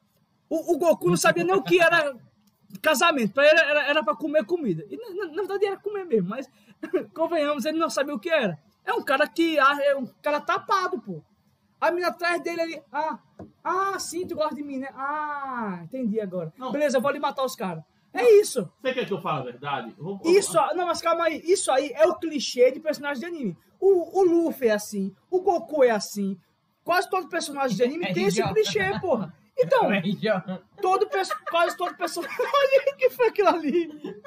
O, o Goku não sabia nem o que era casamento. Pra ele era, era pra comer comida. E na, na- na verdade era comer mesmo, mas convenhamos, ele não sabia o que era. É um cara que ah, é um cara tapado, pô. A menina atrás dele ali, ah, ah, sim, tu gosta de mim, né? Ah, entendi agora. Não. Beleza, eu vou ali matar os caras. É isso. Você quer que eu fale a verdade? Eu vou- Isso, não, mas calma aí. Isso aí é o clichê de personagem de anime. O, o Luffy é assim, o Goku é assim. Quase todo personagem de anime É tem esse idiota. clichê, porra. Então, todo, perso- quase todo personagem... Olha o que foi aquilo ali.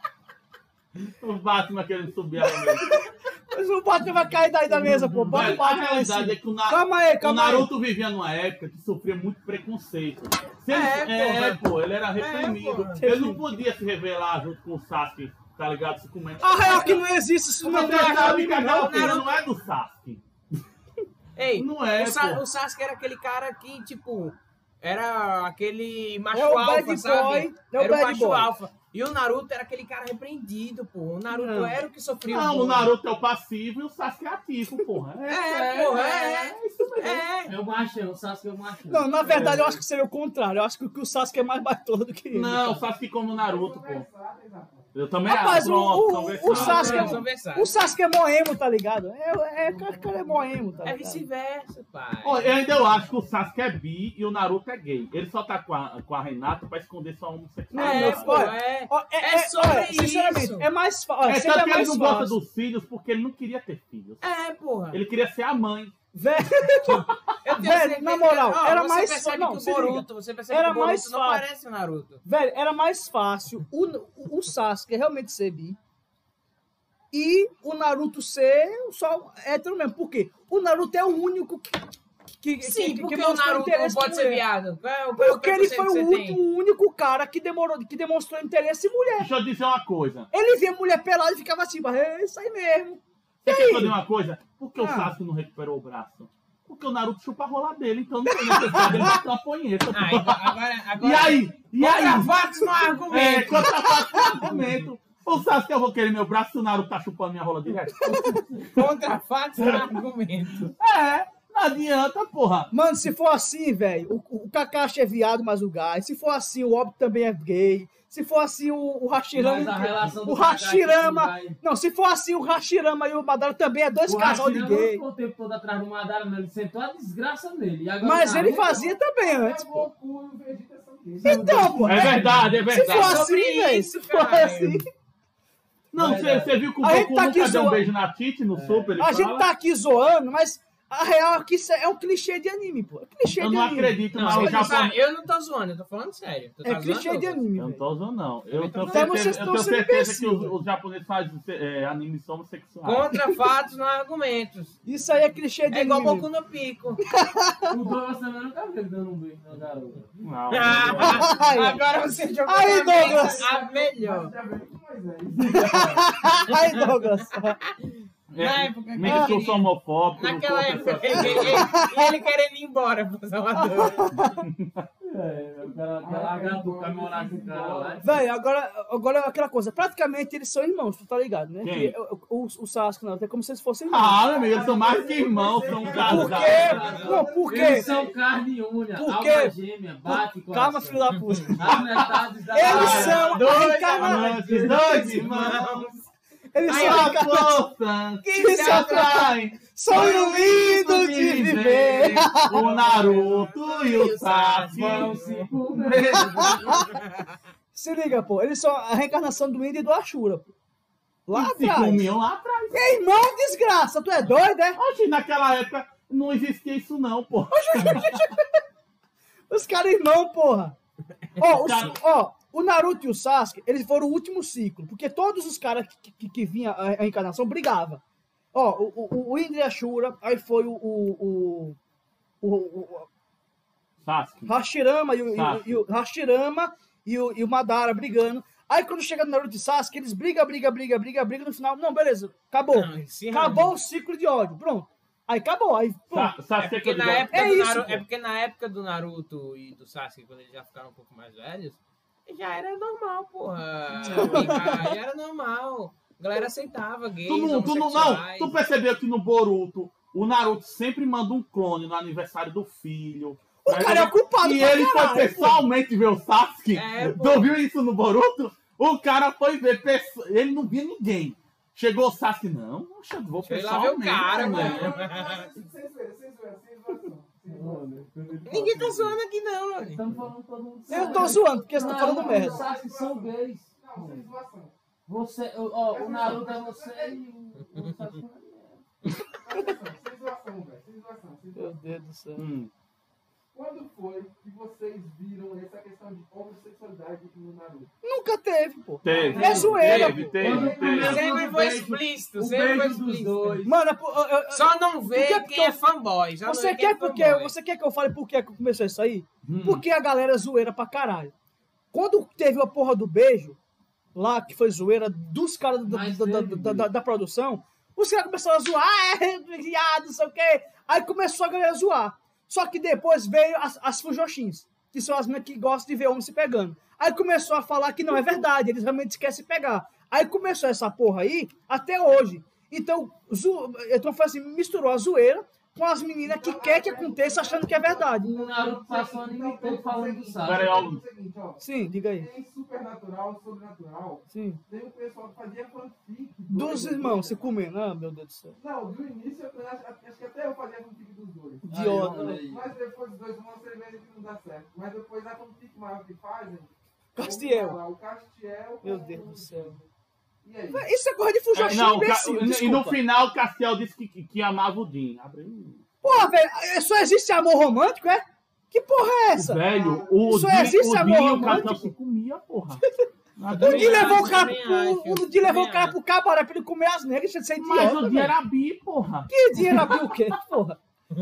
O Batman querendo subir a mesa. Mas o Batman vai cair daí da mesa, pô. Bota o Velho, a Batman lá em realidade cima. é que o, Na- Calma aí, o calma aí. Naruto vivia numa época que sofria muito preconceito. Se ele- É, é, pô, ele era reprimido. porra. ele não podia se revelar junto com o Sasuke, tá ligado? Se comendo. A real que não existe, isso não Você é sabe que aquela não. filha não é do Sasuke. Ei, Não é, o, Sa- pô. o Sasuke era aquele cara que, tipo, era aquele macho É o alfa, bad sabe? boy, é o era o bad macho boy. alfa. E o Naruto era aquele cara repreendido, pô. O Naruto Não. era o que sofria Não, bullying. o Naruto é o passivo e o Sasuke é ativo, porra. É, porra, é. é isso mesmo. É. É o machão, o Sasuke é o machão. Não, na verdade eu acho que seria o contrário. Eu acho que o Sasuke é mais baitola do que ele. Não, o Sasuke como o Naruto, pô. Eu também Rapaz, acho. o, o, Pronto, o, o Sasuke São é, versáteis. o Sasuke é moemo, tá ligado? É, é, o cara é moemo, tá É ligado? vice-versa, pai. Ó, eu ainda eu acho que o Sasuke é bi e o Naruto é gay. Ele só tá com a, com a Renata pra esconder sua homossexualidade. É, Não, pô, olha, é. Ó, É sobre olha, sinceramente, isso. é mais fácil. É sempre tanto é que ele mais não gosta fácil. dos filhos porque ele não queria ter filhos. É, porra. Ele queria ser a mãe. Velho, Eu tenho velho, certeza na moral, que- ó, era você mais percebe não, que o se liga. Boruto, você percebe Era que o Boruto mais não fácil. parece o Naruto. velho, era mais fácil o, o, o Sasuke realmente ser bi e o Naruto ser só hétero mesmo. Por quê? O Naruto é o único que. que Sim, que, porque que o mostrou Naruto interesse pode por ser mulher. viado. Qual é o Porque ele preconceito foi o que você último, tem? o único cara que, demorou, que demonstrou interesse em mulher. Deixa eu dizer uma coisa. Ele via mulher pelada e ficava assim, mas é isso aí mesmo. Você quer fazer uma coisa? Por que o Ah. Sasuke não recuperou o braço? Porque o Naruto chupa a rola dele, então não tem necessidade dele bater uma punheta. Ah, então, agora, agora... E aí? E aí? Contra fatos no É, argumento. contra fato no argumento. O Sasuke, eu vou querer meu braço se o Naruto tá chupando minha rola direto. Contra fatos no argumento. É, não adianta, porra. Mano, se for assim, velho, o, o Kakashi é viado, mas o Gai. Se for assim, o Obito também é gay. Se for assim, o, o Mas a Hashirama... relação do O Kakashi Hashirama... vai- Não, se for assim, o Hashirama e o Madara também é dois O casal de Hashirama gay. não ficou o tempo todo atrás do Madara, não. Ele sentou a desgraça nele. E agora Mas o ele Naruto- fazia também antes, O pô. Goku e o Vegeta são gays. Então, pô. É verdade, é Se for verdade. assim, Sobre velho, isso, se for caralho. assim... Não, você você viu que o A gente Goku tá nunca aqui deu um zoando. beijo na Tite no Super? Ele A fala? gente tá aqui zoando, mas a real é que isso é um clichê de anime, pô. É clichê Eu de não anime. acredito, Não, mas o mas, Japão... eu não tô zoando, eu tô falando sério. Tu É tá clichê zoando, de Douglas? anime, Eu não velho. tô usando, não. Eu tenho Então vocês certeza, eu estão tenho sendo certeza que os, imbecil. os japoneses fazem é, animes homossexuais. Contra fatos no argumentos. Isso aí é clichê de É igual anime. Boku no Pico. O Douglas também nunca viu ele dando um beijo na garota. Não, Aí, Agora você jogou Aí, na mesa Douglas. a melhor. Já veio com Moisés. Aí, Douglas. Na é, época me que eu discussão queria- homofóbica. não Naquela conta época, essas ele, coisas. ele, ele querendo ir embora pro Salvador. É, o cara quer largar tu pra morar com o cara lá. Velho, agora, agora é aquela coisa. Praticamente eles são irmãos, tu tá ligado, né? Quem? Que O, o, o Sasuke não, é como se eles fossem irmãos. Ah, meu amigo, eles são mais que irmãos, são Por casados. quê? Não, por quê? Eles são carne e unha, Por alma quê? gêmea, bate com Calma, filho da puta. As metades da Eles alma. são a Dois reencarnação. Amantes, dois irmãos, Eles aí são a a reencarnação. força Que se atraem. Sonho lindo de viver. O Naruto e o Sasuke Vão se comer. Se liga, pô. Eles são a reencarnação do Indo e do Ashura, pô. Lá se atrás. comiam lá atrás. É irmão, desgraça. Tu é doido, é? Oxe, naquela época não existia isso não, pô. Os caras irmão, porra. Ó, os- Cara- ó, o Naruto e o Sasuke, eles foram o último ciclo. Porque todos os caras que, que, que vinham a, a reencarnação brigavam. Ó, o, o, o Indo e Ashura, aí foi o... o, o, o, o Sasuke. Hashirama e o, e o- Sasuke. e o Hashirama e o, e o Madara brigando. Aí quando chega no Naruto e Sasuke, eles brigam, brigam, brigam, brigam, brigam. No final, não, beleza, acabou. Não, esse Acabou o ciclo de ódio, pronto. Aí acabou, aí pronto. Sa Sasuke É que porque, eu na digo, época É do isso, Naruto, pô. é porque na época do Naruto e do Sasuke, quando eles já ficaram um pouco mais velhos, já era normal, porra. Já era normal. A galera aceitava gays, Tu não, tu não, não, homossexuais. tu percebeu que no Boruto, o Naruto sempre manda um clone no aniversário do filho. O cara é o culpado E pra ele foi caralho, pô. pessoalmente ver o Sasuke. É, pô. Tu viu isso no Boruto? O cara foi ver, pesso- ele não via ninguém. Chegou o Sasuke, não, poxa, vou Deixa eu ir lá ver o pessoalmente. cara, né? mano. Sem zoeira, sem zoeira, sem zoação. Sem zoação. Ninguém tá zoando aqui não, mano. Estamos falando todo mundo. Eu tô zoando, porque você tá falando Os merda. Sasuke são gays. Não, sem zoação. Você, ó, o Naruto é você e o, o Sasuke é Sem zoação, velho. Sem zoação, sem Meu zoação. Deus do céu. Hum. Quando foi que vocês viram essa questão de homossexualidade no Naruto? Nunca teve, pô. Teve. É zoeira, Teve, pô. teve, Quando teve. começa- Sempre o foi beijo- explícito, o sempre foi beijo dos explícito. dois. Mano, é por- eu- eu- Só não vê Por que quem é que fanboy. só não você vê quem é quer porque fanboy. você quer que eu fale por que começou isso aí? Hum. Porque a galera é zoeira pra caralho. Quando teve a porra do beijo, lá que foi zoeira dos caras da, Mas da, da, teve, da- da- da produção, os caras começaram a zoar, ah, é viado, não sei o quê. Aí começou a galera a zoar. Só que depois veio as, as fujoshins. que são as meninas que gostam de ver homem se pegando. Aí começou a falar que não é verdade, eles realmente querem se pegar. Aí começou essa porra aí, até hoje. Então, zo... então foi assim, misturou a zoeira com as meninas que quer que aconteça achando que é verdade. O Naruto passou o anime todo falando do Sasuke. Pera aí, ó. Seguinte, ó. Sim, diga aí. Tem supernatural, sobrenatural. Sim. Tem o pessoal que fazia fanfic. Dos dois, irmãos dois. se comendo. Ah, meu Deus do céu. Não, do início, eu acho, acho que até eu fazia fanfic dos dois. Idiota. Mas depois dos dois, uma cerveja que não dá certo. Mas depois a fanfic maior que fazem... Castiel. vamos falar, O Castiel... Meu com- Deus do céu. E aí? Isso é coisa de É, fujoxinho, não, o Ca- imbecil. e no Desculpa. final o Castiel disse que, que, que amava o Jim. Abre aí. Porra, velho, só existe amor romântico, é? Que porra é essa? Velho, o Só Jim, existe o amor Jim e o romântico? Castiel se comia, porra. O Di levou o cara, também pro, acho, o Di levou o também cara pro cabaré pra ele comer as negras, deixa de ser Mas idiota, o Jim velho. era bi, porra. Que dia era o quê, porra?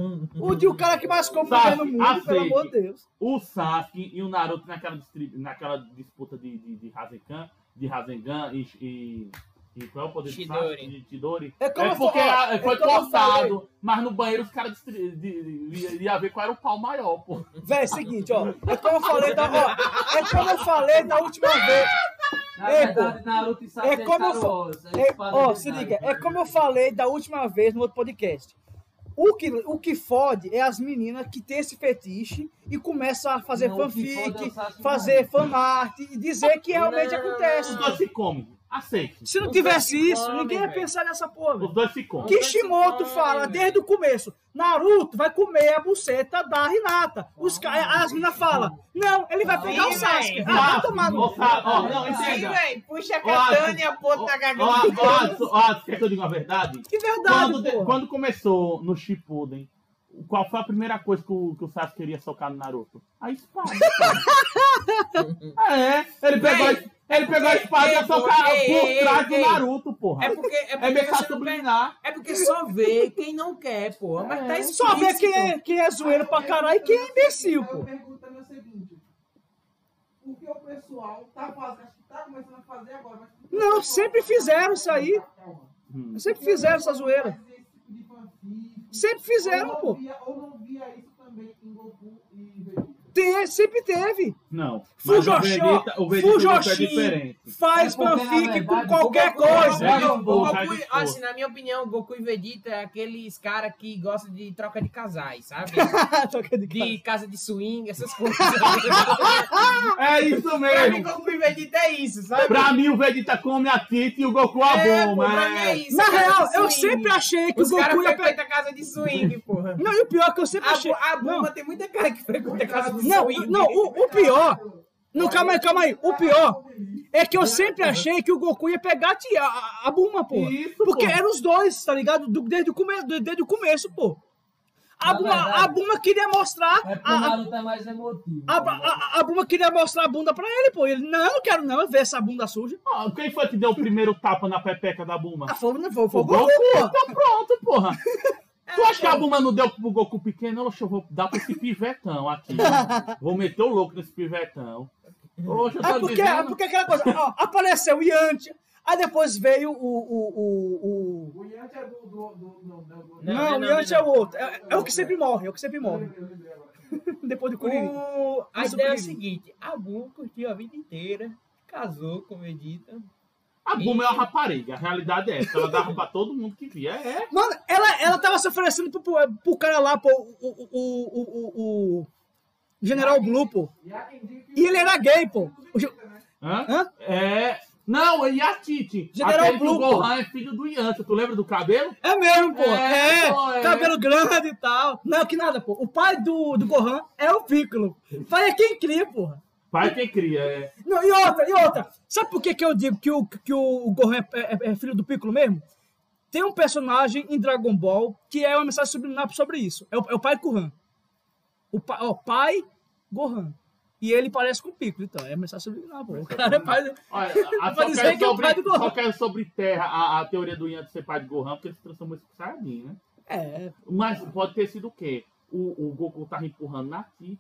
O Di, o cara que mais come Sasuke, mulher no mundo, aceite. pelo amor de Deus. O Sasuke e o Naruto naquela, distri- naquela disputa de, de, de Rasengan, de Rasengan e, e, e qual é o poder Chidori. do Sasuke? De Chidori. É como É eu porque falo, a- é foi como eu falei. cortado, mas no banheiro os caras distri- de, de, de, ia ver qual era o pau maior, pô. Véi, é o seguinte, ó. É como eu falei da, ó, é como eu falei da última vez. Na Ei, verdade, Naruto e Sasuke É como eu Star fa- Wars, eles É, fazem ó, se verdade. liga, é como eu falei da última vez no outro podcast. O que, o que fode é as meninas que tem esse fetiche e começam a fazer Não, o que fode é fanfic, o Sasuke fazer fanart e dizer que realmente Não, não, acontece. Os dois se comem. Aceite. Se não Os tivesse dois se isso, comem, ninguém ia velho. pensar nessa porra, Os velho. dois se comem. Kishimoto se fala comem, desde o começo, Naruto vai comer a buceta da Hinata. Os, ca- as meninas falam, não, ele vai pegar o Sim, Sasuke. velho. Ah, vai tomar no... Ó, Sa- ó, não, Sim, entenda. velho. Puxa a Ó, Adson, katana e a ponta da Ó, garganta. ó, Adson, Adson, quer que eu diga a verdade? Que verdade, Quando, de- porra. quando começou no Shippuden, qual foi a primeira coisa que o, que o Sasuke queria socar no Naruto? A espada. cara. é, ele pegou, a- ele pegou a espada e ia ei, socar ei, por ei, trás do ei. Naruto, porra. É porque, é É porque, meio você não quer- subliminar. é porque só vê quem não quer, porra. Mas tá explícito. Só ver quem é, quem é zoeiro pra caralho e quem é imbecil, Eu pô. pergunto também o seguinte: por que o pessoal tá fazendo, acho que tá começando a fazer agora, mas por que o Não, pessoal sempre tá fizeram fazendo- isso aí. Calma. Hum. Sempre fizeram essa zoeira. Fazer esse tipo de fanfic, Sempre fizeram, ou não pô. via- Ou não via isso também em Goku e Vegeta? Tem, sempre teve. Não. Mas o Fujoshi, Vegeta, o Vegeta é Fujoshi diferente. faz É porque, na fanfic verdade, com qualquer o Goku- coisa. É, Não, o disposto, é Goku, disposto. assim, na minha opinião, o Goku e Vegeta é aqueles caras que gostam de troca de casais, sabe? Toca de cara. De casa de swing, essas coisas. É isso Pra mim, mesmo. Goku e Vegeta é isso, sabe? Pra mim, o Vegeta come a Tita e o Goku a É, pô, bomba. pra mim é É. isso. Na é casa real, de eu swing. sempre achei que Os o Goku caras ia pegar. frequentam casa de swing, porra. Não, e o pior é que eu sempre A, achei. Bu- a Não, Buma tem muita cara que frequenta casa de não, swing. não o, o pior. Não, calma aí, calma aí. O pior é que eu sempre achei que o Goku ia pegar a, tia, a, a Buma, pô. Isso, Porque pô. eram os dois, tá ligado? Do- desde, o come, do- desde o começo, pô. A Na Buma, verdade, a Buma queria mostrar. É porque A, o a, Naruto é mais emotivo. a, a, a Buma queria mostrar a bunda pra ele, pô. Ele, não, eu não quero não ver essa bunda suja. Ah, quem foi que deu o primeiro tapa na pepeca da Buma? Ah, foi, não foi, foi O o Goku, Goku, pô. então pronto, porra. Tu acha que a Buma não deu pro Goku pequeno? Oxe, eu vou dar pra esse pivetão aqui. Vou meter o louco nesse pivetão. Oxe, eu tô É porque, é dizendo... porque aquela coisa, ó, apareceu o Yantia, aí depois veio o. o, o, o... O Yanti é do. do, do, não, não, do- Não, não, o não, Yantia é não. o outro. É, é o que sempre morre, é o que sempre Eu morre. lembrei, eu lembrei agora. Depois do Kuririn. O... A Isso, ideia é o Kuririn. seguinte: a Buma curtiu a vida inteira, casou com o Vegeta. A Buma é uma rapariga, a realidade é essa. Ela dava pra todo mundo que via. É, Mano, ela, ela tava se oferecendo pro, pro, pro cara lá, pô, o, o, o, o, o General Blue, pô. E há quem diga que E ele era gay, pô. O Ge- Hã? Hã? É. Não, e a Titi? General Aquele que Blue, o pô. Gohan é filho do Yantia. Tu lembra do cabelo? É mesmo, pô. É, É, pô, é. cabelo grande e tal. Não, que nada, pô. O pai do, do Gohan é o Piccolo. O pai é quem cria, porra. Pai quem cria, é. Não, e outra, e outra. Sabe por que, que eu digo que o, que o Gohan é, é- é filho do Piccolo mesmo? Tem um personagem em Dragon Ball que é uma mensagem subliminar sobre isso. É o, é o pai Gohan. O pai, ó, pai Gohan. E ele parece com o Piccolo, então. É mensagem subliminar, pô. O cara é pai... Olha, a, Pra só, dizer quero que é o sobre, pai do Gohan. só quero sobre terra a, a teoria do Yantia ser pai de Gohan, porque ele se transformou em Super Saiyajin, né? É, Mas pode ter sido o quê? O, o Goku tava empurrando na Titi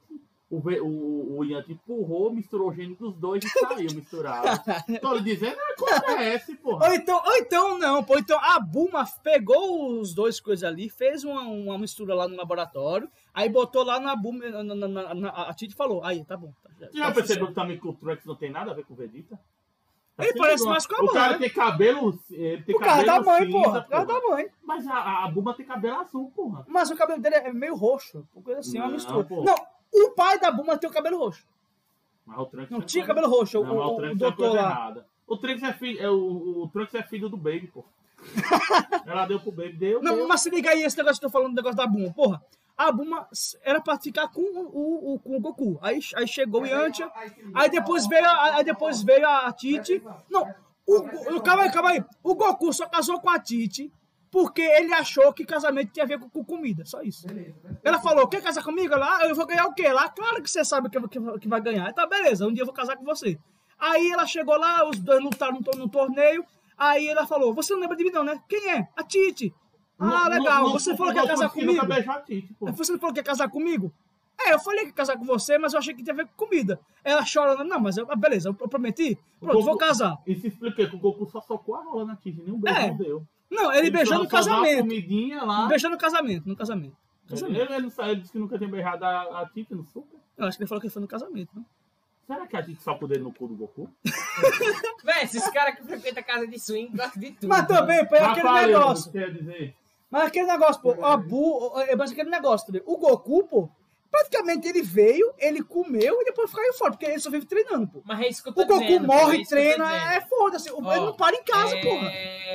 O, ve- o, o Yankee empurrou, misturou o gênio dos dois e saiu misturado. Tô lhe dizendo, acontece, porra. Ou então, ou então não, pô. Então a Bulma pegou os dois coisas ali, fez uma, uma mistura lá no laboratório, aí botou lá na Bulma, na, na, na, na- a Titi falou, aí, tá bom. Tá, Você já percebeu que também que o Trunks não tem nada a ver com o Vegeta? Tá Ele sempre parece igual. mais com a O mãe, cara né? tem cabelo. Ele tem Por causa cabelo da mãe, cinza, porra. Por causa da mãe. Mas a, a Bulma tem cabelo azul, porra. Mas o cabelo dele é meio roxo, uma coisa assim, uma Não, mistura. pô. Não, o pai da Bulma tem o cabelo roxo. Mas o Trunks Não é tinha coisa- cabelo roxo, Não, mas o, o o, Trunks o é doutor coisa lá. errada. O Trunks é filho, é, o, o Trunks é filho do Baby, pô. Ela deu pro Baby, deu. Não, deu. mas se liga aí esse negócio que eu tô falando, do negócio da Bulma. Porra, a Bulma era pra ficar com o, o, com o Goku. Aí, aí chegou o Yantia, aí depois veio a, aí depois veio a Titi. Não, o, o, calma aí, calma aí. O Goku só casou com a Titi porque ele achou que casamento tinha a ver com, com comida, só isso. Ela falou, quer casar comigo? Lá, eu vou ganhar o quê? Lá, claro que você sabe que, que, que vai ganhar. Tá, beleza, um dia eu vou casar com você. Aí ela chegou lá, os dois lutaram no, to- no torneio, aí ela falou, você não lembra de mim não, né? Quem é? A Titi. Ah, Não- legal, não- você não- falou que ia não casar consegui nunca comigo? beijar a Titi, pô. Você não falou que ia casar comigo? É, eu falei que ia casar com você, mas eu achei que tinha a ver com comida. Ela chorando, não, mas eu, ah, beleza, eu, eu prometi, pronto, Goku- vou casar. E se expliquei que o Goku só socou a rola na Titi, nem um beijo É. não deu. Não, ele beijou só- no só deu uma casamento. comidinha lá. Beijou no casamento, no casamento. Ele, ele, não sabe, ele disse que nunca tinha beijado a, a Titi no super. Eu acho que ele falou que foi no casamento, né? Será que a Titi só poder no cu do Goku? Véi, esses caras que frequentam casa de swing gostam de tudo. Mas também, pô, é Mas aquele falei, negócio. Quer dizer, Mas aquele negócio, pô, a Bu, é mas aquele negócio também. O Goku, pô, praticamente ele veio, ele comeu e depois ficou fora, porque ele só vive treinando, pô. Mas é isso que eu tô O Goku dizendo, pô, morre, é isso que eu tô treina, dizendo. é foda-se. o- Ó, Ele não para em casa, porra.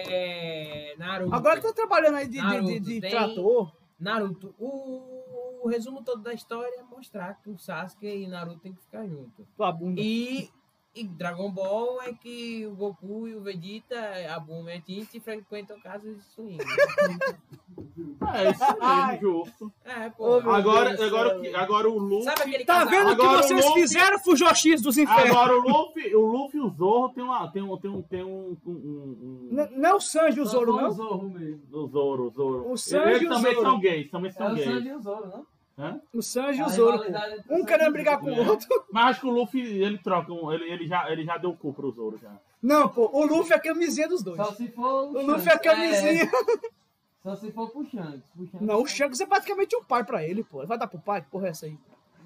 É... Naruto. Agora que tá trabalhando aí de, de, Naruto, de, de tem- trator. Naruto, o... o resumo todo da história é mostrar que o Sasuke e Naruto tem que ficar juntos. Tua bunda. E, e Dragon Ball é que o Goku e o Vegeta, a Bulma e a Titi frequentam casas de swing. é isso mesmo, justo. É, pô. Meu Agora, Deus do agora, céu. que- agora o Luffy. Sabe aquele Tá casal? vendo o que Agora o vocês Luffy- fizeram, Fujoxis dos infernos? Agora o Luffy, o Luffy e o Zorro tem uma, tem um, tem um, tem um, um, um, um N- Não é o Sanji e o Zoro, Só não? o Zorro mesmo. o Zoro, o Zoro. O Sanji e Eles o também Zoro. são gays, também É são o gays. Sanji e o Zoro, não? Hã? O Sanji e A o Zoro, pô. rivalidade entre Um Sanji querendo e brigar com o É. outro. Mas acho que o Luffy, ele troca, um- ele, ele, já, ele já deu o cu pro Zoro já. Não, pô, o Luffy é a camisinha dos dois. Só se for O Luffy é a camisinha. Só se for pro Shanks. Pro Shanks Não, o Shanks é praticamente um pai pra ele, pô. Ele vai dar pro pai? Que porra é essa aí?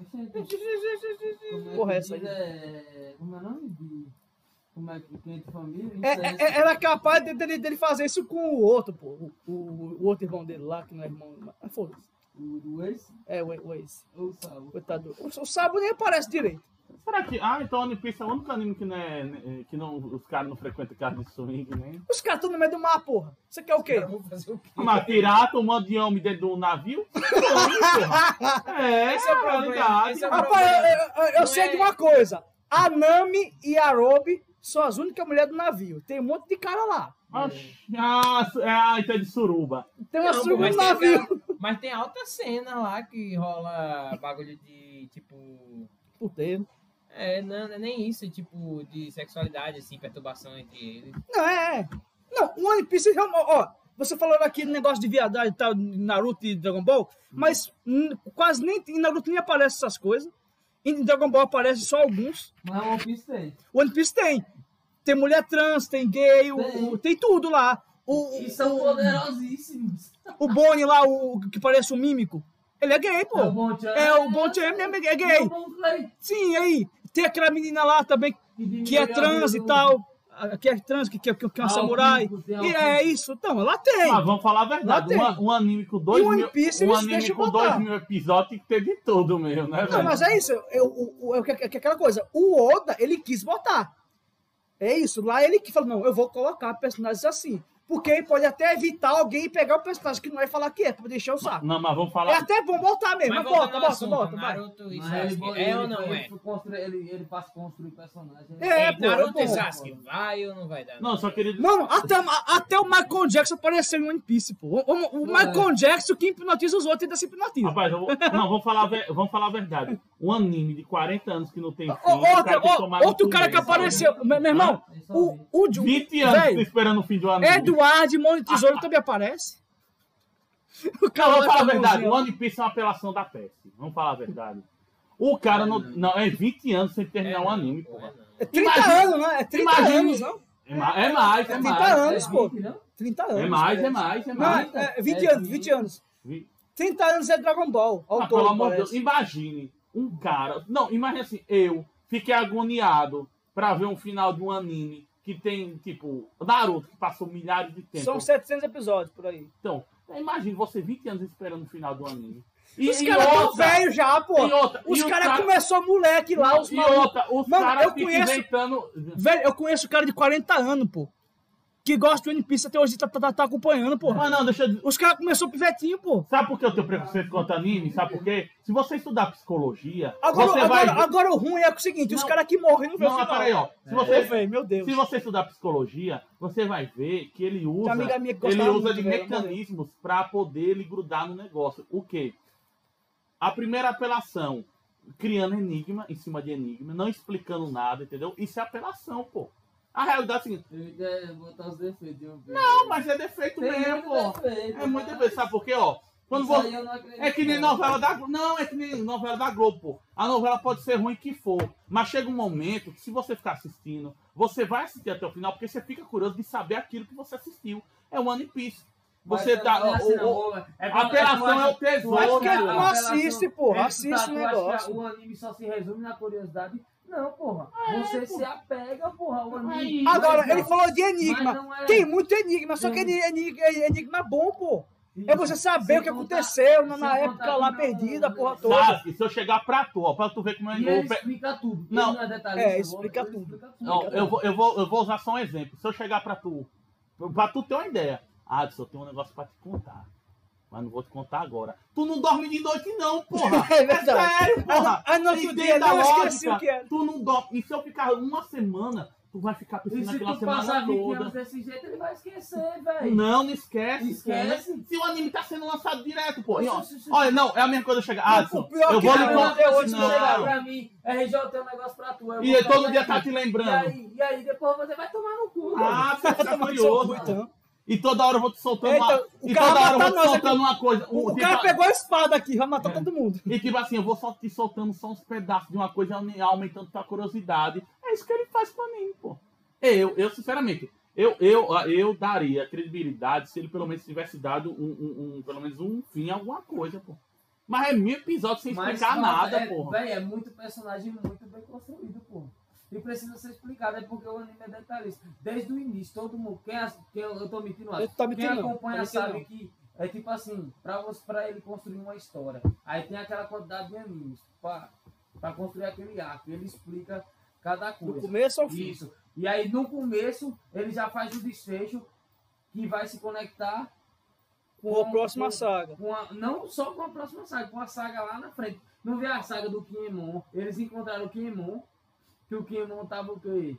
Como é Porra, que essa aí. diz, é... Como é o nome? De... Como é que quem de família? É, Incesto. é, era capaz de- dele, dele fazer isso com o outro, pô. O, o, o outro irmão dele lá, que não é irmão. Mas foda-se. O do ex É, o, o ex. ou o Sabo? Coitado. O, o Sabo nem aparece direito. Será que. Ah, então One Piece é o único anime que, não é, né, que não, os caras não frequentam casa de swing, né? Os caras estão no meio do mar, porra. Você quer o quê? Vou fazer o quê? Mas pirata, um monte de homem dentro do navio? Porra. É, Esse é o problema, realidade. esse é o Rapaz, eu, eu- eu Não sei é- de uma coisa. A Nami e a Robin são as únicas mulheres do navio. Tem um monte de cara lá. Oxi, Ah, é, ah, então é de suruba. Tem uma Não, suruba mas no tem navio. aquela- Mas tem alta cena lá que rola bagulho de, tipo... Puteiro. É, não, não é nem isso, tipo, de sexualidade, assim, perturbação entre eles. Não, é. é. Não, o One Piece, realmente, ó, você falou aqui no negócio de viadagem e tal, Naruto e Dragon Ball, mas hum, quase nem em Naruto nem aparece essas coisas. Em Dragon Ball aparece só alguns. Mas o One Piece tem. O One Piece tem. Tem mulher trans, tem gay, o- Tem. o- tem tudo lá. O, E são poderosíssimos. o Bonnie lá, o que parece um mímico, ele é gay, pô. É o Bon Chan. É, o Bon Chan mesmo é E gay. o Bon Clay, Sim, aí. Tem aquela menina lá também que que é diminui a trans vida e do- tal. a- Que é trans, que, que, que é uma Ah, samurai. o Pico, tem E a- é isso. Então, lá tem. Mas vamos falar a verdade. Lá tem. Um, um anime com dois E One mil, Piece um eles anime deixam com botar. dois mil episódios tem que ter de tudo mesmo, né, Não, velho? mas é isso. Eu, o, o, é que- é que aquela coisa. O Oda, ele quis botar. É isso. Lá ele que falou, não, eu vou colocar personagens assim. Porque ele pode até evitar alguém pegar o personagem que não vai falar que é, pra deixar o saco. Não, mas vamos É falar. até bom botar mesmo. Mas, voltando bota, ao bota, assunto, bota, vai. Naruto e Mas ele, Sasuke, ele, é ou ele, não ele, é? constru- ele, ele faz construir personagem. É, Ei, pô, Naruto é e bom. Sasuke, vai ou não vai dar? Não, só queria. Não, não, até, até o Michael Jackson apareceu em One Piece, pô. O, o, o Michael Jackson que hipnotiza os outros ainda se hipnotiza. Rapaz, eu vou... não, vamos falar, a ver- vamos falar a verdade. Um anime de quarenta anos que não tem fim. Ó, o cara Outro, tem que ó, tomar no outro cu cara que mesmo. apareceu. Meu, meu irmão, o, o, o vinte anos véi, esperando o fim do anime. Eduardo Mão de Tesouro também aparece. O Não, cara vamos lá falar a com a verdade. mãozinha O lá. One Piece é uma apelação da peste. Vamos falar a verdade. O cara não, não é vinte anos sem terminar um anime, porra. É trinta Imagina- anos, né? É trinta imagine- anos, não? É ma- é mais, é trinta mais. anos, É pô. vinte, não? trinta anos. É mais, é parece. mais, é Não, mais. é, é vinte É anos, vinte anos. Vi- trinta anos é Dragon Ball. Ao Ah, todo, pelo amor de parece. Deus, imagine um cara. Não, imagine assim, eu fiquei agoniado pra ver um final de um anime que tem, tipo, Naruto, que passou milhares de tempo. São setecentos episódios por aí. Então, imagine você vinte anos esperando o final do anime. E, Os e caras tão outra- velhos já, pô. e outra- Os e o caras cara- começou moleque lá, os e malucos. outra, os Mano, caras eu ficam conheço- inventando. Velho, eu conheço cara de quarenta anos, pô. Que gosta de One Piece até hoje, tá, tá, tá acompanhando, pô. Mas não, deixa eu. Os caras começou pivetinho, pô. Sabe por que eu tenho preconceito contra anime? Sabe por quê? Se você estudar psicologia, Agora, você agora, vai. ver- agora o ruim é o seguinte, os Não. caras que morrem não vê o Não, mas final. peraí, ó. Se Ô, você, velho, meu Deus. se você estudar psicologia, você vai ver que ele usa, Tem amiga minha que ele gostava usa muito, de velho, mecanismos para poder ele grudar no negócio. O quê? A primeira apelação, criando enigma em cima de enigma, não explicando nada, entendeu? Isso é apelação, pô. A realidade é a seguinte, Eu ia botar os defeitos de um vídeo. não, mas é defeito Tem mesmo, muito pô. defeito, É muito mas- defeito, sabe por quê, ó? Quando Isso você... aí eu não acredito, É que nem não. novela da Globo. Não, é que nem novela da Globo, pô. A novela pode ser ruim que for, mas chega um momento que se você ficar assistindo, você vai assistir até o final, porque você fica curioso de saber aquilo que você assistiu. É o One Piece. Mas Você também tá... não é assim, o- não, o- ô, é a quando- apelação tu acha- é o tesouro, tu acha Porque que a tu não apelação- assiste, porra. é que Assiste tá, o tu acha que negócio. o anime só se resume na curiosidade? Não, porra. Você se apega, porra, ao anime. Aí, Agora, Mas ele não. falou de Mas enigma. não é. Tem muito enigma, só que Tem. enigma, enigma bom, pô. É você saber Sem o que contar- aconteceu na, na sem época contar lá que não- perdida, a porra não- toda. Sabe, se eu chegar pra tu, ó, pra tu ver como é... E ele eu pe- explica tudo. Não. Ele não é detalhista. É, eu explica vou- ele tudo. explica tudo. Não, eu, vou, eu, vou, eu vou usar só um exemplo. Se eu chegar pra tu, pra tu ter uma ideia. Ah, eu tenho um negócio pra te contar. Mas não vou te contar agora. Tu não dorme de noite não, porra. É verdade. sério, porra. Ah, no outro Entenda dia, não, a eu esqueci lógica. o que era. Tu não dorme. E se eu ficar uma semana, tu vai ficar E pensando se naquela tu passar semana vinte toda. anos desse jeito, ele vai esquecer, velho. Não, não esquece. Esquece. Né? Se o anime tá sendo lançado direto, pô. E, ó, Isso, isso, olha, não, é a mesma coisa eu chegar. Ah, Não, o pior eu que vou não, lhe eu contar. até hoje Não, chegar Não. pra mim, R J, eu tenho um negócio pra tu. eu E vou aí, todo fazer dia aqui. tá te lembrando. E aí, e aí, depois você vai tomar no cu. Ah, você tá Toma no seu curioso. cu, então. E toda hora eu vou te soltando Eita, uma. o E cara toda vai hora eu vou matar te nós soltando aqui. uma coisa. O, o tipo, cara pegou a espada aqui, vai matar todo mundo. E tipo assim, eu vou só te soltando só uns pedaços de uma coisa aumentando tua curiosidade. É isso que ele faz pra mim, pô. Eu, eu sinceramente, eu, eu, eu daria credibilidade se ele pelo menos tivesse dado um, um, um- pelo menos um fim a alguma coisa, pô. Mas é mil episódios sem Mas, explicar nada, é, porra. Véi, é muito personagem muito bem construído, porra. E precisa ser explicado, é porque o anime é detalhista. Desde o início, todo mundo. Quem, as- quem eu, eu tô mentindo, Eu tô quem mentindo, não. acompanha Tô mentindo, sabe não. que é tipo assim, pra, você, pra ele construir uma história. Aí tem aquela quantidade de animes pra, pra construir aquele arco. Ele explica cada Do coisa. começo ao fim. Isso. E aí no começo ele já faz o desfecho que vai se conectar Com a próxima com- saga. com a- não só com a próxima saga, com a saga lá na frente. Não vê a saga do Kinemon. Eles encontraram o Kinemon, que o Kinemon tava o quê?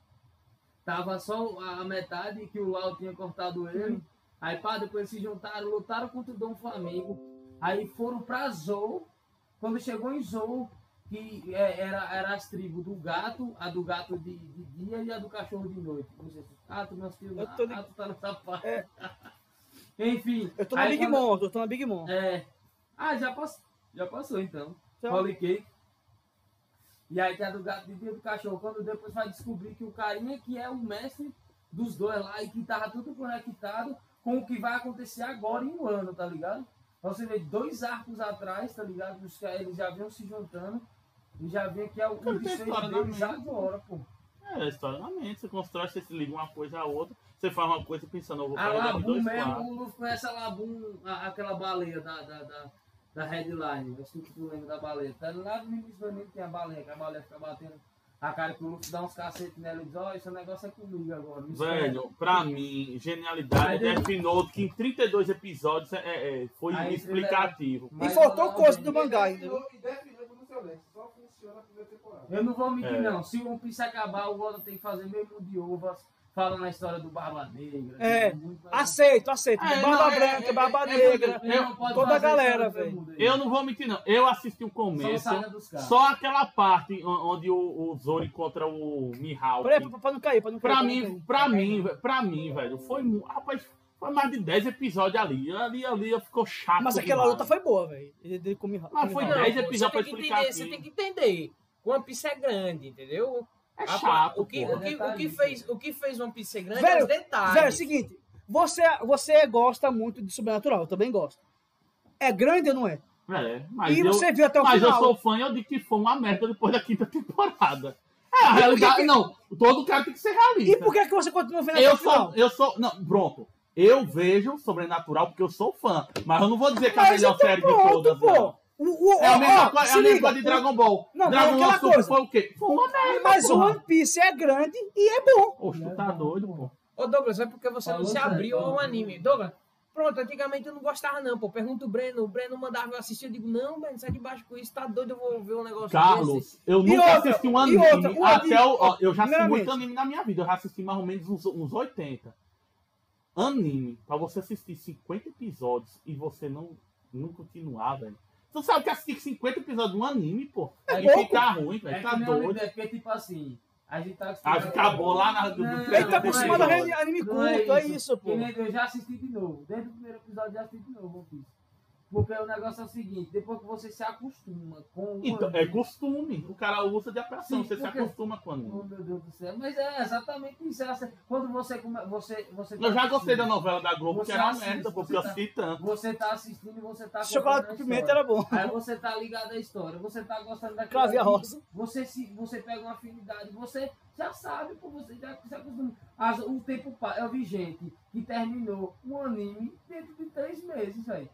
Tava só a metade, que o Lau tinha cortado ele. Aí pá, depois se juntaram, lutaram contra o Dom Flamengo. Aí foram pra Zou. Quando chegou em Zou, que é, era, era as tribos do gato, a do gato de, de dia e a do cachorro de noite. Não sei se- Ah, tu não assistiu? Eu tô Ah, lig- tu tá nessa parte. É. Enfim. Eu tô na aí Big quando- Mom, eu tô na Big Mom. É. Ah, já passou. Já passou então. Já. Holy Cake. E aí tem a do gato de dia do cachorro. Quando depois vai descobrir que o carinha que é o mestre dos dois lá e que tava tudo conectado com o que vai acontecer agora em um ano, tá ligado? Então você vê dois arcos atrás, tá ligado? Os caras, eles já vinham se juntando e já vê que é o, Cara, o tem desfecho história na deles mente. agora, pô. É, a história na mente. Você constrói, você se liga uma coisa a outra. Você faz uma coisa pensando, eu vou A carregar de Labum dois mesmo, quadros. o Luffy conhece a Labum, a- aquela baleia da, da, da, da headline. Acho que tu lembra da baleia. Tá lá no início do anime tem a baleia, que a baleia fica batendo a cara que o Luffy dá uns cacetes nela e diz, ó, esse negócio é comigo agora. me espera." Velho, pra mim, genialidade Aí é ele- Death Note, que em trinta e dois episódios é, é- é- foi Aí explicativo. E Mas faltou não, coisa não, do mangá ainda. E definindo no seu leste, só funciona a primeira temporada. Eu não vou mentir, É. não. Se o One Piece acabar, o Oda tem que fazer mesmo de ovas, falando a história do Barba Negra. É, tem muito- Aceito, aceito. É, Barba não, é- Branca, é- Barba é- Negra. Ele não pode toda a fazer galera, história do velho. mundo aí. Eu não vou mentir, não. Eu assisti o Só começo, saga dos caras. só aquela parte o- onde o, o Zoro encontra o Mihawk. Peraí, pra, pra não cair, pra não cair. Pra pra não mim, cair. pra mim, ve- pra mim, velho, foi mu- rapaz, foi Foi mais de dez episódios ali. Ali, ali, ficou chato. Mas aquela demais. luta foi boa, velho. Ele, ele come, Mas come foi rabo. dez Não, episódios pra você tem que explicar entender, aqui. Você tem que entender. One Piece é grande, entendeu? É A- chato, o que, pô. o, que, o, que fez, o que fez One Piece ser grande Velho, é os detalhes. Velho, é o seguinte. Você, você gosta muito de sobrenatural, eu também gosto. É grande ou não é? É, mas E eu, você viu até o mas final. eu sou fã e eu digo que foi uma merda depois da quinta temporada. É, a realidade, não. Todo cara tem que ser realista. E por que, que você continua vendo até Eu o final? sou, eu sou, não, pronto. Eu vejo Sobrenatural porque eu sou fã, mas eu não vou dizer que é a Mas melhor então série pronto, de todas, pô. não. O, o, É a ó, mesma ó, coisa, é se a mesma liga, coisa de Dragon Ball. Não, Dragon é Ball aquela Super coisa. foi o quê? Foi uma merda, Mas o porra. One Piece é grande e é bom. Oxe, tu tá doido, pô. Ô Douglas, é porque você Falou não se certo, abriu falou. ao anime. Douglas, pronto, antigamente eu não gostava não, pô. Pergunta o Breno, o Breno mandava eu assistir, eu digo, não, Breno, sai de baixo com isso, tá doido, eu vou ver um negócio Carlos, desse. eu E nunca outra, assisti um e anime, outra, o até anime, o, ó, eu já assisti primeiramente. muito anime na minha vida, eu já assisti mais ou menos uns, uns oitenta. Anime, pra você assistir cinquenta episódios e você não, não continuar, velho. Tu sabe que assistir cinquenta episódios de um anime, pô, É e pouco. ficar ruim, velho, É tá que não, doido. é porque, tipo assim, a gente tá Ah, acostumado... acabou lá na, do, do Não, Ele tá não, acostumado a não é ver anime Não curto, é isso, pô. Que nem eu já assisti de novo. Desde o primeiro episódio já assisti de novo, One Piece. Porque o negócio é o seguinte, depois que você se acostuma com o Então, é anime- costume. O cara usa de atração, Sim, você se porque- acostuma com Oh, anime. meu Deus do céu. Mas é exatamente isso. é assim, Quando você... come- você, você tá Eu já gostei da assistindo, novela da Globo, Você que era uma assiste, merda, porque você eu tá- assisti tanto. Você tá assistindo e você tá... Chocolate com acompanhando a pimenta história. era bom. Aí você tá ligado à história, você tá gostando daquilo. Crave a ali, rosa. Você, se, você pega uma afinidade, você já sabe, pô, você já se acostuma. As, o tempo passa. Eu vi gente que terminou um anime dentro de três meses, velho.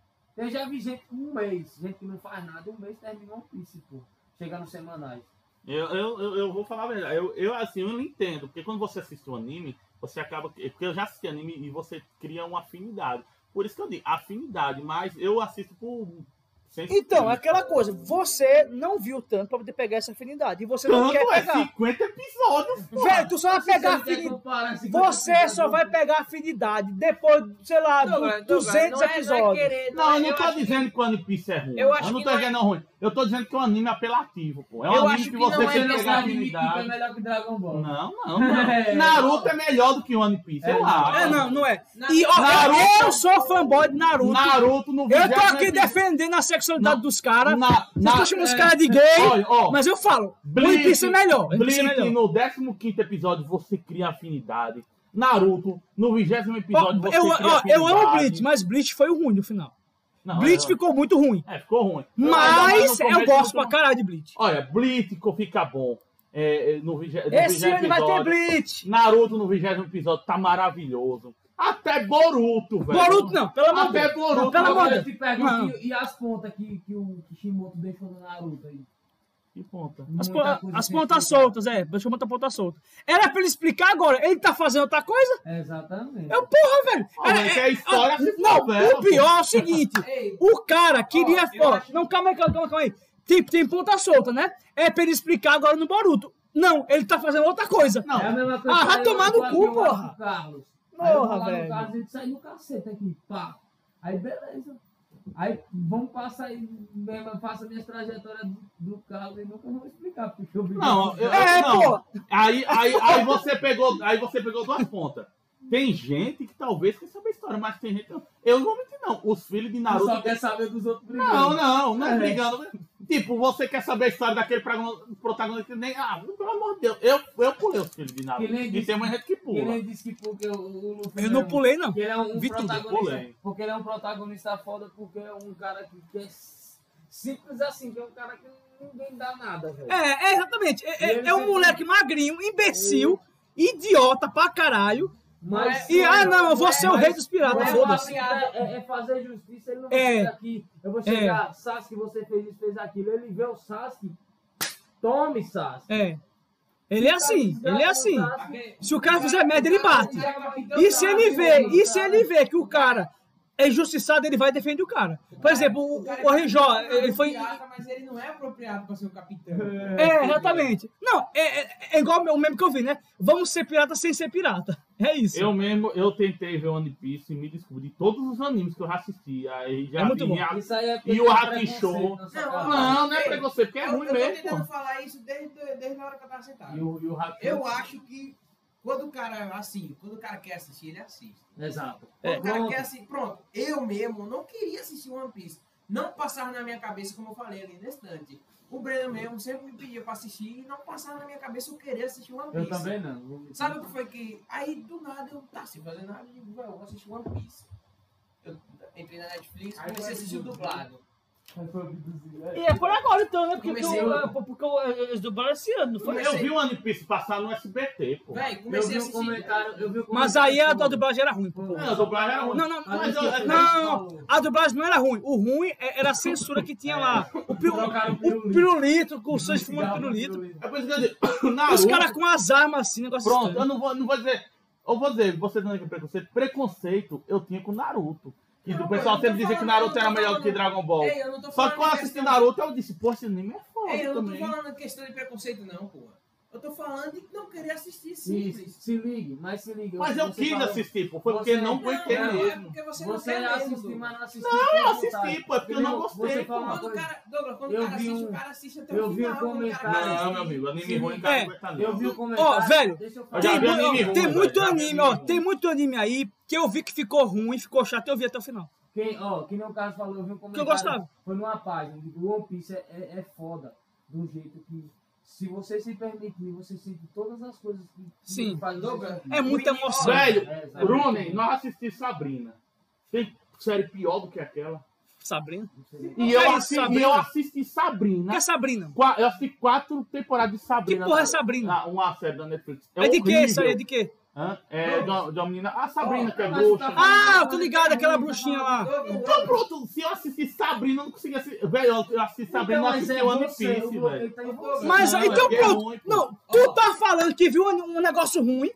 Eu já vi gente com um mês, gente que não faz nada, um mês termina One Piece, pô. Chega nos semanais. Eu, eu, eu, eu vou falar a verdade. Eu, eu, assim, eu não entendo. Porque quando você assiste um anime, você acaba... Porque eu já assisti anime e você cria uma afinidade. Por isso que eu digo, afinidade. Mas eu assisto por... Então, é aquela coisa, você não viu tanto pra poder pegar essa afinidade. E você não Tanto quer é pegar. cinquenta episódios, pô. Velho, tu só vai pegar Você não quer afinidade. comparar esse Você só vai pegar afinidade depois, sei lá, Douglas, do Douglas, duzentos não é- não é episódios. querer- Não, eu é- não eu tô acho que- dizendo que o One Piece é ruim. Eu acho Eu não que tô não é- dizendo ruim. Eu tô dizendo que é um anime apelativo, pô. É um Eu anime acho que que você não é tem que nesse pegar anime que é afinidade. melhor que Dragon Ball. Não, não, não. Naruto é melhor do que o One Piece, eu acho. É, não, não é. E ó, Naruto- eu sou fanboy de Naruto. Naruto no Eu tô vigésimo aqui episódio- defendendo a sexualidade Na- dos caras. Na, Vocês na, estão chamando os é, caras de gay, olha, ó, mas eu falo, o One Piece é melhor. One Piece é Bleach, melhor. no décimo quinto episódio você cria afinidade. Naruto, no vigésimo Ó, episódio você eu, cria ó, afinidade. eu amo Bleach, mas Bleach foi o ruim no final. Não, Bleach é, ficou muito ruim. É, ficou ruim. Ainda mais Mas no eu começo, gosto muito- pra caralho de Bleach. Olha, Bleach fica bom. É, é, no vigé- no Esse vigésimo ano vai ter episódio. Bleach. Naruto no vigésimo episódio tá maravilhoso. Até Boruto, velho. Boruto não, pelo amor de Até Deus. Boruto. Não, pelo amor de Agora eu Deus. te pergunto, Não. e, e as pontas que, que o Kishimoto deixou no Naruto aí? Que ponta. As, Muita po- coisa as sem pontas explicar. soltas, é. Deixa eu botar a ponta solta. Era pra ele explicar agora. Ele tá fazendo outra coisa? Exatamente. Eu, porra, velho. Ah, mas que a história ah, se não, novela, o pior é o seguinte. Ei, O cara queria... Ó, eu Ó, acho- não, calma aí, calma, calma, calma aí. Tem, tem ponta solta, né? É pra ele explicar agora no Boruto. Não, ele tá fazendo outra coisa. Não, É a mesma coisa Ah, que vai eu- tomar no eu- cu, eu vou lá porra. pro Carlos. Aí eu vou Porra, lá no velho. Carlos e sai no cacete aqui, pá. Aí beleza. Aí vamos passar aí, mesmo, faça minhas trajetórias do, do Carlos e nunca vou explicar, porque eu vi. Não, eu, É, não. pô. Aí, aí, aí, você pegou, aí você pegou duas pontas. Tem gente que talvez quer saber a história, mas tem gente que não. Eu não vou mentir, não. Os filhos de Eu Naruto. só quer saber dos outros brigando. Não, não, não é É. brigando. Tipo, você quer saber a história daquele protagonista- protagonista que nem. Ah, pelo amor de Deus. Eu, eu pulei os filhos de Naruto. Que nem E disse- tem uma gente que Que pula. ele disse que porque o, o Luffy Eu não é um- pulei, não. que ele é um Vi tudo, protagonista. pulei. Porque ele é um protagonista foda, porque é um cara que, que é s- simples assim, que é um cara que ninguém dá nada, velho. É, é exatamente. É, é- ele é um sempre- moleque magrinho, imbecil, idiota pra caralho. Mas, E, ah, não, eu vou ser o mas- rei dos piratas, mas foda-se. é, é, é fazer justiça, ele não vai É. chegar aqui. Eu vou chegar, Sasuke, você fez isso, fez aquilo. Ele vê o Sasuke, tome, Sasuke. É. Ele é assim, ele é assim. Sasuke, Se o cara fizer merda, ele bate. E se ele vê, e se ele vê que o cara é injustiçado, ele vai defender o cara. Por exemplo, o, o R J, ele foi... Mas ele não é apropriado pra ser o capitão. É, exatamente. Não, é, é, é igual o meme que eu vi, né? Vamos ser pirata sem ser pirata. É isso. Eu mesmo, eu tentei ver One Piece e me descobri todos os animes que eu já assisti. Aí já É muito vi bom. a- Isso aí é E o porque Hakusho? preconceito na sua Não, cara. Não, não é preconceito, porque é Eu, ruim eu tô mesmo, tentando pô. falar isso desde, desde a hora que eu tava sentado. E o, e o Hakusho- Eu acho que Quando o cara, assim, quando o cara quer assistir, ele assiste. Exato. Quando É, o cara pronto. quer assistir, pronto. Eu mesmo não queria assistir One Piece. Não passava na minha cabeça, como eu falei ali na estante. O Breno mesmo sempre me pedia pra assistir e não passava na minha cabeça eu querer assistir One Piece. Eu também não. Sabe o que foi que... Aí, do nada, eu tá sem fazer nada e digo, "Vai, eu vou assistir One Piece." Eu entrei na Netflix, comecei a assistir o dublado. E é por agora então, né? Porque, Comecei eu, a- porque eu, eles dublaram esse ano, não foi? Eu vi o One Piece passar no S B T, pô. Véi, Eu comecei vi a um assistir... comentário, eu vi um Mas comentário aí a, sobre- a dublagem era ruim, pô. Não, a dublagem era ruim. Não, não, Mas não, eu- não, não, a dublagem não era ruim. O ruim é- era a censura que tinha lá. O, piru, Trocaram o o pirulito. pirulito, com o sangue fumando pirulito. É por isso que eu digo, Naruto... Os caras com as armas assim, negócio Pronto, estranho. eu não vou, não vou dizer... Eu vou dizer, você não tem preconceito. Preconceito eu tinha com Naruto. E Não, o pessoal eu não tô sempre dizia que falando- Naruto eu era não tô melhor do que falando- Dragon Ball. Ei, eu não tô Só falando que quando eu de assisti questão- Naruto, eu disse, pô, esse anime é foda Ei, eu não tô também. falando de questão de preconceito, não, porra. Eu tô falando de não querer assistir Isso, simples. se ligue, mas se ligue. Mas eu Você quis falou- assistir, pô. Foi porque Você- não Não, aguentei não, é mesmo. porque você não Você quer mesmo, assistiu, Douglas. mas não assistiu. Não, por eu vontade. assisti, pô, é porque eu não Você gostei, falou uma Quando o coisa. cara, Douglas, quando Eu o cara vi assiste, um- o cara assiste até eu o vi um final. quando o cara comentário- quer Não, meu assistir. amigo, anime Sim. ruim não É. aguenta não. Eu vi o comentário. Ó, velho, Deixa eu Eu falar. já Tem, vi mu- anime ó, ruim, tem velho, muito já vi anime, anime ó. ruim. Tem muito anime aí que eu vi que ficou ruim, ficou chato, eu vi até o final. Quem, ó, que nem o Carlos falou, eu vi um comentário. Que eu gostava. Foi numa página. Digo, o One Piece é, é, é foda. Do jeito que, se você se permitir, você sente todas as coisas que, que Sim. fazem Douglas, É muita emoção. Velho, É, exato. Rooney, nós assistimos Sabrina. Tem série pior do que aquela. Sabrina. E Que eu, é isso, assisti, Sabrina? e eu assisti Que Sabrina. é Sabrina? Qua- Eu assisti quatro temporadas de Sabrina. Que porra é Sabrina? Ah, uma série da Netflix. É de que horrível. isso aí? É de que? Hã? É de uma, de uma menina. Ah, Sabrina, que é mas tu bruxa. tá falando- Ah, eu tô ligado, aquela bruxinha lá. Então pronto, se eu assistir Sabrina, eu não conseguia assistir. Velho, eu- eu assisti Sabrina, Então, não mas assisti é One você, Piece, o bloqueio velho. tá em você. Mas Não, então é que é pronto. ruim, pô. Não, tu tá falando que viu um, um negócio ruim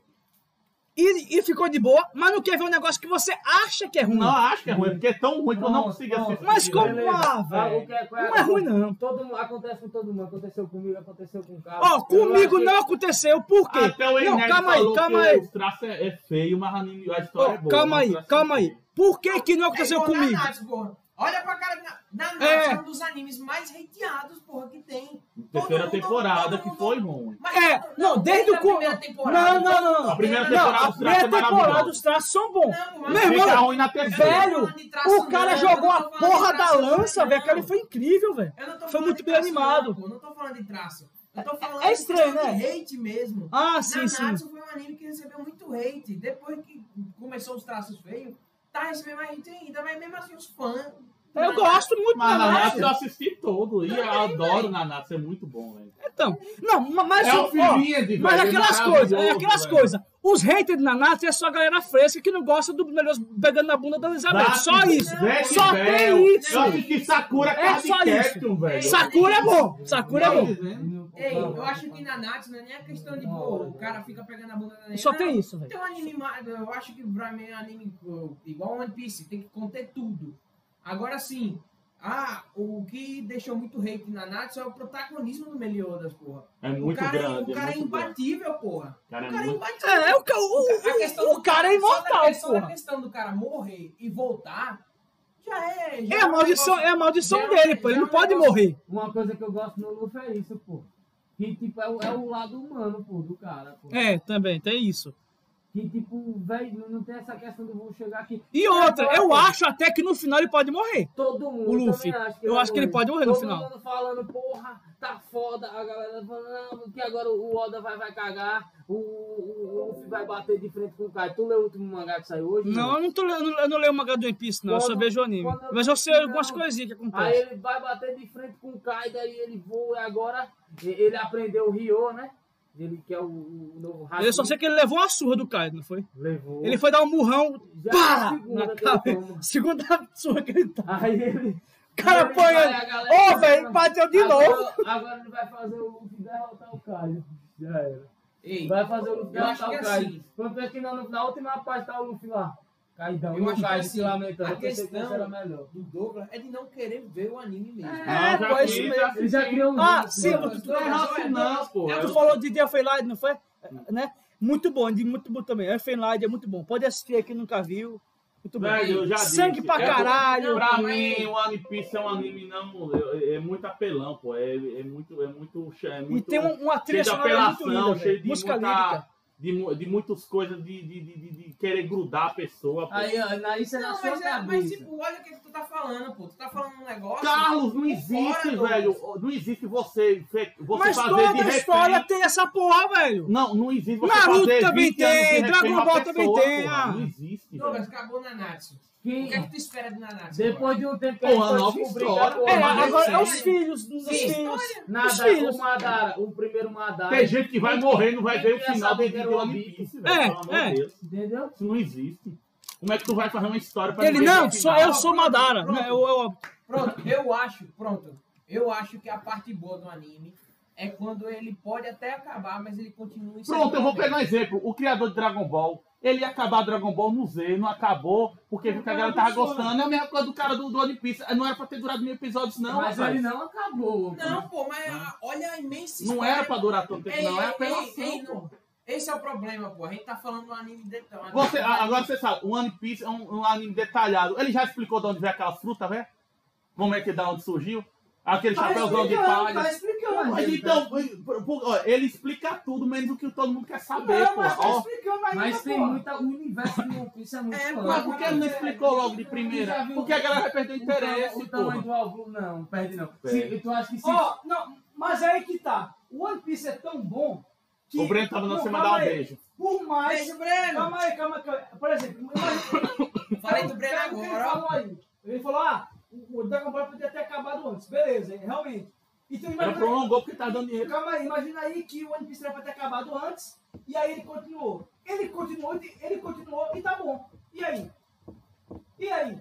e, e ficou de boa, mas não quer ver um negócio que você acha que é ruim. Não, acho que é ruim, porque é tão ruim que eu não Pronto, consigo pronto. assistir. Mas como velho. ah, Ah, velho? o que é- qual é a Não é ruim, coisa? não. Todo mundo, acontece com todo mundo. Aconteceu comigo, aconteceu com o Carlos. Ó, comigo Eu achei- não aconteceu, por quê? Até o Não, Enéas calma aí, falou calma que aí. os traços é, é feio, mas a, anime- a história Ó, é boa. calma mas aí, o traço calma é aí. feio. Por que que não aconteceu É igual comigo? Nanatsu, porra. Olha pra cara de Na- Nanatsu, É. é um dos animes mais hateados, porra, que tem. Terceira Todo mundo- temporada todo que mundo- foi ruim. Mas É, não, desde a o co- primeira temporada. Não, não, não, todo não. A primeira mundo- Não, temporada a os traços primeira é temporada maravilhoso. os traços são bons. Não, mas Meu Fica irmão, ruim na terceira. velho, falando de traço, o cara não, jogou eu a não tô falando porra de da traço, lança, não. velho. Aquele foi incrível, velho. Eu não tô Foi falando muito de bem traço, animado. Não, pô, não tô falando de traço. Eu tô falando É estranho, de questão né? de hate mesmo. Ah, sim, sim. Nanatsu foi um anime que recebeu muito hate. Depois que começou os traços feios, tá recebendo mais hate ainda. Mas mesmo assim, os fãs... Eu gosto muito Mas da Nanatsu eu Nanatsu. assisti todo. E eu adoro Nanatsu, é muito bom, velho. Então, não, ma- mas, É ó, um filhinho de mas velho, aquelas é coisas, é maravilhoso, aquelas velho. coisas. Os haters de Nanatsu é só a galera fresca que não gosta do melhor pegando na bunda da Elizabeth. Só isso. Zete Só Bell. tem isso. Eu assisti Sakura É Card só isso. Captain, velho. Sakura é bom. Sakura é bom. Ei, eu acho que Nanatsu não é nem a questão de, pô, o cara fica pegando a bunda da Só Não, tem isso, velho. Tem um anime, mais- eu acho que pra mim é um anime pô, igual One Piece, tem que conter tudo. Agora sim, ah, o que deixou muito hate na Nanatsu é o protagonismo do Meliodas, porra. É O muito cara, grande. o cara é, é muito grande. imbatível, porra. O cara é O cara é muito... imbatível. É, o, ca- o, A questão o, do o cara é só da- imortal, só da porra. questão do cara morrer e voltar, já é... Já É a maldição, é a maldição já- dele, pô. Ele já não é um pode negócio- morrer. Uma coisa que eu gosto no Luffy é isso, pô. Que, tipo, é o, é o lado humano, pô, do cara, pô. É, também, tem isso. Que, tipo, velho, não- não tem essa questão de vou chegar aqui. E outra, Agora, eu pô, acho até que no final ele pode morrer. Todo mundo. O Luffy. também acho Eu vai acho que ele pode morrer no Todo final. mundo falando, porra, tá foda. A galera falando, não, que agora o Oda vai, vai cagar. O, o, o Luffy vai bater de frente com o Kai. Tu leu o último mangá que saiu hoje? Não, eu não, tô, lendo- eu não leio o mangá do One Piece, não. Eu só Quando- vejo o anime. quando- Mas eu sei não. algumas coisinhas que Aí acontecem. ele vai bater de frente com o Kai, daí ele voa. E agora e- ele aprendeu o Ryo, né? Ele que é o, o novo Haki. Eu só sei que ele levou uma surra do Kaido, não foi? Levou. Ele foi dar um murrão, Já é a pá, segunda na que ele cabeça. toma. Segunda surra que ele tá. Aí ele. O cara ele vai, a apanhando. galera Ô, vai- velho, bateu de agora, novo. Agora ele vai fazer o Luffy derrotar o Kai. Já era. Ei, Vai fazer o Luffy eu acho derrotar que o Kai. assim- Quando pensa que na, na última parte tá o Luffy lá. Caidão. Eu E o acho que Kai assim, se lamentando. a Eu pensei que questão- isso era melhor. do Douglas é de não querer ver o anime mesmo. É, já pô, é isso fiz, mesmo. já Ele já criou um. Ah, jeito, sim, mano. tu- tu- Não é raça não, pô. Tu Eu- falou de The Fenlight, não foi? Né? Muito bom, de muito bom também. Fenlight é muito bom. Pode assistir aí quem nunca viu. Muito bom. Velho, eu já Sangue disse. pra É, caralho. Pra mim, o One Piece é um anime não. É, é muito apelão, pô. É, é muito. É muito. É E muito tem um- uma trilha cheio de sonora muito apelação, linda, cheio velho. de Música muita, lírica. de, mu- de muitas coisas, de, de, de, de- de querer grudar a pessoa. pô. Aí, ó, aí isso é na Não, sua mas, é, mas cabeça. tipo, olha o que tu tá falando, pô. Tu tá falando um negócio. Carlos, não por existe, fora, velho. Douglas. Não existe você, fe- você Mas fazer toda de a refém. história tem essa porra, velho. Não, não existe você Naruto fazer também vinte anos de tem, refém Dragon uma Ball também pessoa, tem, porra. ah. Não existe, Douglas, velho. acabou Nanatsu. Quem- O que é que tu espera de Nanatsu? Depois de um tempo que Porra, a gente nova foi descobrir história, que a porra É, Mas não agora é existe. os filhos dos Sim, filhos. Os Nada, filhos. o Madara, o primeiro Madara. Tem gente que vai morrer e não vai ver o Quem final sabe de que era de o One Obito? Piece, velho. É, Pelo amor é. de Deus. Entendeu? Isso não existe. Como é que tu vai fazer uma história pra Ele, ver não, o só, final? eu sou Madara. Pronto. Não, eu, eu, Pronto, eu acho, pronto. Eu acho que a parte boa do anime é quando ele pode até acabar, mas ele continua em Pronto, eu vou certo pegar um exemplo. O criador de Dragon Ball, ele ia acabar Dragon Ball no Z, não acabou, porque viu que a galera tava gostando. É a mesma coisa do cara do, do One Piece. Não era pra ter durado mil episódios, não. Mas rapaz. ele não acabou. Não, pô, mas a- olha a imensa Não história. era pra durar tanto tempo, Ei, não. É ei, apelação, ei, ei, pô. não. Esse é o problema, pô. A gente tá falando do anime de... um anime Você, de- a- agora você sabe, o One Piece é um, um anime detalhado. Ele já explicou de onde veio aquelas frutas, velho? Como é que da onde surgiu? Aquele Tá chapéuzão de explicando, palha. tá explicando. Mas então, por- por- ó, ele explica tudo, menos o que todo mundo quer saber, Não, pô. mas tá Ó, explicando ainda, Mas tem porra. muita. O universo de One Piece é muito É, amplo. mas por que ele não explicou logo de primeira? Porque a galera vai perder O tamanho- interesse, O tamanho pô. do alvo, não, perde não. Perde. Se, tu acha que se. Ó, não, mas aí que tá. O One Piece é tão bom que... O Breno tá mandando Não, você calma mandar um aí. beijo. Por mais... Beijo, Breno! Calma aí, calma aí. calma aí. Por exemplo, imagina... Falei do Breno Pega o que ele agora, ó. falou aí. Ele falou, ah, o o Dragon Ball podia ter acabado antes. Beleza, realmente. Então Ela imagina... prolongou porque tá dando dinheiro. Calma aí, imagina aí que o One Piece era pra ter acabado antes, e aí ele continuou. Ele continuou, ele continuou e tá bom. E aí? E aí?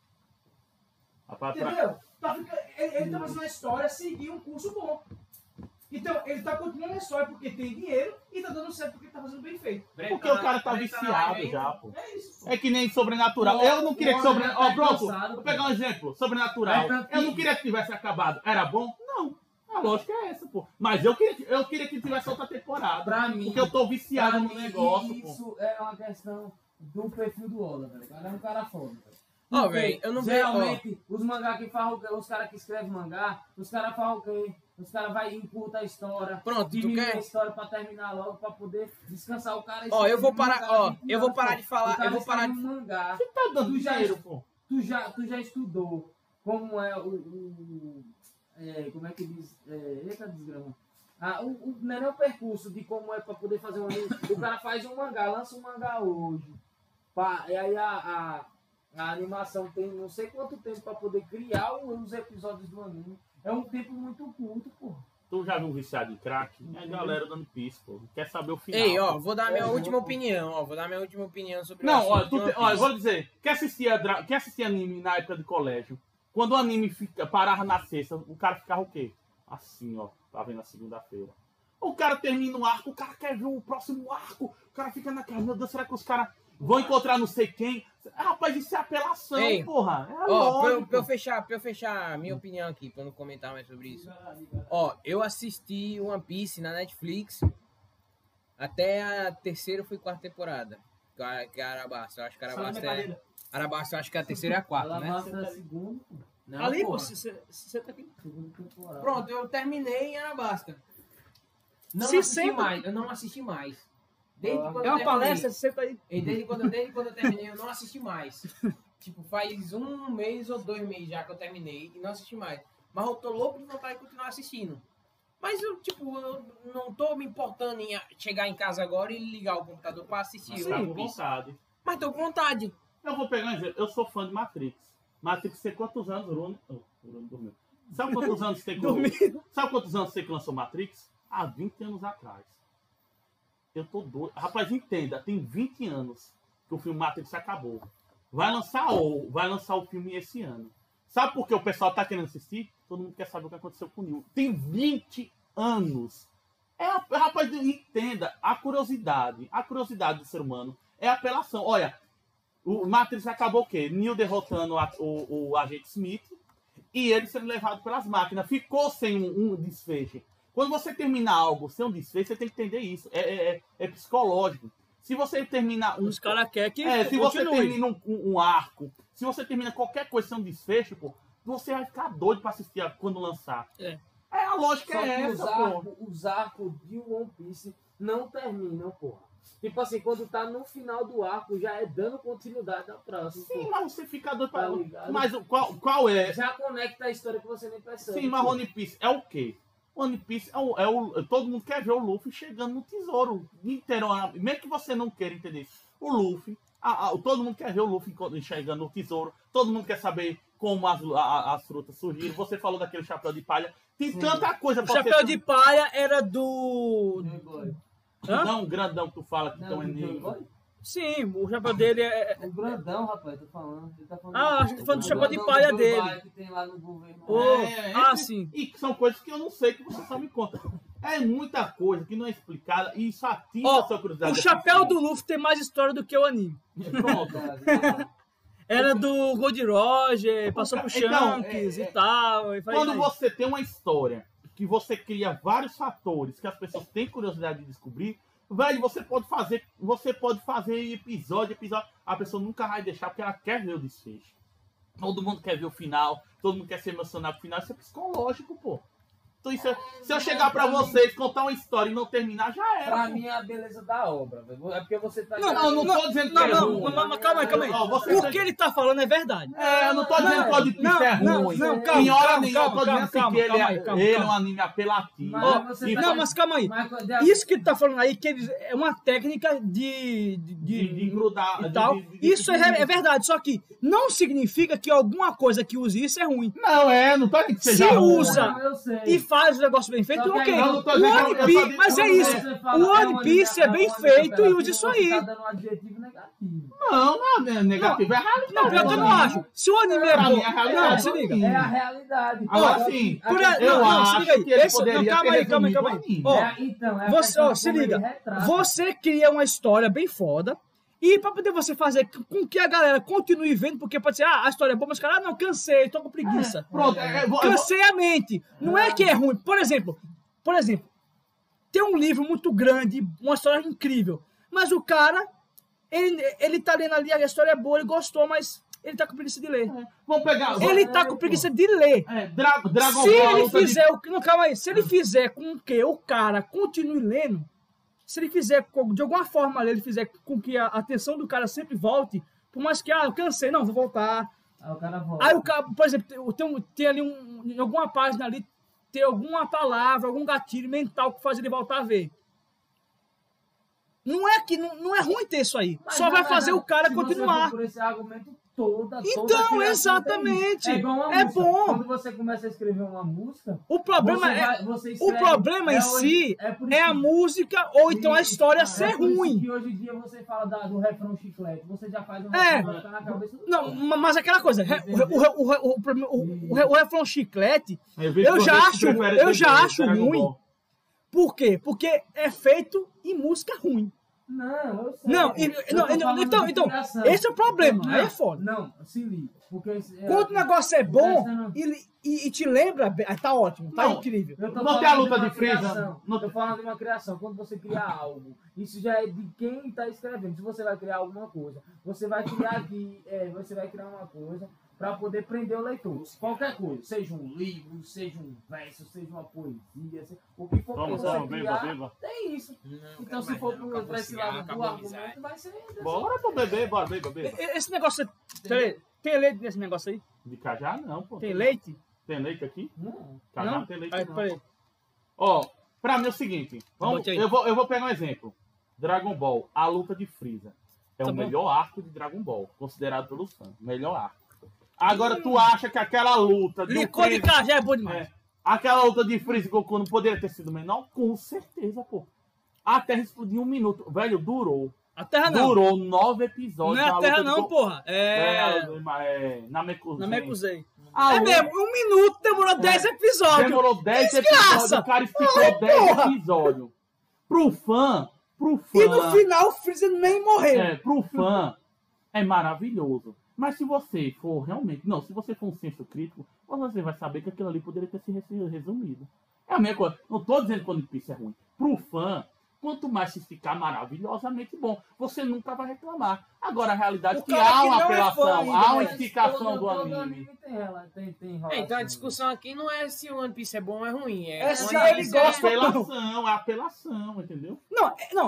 Rapaz, pra- Entendeu? Tá fica- ele, ele tá fazendo a história seguir um curso bom. Então, ele tá continuando a história porque tem dinheiro e tá dando certo porque tá fazendo bem feito. Porque o cara tá viciado já, pô. É isso. É que nem Sobrenatural. Eu não queria que Sobrenatural... Ó, pronto, cansado, vou pegar um exemplo. Sobrenatural. É tanto que- Eu não queria que tivesse acabado. Era bom? Não. A lógica é essa, pô. Mas eu queria, eu queria que tivesse outra temporada. Pra mim. Porque eu tô viciado pra no mim, negócio, pô. Isso é uma questão do perfil do Oda, velho. O cara é um cara foda, velho. Ó, Porque, velho, eu não vejo- geralmente, os mangá que falam, os caras que escrevem mangá, os caras falam o quê? Os caras vai encurta a história, Pronto, tu diminui quer? a história pra terminar logo, pra poder descansar o cara. Ó, eu vou escreve parar- mangá ó, vinte eu vou anos, parar pô. de falar, O cara eu vou parar escreve de- um mangá. Você tá dando Tu já, dinheiro, pô. tu, já, tu já estudou como é o... o é, como é que diz? É, eita desgrama. Ah, o, o, não é nem o percurso de como é pra poder fazer um anime. O cara faz um mangá, lança um mangá hoje. Pá, e aí a, a, a animação tem não sei quanto tempo pra poder criar os episódios do anime. É um tempo muito curto, pô. Tu já viu um viciado em crack? É a galera dando piso, pô. Quer saber o final. Ei, ó, pô. vou dar minha É, última vou- opinião, ó. Vou dar minha última opinião sobre o Não, assunto ó, de tu One te- ó, eu Piece. vou dizer. Quer assistir, a dra- quer assistir anime na época de colégio? Quando o anime fica, parava na sexta, o cara ficava o quê? Assim, ó. Tá vendo na segunda-feira. O cara termina um arco, o cara quer ver o próximo arco. O cara fica naquela, meu Deus, será que os caras vão encontrar não sei quem? Rapaz, isso é apelação, Ei, porra. É Ó, pra eu, lógico. pra eu fechar, pra eu fechar a minha opinião aqui, pra eu não comentar mais sobre isso. Ó, eu assisti One Piece na Netflix até a terceira ou foi quarta temporada. Que é que é a Arabasta. Eu acho que a Arabasta é. Arabasta, eu acho que é a terceira e a quarta, né? Alabasta é a segunda. pô. Não, Ali, porra. pô, você você tá aqui. Segunda temporada. Pronto, eu terminei em Arabasta. Não Se assisti senta- mais, eu não assisti mais. Desde Ah. quando É eu uma terminei. palestra, você tá aí. E desde quando, desde quando eu terminei, eu não assisti mais. Tipo, faz um mês ou dois meses já que eu terminei e não assisti mais. Mas eu tô louco de vontade de continuar assistindo. Mas eu, tipo, eu não tô me importando em a- chegar em casa agora e ligar o computador pra assistir. Mas o tá One com Piece. vontade. Mas tô com vontade. Eu vou pegar um exemplo. Eu sou fã de Matrix. Matrix tem quantos anos? O Bruno, oh, o Bruno dormiu. Sabe quantos anos tem que Sabe quantos anos tem que lançou Matrix? Há vinte anos atrás. Eu tô doido. Rapaz, entenda, tem vinte anos que o filme Matrix acabou. Vai lançar o, vai lançar o filme esse ano. Sabe por que o pessoal tá querendo assistir? Todo mundo quer saber o que aconteceu com o Neo. Tem vinte anos. É, a- rapaz, entenda, a curiosidade, a curiosidade do ser humano é apelação. Olha, o Matrix acabou o quê? Neo derrotando a- o, o agente Smith e ele sendo levado pelas máquinas. Ficou sem um, um desfecho. Quando você termina algo sem um desfecho, você tem que entender isso. É, é- é- é psicológico. Se você termina um. Os caras querem que É, se você continue. termina um, um- um arco, se você termina qualquer coisa sem um desfecho, pô, você vai ficar doido pra assistir a- quando lançar. É. É, a lógica Só é que os essa, pô. arcos, os arcos de One Piece não terminam, porra. Tipo assim, quando tá no final do arco, já é dando continuidade ao próximo. Sim, mas você fica doido pra... Tá ligado? Mas qual, qual é? Já conecta a história que você nem percebe. Sim, mas One Piece é o quê? One Piece é o, é o... Todo mundo quer ver o Luffy chegando no tesouro inteiro. Mesmo que você não queira entender. O Luffy... A, a, todo mundo quer ver o Luffy chegando no tesouro. Todo mundo quer saber como as, a, as frutas surgiram. Você falou daquele chapéu de palha. Tem Sim. tanta coisa pra O chapéu ser... de palha era do... Hã? Não, o grandão que tu fala que tem um enigma. Sim, o chapéu dele é... O grandão, rapaz, tô falando. Ele tá falando ah, acho que tá falando do chapéu de palha dele. Que tem lá no governo. Oh, é, é, ah, sim. E são coisas que eu não sei, que você só me conta. É muita coisa que não é explicada e isso ativa oh, a sua curiosidade. O chapéu do Luffy tem mais história do que o anime. Pronto. Era do Gold Roger, passou pro Shanks então, é, é, e tal. E quando aí. Você tem uma história que você cria vários fatores que as pessoas têm curiosidade de descobrir, velho, você pode fazer, você pode fazer episódio, episódio, a pessoa nunca vai deixar porque ela quer ver o desfecho. Todo mundo quer ver o final, todo mundo quer se emocionar com o final, isso é psicológico, pô. Então, isso é, se eu chegar pra vocês, contar uma história e não terminar, já era. Pra mim é a beleza da obra. É porque você tá... Não, não, não, não tô dizendo que não, é ruim. Não, não, não, calma aí, calma aí. Não, o tá... que ele tá falando é verdade. É, eu não tô dizendo que o One Piece é ruim. Não, não, calma, em hora nenhuma, eu tô dizendo assim que ele é, ele é um anime apelativo. Mas oh, tá... Não, mas calma aí. Mas... Isso que ele tá falando aí, que ele... é uma técnica de... De, de, de grudar. E tal. De, de, de, isso de, de, é, é verdade, só que não significa que alguma coisa que use isso é ruim. Não, é, não tô dizendo que seja ruim. Se usa e faz o negócio bem feito, ok. O One Piece, mas é isso. O One Piece é bem feito e usa isso aí. Não, não é negativo, é realidade. Não, pior que eu não acho. Se o anime é bom... Não, se liga. É a realidade. Agora sim, eu acho que ele poderia calma aí, calma aí, calma aí. Ó, você, ó, se liga. Você cria uma história bem foda. E pra poder você fazer com que a galera continue vendo, porque pode ser, ah, a história é boa, mas cara, ah, não, cansei, tô com preguiça. É, pronto, é, vou, cansei a mente. Não é que é ruim. Por exemplo, por exemplo, tem um livro muito grande, uma história incrível, mas o cara, ele, ele tá lendo ali, a história é boa, ele gostou, mas ele tá com preguiça de ler. É. Vamos pegar... Ele tá com preguiça de ler. É, Dra Dragon Se Ball, ele fizer... De... Não, calma aí. Se ele fizer com que o cara continue lendo, se ele fizer, de alguma forma, ele fizer com que a atenção do cara sempre volte, por mais que, ah, eu cansei, não, vou voltar. Aí o cara volta. Aí o cara, por exemplo, tem, tem ali, um, em alguma página ali, tem alguma palavra, algum gatilho mental que faz ele voltar a ver. Não é que não, não é ruim ter isso aí. Mas Só não, vai fazer não, o cara se continuar. Você for por esse argumento toda, então, toda exatamente. É, é bom. Quando você começa a escrever uma música, o problema você é vai, você escreve, o problema é em si é, é a música ou então a história é ser ruim. Que hoje em dia você fala da, do refrão chiclete, você já faz um é. refrão na cabeça do Não, cara. Mas aquela coisa, o, o, o, o, o, o refrão chiclete, eu já acho, eu já acho ruim. Por quê? Porque é feito em música ruim. Não, eu sei. Não, e, não, não então, então, esse é o problema. Não, aí é foda. Não, se liga. Porque é, quando o negócio é bom e, e, e te lembra, aí tá ótimo, tá não, incrível. Eu tô não tem a luta de, de Freeza. Não tô falando de uma criação. Quando você cria algo, isso já é de quem tá escrevendo. Se você vai criar alguma coisa, você vai criar aqui, é, você vai criar uma coisa para poder prender o leitor. Qualquer coisa, seja um livro, seja um verso, seja uma poesia, seja, o que for vamos, que você vamos, criar, beba, beba. tem isso. Não, então se for para esse lado do argumento, vai ser... Bora pro bebê, bora, beba, beba. Esse negócio, tem, tem leite nesse negócio aí? De cajá não, pô. Tem leite? Tem leite aqui? Não. Cajá não, não tem leite aí, não. Ó, pra mim é o seguinte, vamos, eu, vou, eu vou pegar um exemplo. Dragon Ball, a luta de Freeza. É tá o bom. melhor arco de Dragon Ball, considerado pelos fãs. Melhor arco. Agora tu acha que aquela luta de Licor de cajá é bom demais. É, aquela luta de Freeza e Goku não poderia ter sido menor? Com certeza, pô. A Terra explodiu em um minuto. Velho, durou. A Terra não. Durou nove episódios. Não é a Terra não, porra. É... é... é... Namekusei. Namekusei. Ah, é o... mesmo, um minuto demorou dez é. episódios. Demorou dez episódios. O cara esticou dez episódios. Pro fã, pro fã... E no final o Freeza nem morreu. É, pro fã é maravilhoso. Mas se você for realmente... Não, se você for um senso crítico, você vai saber que aquilo ali poderia ter sido resumido. É a mesma coisa. Não tô dizendo que o One Piece é ruim. Pro fã, quanto mais se ficar maravilhosamente bom, você nunca vai reclamar. Agora, a realidade é que há uma apelação, há uma explicação do anime. Tem ela, tem, tem é, então a discussão aqui não é se o One Piece é bom ou é ruim. É, é se ele gosta. É apelação, é apelação, entendeu? Não, não.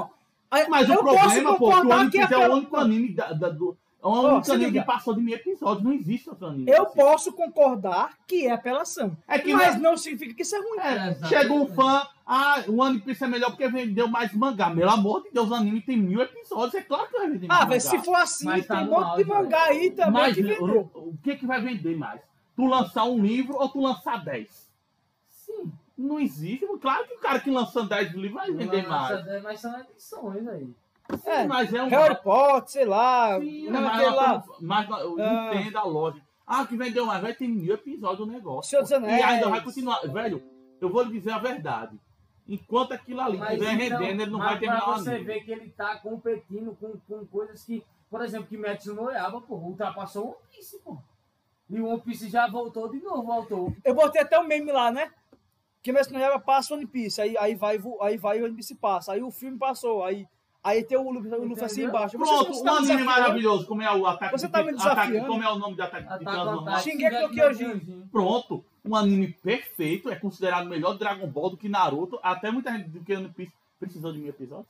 Aí, Mas eu o problema, posso pô, que o concordar One que Piece é aquela- o único anime da, da- do. É o Ó, único se anime liga. que passou de mil episódios. Não existe outro anime. Eu assim. posso concordar que é apelação. É que mas não- não significa que isso é ruim. É, chega um fã, ah, o One Piece é melhor porque vendeu mais mangá. Meu amor de Deus, o anime tem mil episódios. É claro que vai vender mais Ah, mangá. velho, se for assim, Mas tá tem um no monte de auge, mangá aí também Mas que vendeu. o, o que que vai vender mais? Tu lançar um livro ou tu lançar dez? Sim. Não existe. Claro que o cara que lança dez livros vai vender mais. Nossa, mas são edições aí. É, Mas é um... Harry Potter, sei lá. Sim, não é mas, aquele nós lá. estamos- mas nós- eu Ah. entendo a lógica. Ah, que vendeu mais, vai ter mil episódios do negócio. Senhor dos pô. Anéis. E ainda vai continuar. Velho, eu vou lhe dizer a verdade. Enquanto aquilo ali Mas estiver então, rendendo, ele não mas vai terminar pra o você anime. ver que ele tá competindo com, com coisas que, por exemplo, que Metsu no Yaiba, pô, ultrapassou o One Piece, pô. E o One Piece já voltou de novo, voltou. Eu botei até um meme lá, né? Que mesmo no Yaiba passa o One Piece, aí, aí, vai, vo- aí vai o One Piece passa, aí o filme passou, aí, aí tem o Luffy, o Luffy assim Entendeu? embaixo. Você- Pronto, você um tá me anime desafiando? maravilhoso, como é o Ataque Você de tá me Titãs- Ataque- desafiando? Como é o nome de Ataque de Attack Titãs on normal? Titan, Shingeki no Kyojin. Pronto, um anime perfeito, é considerado melhor do Dragon Ball do que Naruto, até muita gente do que One Piece precisou de mil episódios.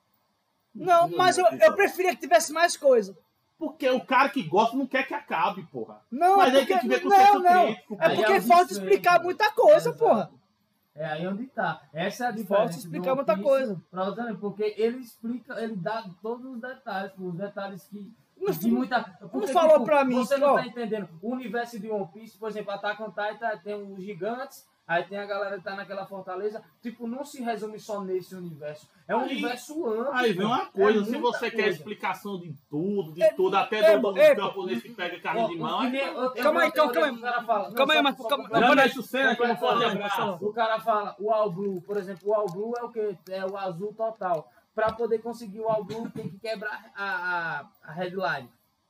Não, mas eu, eu preferia que tivesse mais coisa. Porque o cara que gosta não quer que acabe, porra. Não, Mas é aí tem porque, que ver com o não, senso não. crítico. É Aí porque é o falta desfecho. explicar muita coisa, Exato. porra. É aí onde tá. Essa é a Falta diferença. explicar do One muita Piece coisa. pra outros animes, porque ele explica, ele dá todos os detalhes, pô, os detalhes que. Não, de muita, não porque, falou tipo, pra mim, Você não ó. tá entendendo. O universo de One Piece, por exemplo, Attack on Titan tem os gigantes, aí tem a galera que tá naquela fortaleza. Tipo, não se resume só nesse universo. É um Aí- universo amplo. Aí vem uma pô. coisa, É se muita você quer coisa. explicação de tudo, de É, tudo, até é, do, do é, camponês que pega carne Ó, de o mão. que é- nem- eu- eu Calma aí, vi calma, uma teoria calma que o cara fala- Calma aí, só- mas só- calma- só- não, Não, peraí. deixa o cena que eu vou fazer a graça. O cara fala o All Blue, por exemplo, o All Blue é o que? É o azul total. Para poder conseguir o All Blue, tem que quebrar a, a, a headline.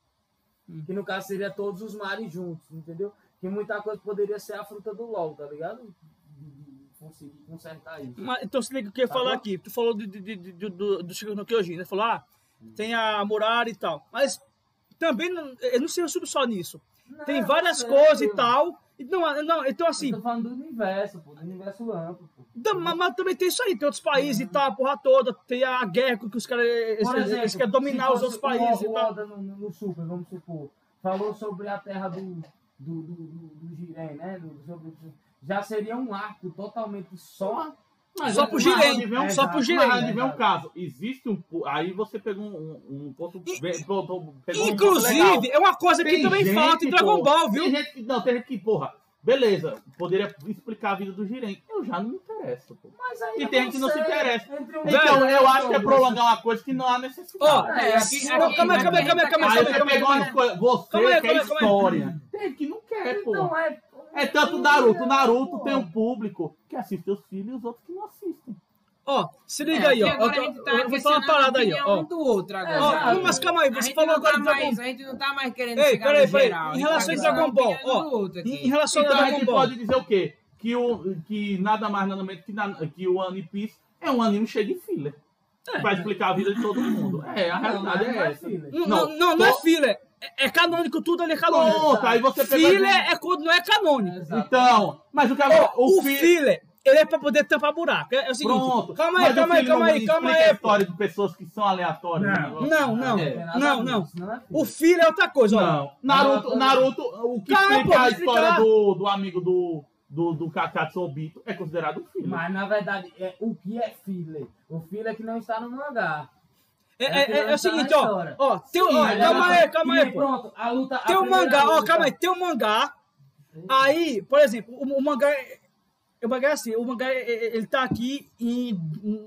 Que no caso seria todos os mares juntos, entendeu? Que muita coisa poderia ser a fruta do LOL, tá ligado? De- de Conseguir consertar isso. Mas, então se liga o que eu ia Tá falar bom? aqui. Tu falou de, de, de, de- do, do Shingeki no Kyojin, né? Falou, ah, tem a Murari e tal. Mas também, não- eu não se resume só nisso. Tem Não, várias eu coisas sei, e tal. E Não, não, então assim, Eu tô falando do universo, pô, do universo amplo, pô. Então, mas, mas também tem isso aí, tem outros países e tal, a porra toda, tem a guerra que os caras eles, Por eles- exemplo, eles querem dominar se os outros fosse países o e tal. Oda no, no, no Super, vamos supor, falou sobre a terra do, do, do, do, do Jiren, né? Do, sobre, já seria um arco totalmente só. Só pro mas Jiren, onde vem um- só pro mas Jiren. onde vem um caso. Existe um. po- Aí você pegou um, um ponto. E- bem- pegou um ponto legal. Inclusive, é uma coisa que Tem também gente, falta em Dragon pô, Ball, viu? Tem gente que, não, tem gente que, porra, beleza, poderia explicar a vida do Jiren. Eu já não me interesso, pô. Mas aí E tem gente que não se você- interessa. entre um Então, velho eu acho que é e prolongar uma coisa que não há necessidade. Ó, É, aqui- não, aqui- calma aí, calma aí, calma aí, calma aí, Aí calma aí, você calma aí, pegou calma uma aí. coisa, você Calma aí, quer calma aí, calma aí. história. Tem gente que não quer, pô. Então é. É tanto Naruto. Naruto tem um público que assiste os filhos e os outros que não assistem. Ó, se liga aí, ó. É, Eu, agora tô- a gente tá eu vou falar uma questionando parada a aí, opinião ó. um do outro agora. Ó, Exato. mas calma aí, A você gente falou não agora tá de Dragon mais, A gente não tá mais querendo Ei, chegar peraí, no peraí. geral. Em relação a a Dragon gente tá Ball, questionando ó, a opinião do outro aqui. Em, em relação Então a a Dragon gente Ball. pode dizer o quê? Que, o, que nada mais nada menos que, na, que o One Piece é um anime cheio de filler. Pra explicar a vida de todo mundo. É, a realidade é essa. Não, não, não, não é tô- filler. É, é canônico, tudo ali é canônico. Pronto, aí você pegou... Filler é quando não é canônico. Então, mas o que Ó, agora... o fi- filler, ele é pra poder tampar buraco. É, é o seguinte, Pronto. calma aí, Mas o calma aí, filho calma não aí, calma explica a aí. pô. história de pessoas que são aleatórias. Não. no negócio. Não, não, É. não, não. Não é O filler é outra coisa, ó. Não. Naruto, Naruto, o que Calma, explica pô, a vou história explicar. do, do amigo do, do, do Kakatsu Obito é considerado um filho. Mas na verdade, é, o que é filler? O filler é que não está no mangá. É, É é, que é, não é o está na seguinte, ó. história. Ó, tem, ó, Aí calma ela- aí, calma e aí, pô. Pronto, a luta. a Tem um primeira mangá, ó, luta- calma aí, tem um mangá. Aí, por exemplo, o, o mangá. é- O mangá é assim, o mangá é- é- ele tá aqui em.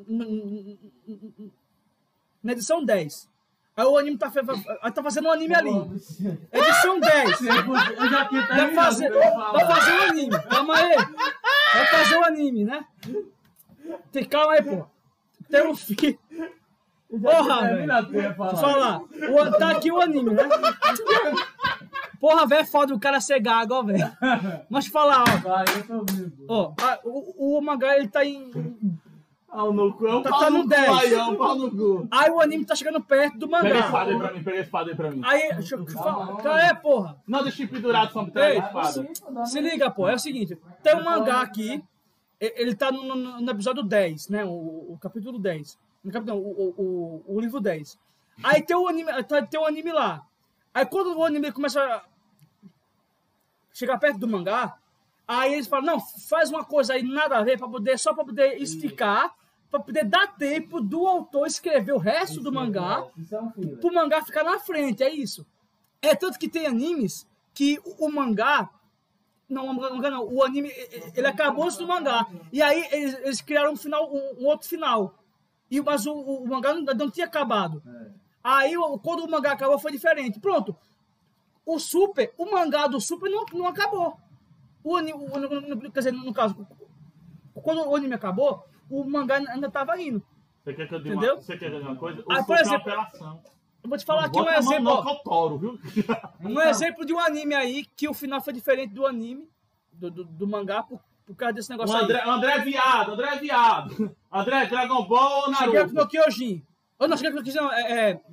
Na edição dez. Aí o anime tá, fe- aí tá fazendo um anime ali. Edição dez. Eu já tinha Vai terminado fazer, pra eu falar. vai fazer um anime. Calma aí. Vai fazer um anime, né? Tem, calma aí, pô. Tem um filho. Porra, velho. Terminado, eu ia falar. Deixa eu falar. O, tá aqui o anime, né? Porra, velho, é foda o cara ser gago, ó, velho. Mas deixa eu falar, ó. Vai, eu tô ouvindo. Ó, a- o, o mangá, ele tá em... Pau no cu, é um Tá- pau tá no no cu, dez. aí, é um pau no cu. Aí o anime tá chegando perto do Pega a mangá. espada aí pra mim, pega a espada aí pra mim. Aí, deixa eu falar. Cara, é, porra. Não, deixa eu pendurado só pra pegar Ei, a espada. Se liga, pô, é o seguinte, tem um mangá aqui, e- ele tá no, no- no episódio dez, né, o, o capítulo dez. No capítulo, não, o, o, o, o livro dez. Aí tem o anime, tem o anime lá. Aí quando o anime começa a chegar perto do mangá, aí eles falam, não, faz uma coisa aí nada a ver, pra poder, só para poder esticar, para poder dar tempo do autor escrever o resto isso do mangá, é, é um pro mangá ficar na frente, é isso. É tanto que tem animes que o, o mangá, não, o mangá não, o anime, ele acabou antes do mangá, e aí eles, eles criaram um final, um, um outro final, e, mas o, o, o mangá não, não tinha acabado. É. Aí, quando o mangá acabou, foi diferente. Pronto. O Super, o mangá do Super não, não acabou. O anime, o, quer dizer, no caso, quando o anime acabou, o mangá ainda estava indo. Você quer que eu diga Entendeu? uma, você quer que eu diga uma coisa? O Aí, Super por exemplo, é uma apelação. Eu vou te falar não aqui um exemplo. Não, que eu toro, viu? Um então, exemplo de um anime aí, que o final foi diferente do anime, do, do, do mangá, por, por causa desse negócio o André, aí. André é viado, André é viado. André, Dragon Ball ou Naruto? Shingeki no Kyojin. Oh, não, Shingeki no Kyojin não, é... é...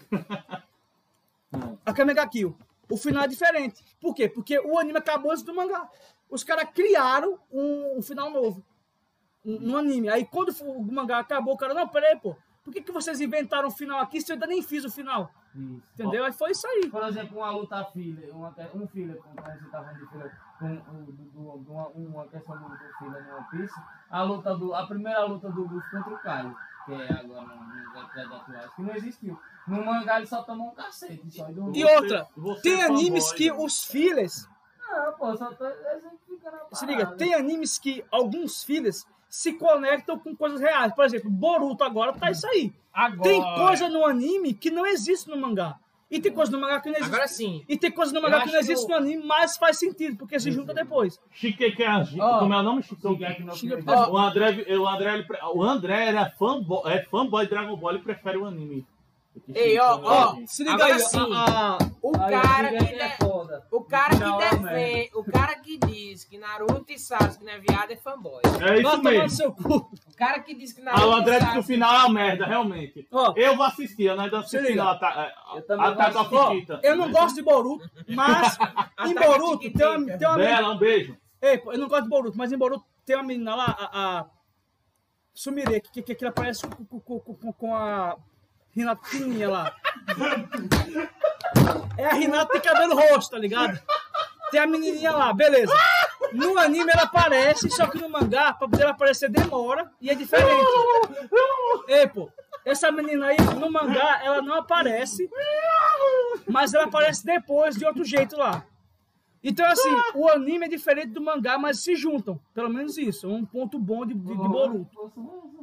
A Kamega Kill. O final é diferente. Por quê? Porque o anime acabou antes do mangá. Os caras criaram um, um final novo no, no anime. Aí quando o mangá acabou, o cara, não, peraí, pô. Por que, que vocês inventaram o final aqui se eu ainda nem fiz o final? Isso. Entendeu? Aí foi isso aí. Por exemplo, uma luta filha, uma, um filha, como a gente estava falando de filha, com, do, do, do, uma, uma questão do, do filha no One Piece, a, luta do, a primeira luta do Luffy contra o Kaido, que é agora no episódio atual, que não existiu. No mangá ele só tomou um cacete. Só e, e outra, você tem é animes fanboy, que né? os fillers... Não, pô, só tô exemplificando a parada. Se liga, tem animes que alguns fillers se conectam com coisas reais. Por exemplo, Boruto agora tá isso aí. Agora. Tem coisa no anime que não existe no mangá. E tem coisa no mangá que não existe. Agora sim. E tem coisa no mangá Eu que não acho existe que no anime, mas faz sentido, porque se junta depois. Shingeki, Ó, como é o nome? Shingeki no Shingeki Kyojin. O André, o André, ele, o André era fanboy, é fanboy de Dragon Ball e prefere o anime. Ei, ó, ó. Se liga Agora aí, sim. a, a, O Aí, cara o que Shingeki é de- foda. o cara Não, que é defende, o cara que diz que Naruto e Sasuke não é viado é fanboy. É isso vai tomar no mesmo. seu cu. O cara que diz que Ah, Naruto o André e disse que o Sasuke... final é uma merda, realmente. Ó, Eu vou assistir, eu ainda Se assisti liga. não, Ata- Eu também Ataque vou of ó, Titan. eu não gosto de Boruto, mas em Ataque Boruto de tem uma, Titan. tem uma menina... Bela, um beijo. Ei, pô, eu não gosto de Boruto, mas em Boruto tem uma menina lá, a, a Sumire, que, que, que ela parece com, com, com, com a Hinata pequenininha lá. É a Hinata que tem cabelo roxo, tá ligado? Tem a menininha lá, beleza. No anime ela aparece, só que no mangá, pra poder ela aparecer, demora e é diferente. Ei, pô, essa menina aí, no mangá, ela não aparece, mas ela aparece depois de outro jeito lá. Então, assim, o anime é diferente do mangá, mas se juntam. Pelo menos isso. É um ponto bom de, de, de Boruto.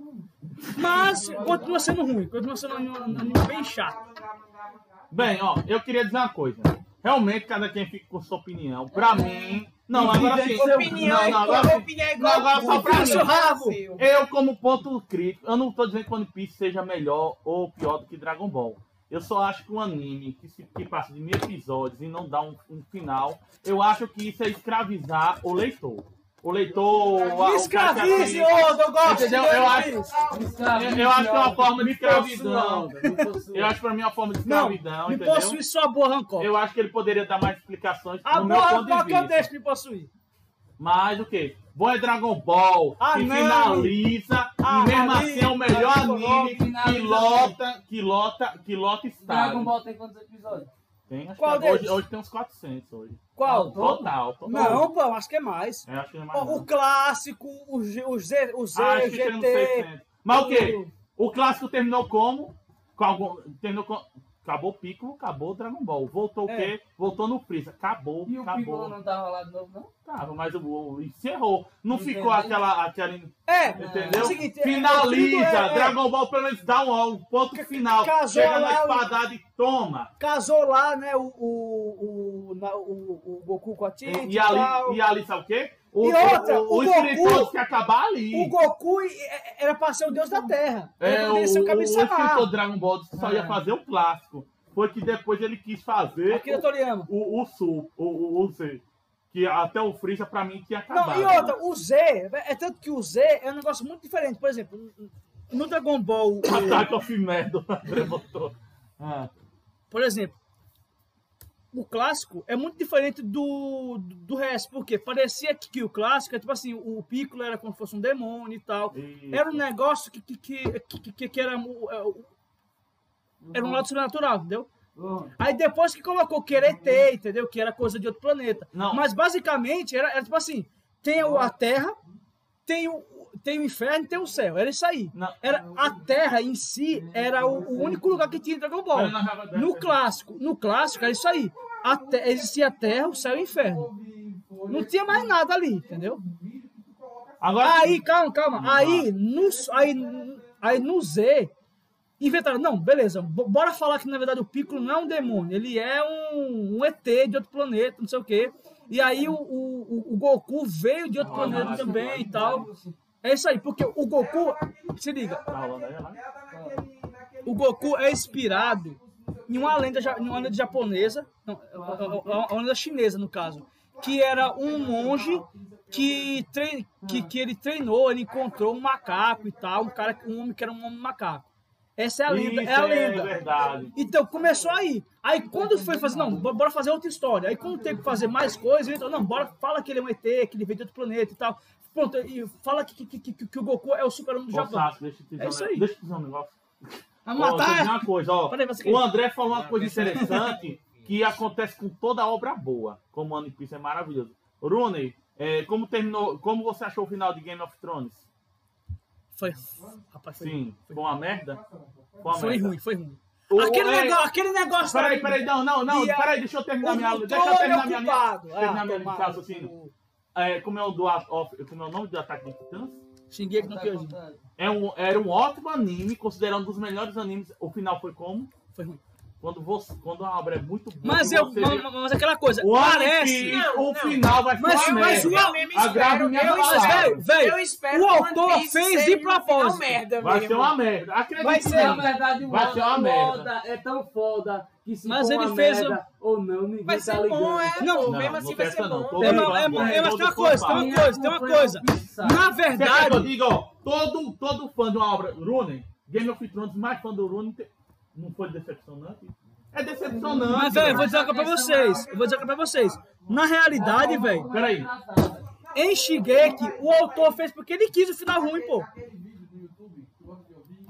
Mas continua sendo ruim. Continua sendo um anime bem chato. Bem, ó, eu queria dizer uma coisa. Realmente, cada quem fica com sua opinião. Pra mim... Não, agora sim. Opinião, Não, não, agora sim. opinião é Não, igual agora só pra Seu mim. rabo. Eu, como ponto crítico, eu não tô dizendo que One Piece seja melhor ou pior do que Dragon Ball. Eu só acho que um anime que, se, que passa de mil episódios e não dá um, um final, eu acho que isso é escravizar o leitor. O leitor... o- o Escravize, cara que ô, assiste- eu gosto. Entendeu? Eu acho, eu, eu acho que é uma forma de escravidão. escravidão. Eu acho que pra mim é uma forma de Não, escravidão, me entendeu? possui sua boa rancor. Eu acho que ele poderia dar mais explicações A no meu boa ponto de rancor que eu vista. deixo me possuir. Mas o quê? Bom é Dragon Ball, Ah, que não. finaliza, Ah, e mesmo ali, assim é o melhor Dragon Ball anime que finaliza lota, que lota, que lota Dragon estádio. Ball tem quantos episódios? Tem, acho Qual que hoje, deles? hoje tem uns quatrocentos hoje. Qual? Total, total. Não, pô, acho que é mais. É, acho que é mais O, não. o clássico, o, G, o Z, o Z, Acho o que chega nos G T. seiscentos. Mas o quê? O clássico terminou como? Com algum, terminou com... Acabou o Piccolo, acabou o Dragon Ball. Voltou o É. quê? Voltou no Freeza. Acabou, E o acabou. Piccolo não tá rolado de novo, não? Tava, mas o, o encerrou. Não Entendeu? ficou aquela, aquela... É, Entendeu? é o seguinte, é- Finaliza. é- é- Dragon Ball pelo menos dá um, um ponto final. casou Chega na lá o- espadada e toma. casou lá, né, o, o, o, na- o, o Goku com a Tite E, e, e, tal. ali, e ali, sabe o quê? O, E outra, o, o, o espiritual Goku- que acabar ali. O Goku e- era pra ser o deus da Terra. É, Era o, pra ele ser o o, o cabeça escritor lá. do Dragon Ball disse que só ia É. fazer o clássico. Foi que depois ele quis fazer Akira Toriyama. o, o Sul, o, o, o Z. Que até o Freeza pra mim tinha acabado. Não, e outra, o Z, é tanto que o Z é um negócio muito diferente. Por exemplo, no Dragon Ball, o- Ataque of Merda, o André botou. Ah. por exemplo, o clássico é muito diferente do, do, do resto, porque parecia que, que o clássico é tipo assim, o Piccolo era como se fosse um demônio e tal. Isso. Era um negócio que, que, que, que, que era, era um lado sobrenatural, entendeu? Aí depois que colocou que era E T, entendeu? Que era coisa de outro planeta. Não. Mas basicamente era, era tipo assim, tem a Terra, tem o, tem o inferno e tem o céu. Era isso aí. Não. Era, a Terra em si era o, o único lugar que tinha em Dragon Ball. No clássico, no clássico era isso aí. A te, existia a Terra, o céu e o inferno. Não tinha mais nada ali, entendeu? Agora, Aí, calma, calma. Aí no, aí, aí no Z, inventaram, não, beleza, bora falar que na verdade o Piccolo não é um demônio, ele é um, um E T de outro planeta, não sei o quê. E aí o, o, o Goku veio de outro planeta também e tal. É isso aí, porque o Goku, se liga, tá rolando aí, lá? o Goku é inspirado em uma lenda, ja- em uma lenda japonesa, não, uma lenda chinesa no caso, que era um monge que, trein, que, que ele treinou, ele encontrou um macaco e tal, um cara, um homem que era um homem macaco. Essa é a lenda, Isso é a lenda. É verdade. Então começou aí. Aí quando foi fazer, não, bora fazer outra história. Aí quando teve que fazer mais coisas, então, não, bora, fala que ele é um E T, que ele veio de outro planeta e tal. Pronto, e fala que, que, que, que, que o Goku é o super-homem do Ô, Japão. Sassi, deixa eu te dizer É um isso negócio. aí. Deixa eu te dizer um negócio. A Ó, deixa eu matar dizer uma coisa, ó. Peraí, você O André falou uma coisa interessante que acontece com toda obra boa, como One Piece é maravilhoso. Rooney, é, como terminou, como você achou o final de Game of Thrones? Foi, rapaz, foi, Sim, foi uma merda? Foi, uma foi merda. ruim, foi ruim. O- aquele, é- negócio, aquele negócio... Peraí, aí- peraí, não, não, não, E a- peraí, deixa eu terminar o minha doutor deixa eu terminar minha, minha, ocupado. terminar Ah, minha linha de tomara. raciocínio. É, como é o do of, como é o nome do Ataque de Titãs? Shingeki no Kyojin. É um, era um ótimo anime, considerado um dos melhores animes. O final foi como? Foi ruim. Quando, você, quando a obra é muito boa. Mas, e eu, você mas, vê- mas aquela coisa, o One parece... Piece, Não, o não. final vai Mas- ser uma mas merda. o- mesmo Agrada espero, minha eu palavra. espero- espero, velho, eu espero o que One autor Piece fez seja de um final propósito. merda Vai mesmo. ser uma merda. Acredite Vai em ser- mim. Na verdade, o Vai Oda, ser uma o merda. Oda é tão foda que se Mas for ele uma fez merda ou não, ninguém Vai tá ser ligando. bom, é. Não, pô, não, mesmo não assim vai pensa ser não. bom. Todo É, mundo mas- é, vai- mas- é, mas todo tem uma fã coisa, tem fala. uma coisa, tem uma coisa. Na Você quer que eu verdade, diga, ó, todo, todo fã de uma obra, Rooney, Game of Thrones, mais fã do Rooney, te- não foi decepcionante? É decepcionante. mas, velho, eu vou velho. dizer uma coisa pra vocês. Eu vou dizer uma coisa pra vocês. Na realidade, velho, Peraí. em Shingeki, o autor fez porque ele quis o final ruim, pô. Aquele vídeo do YouTube que você ouviu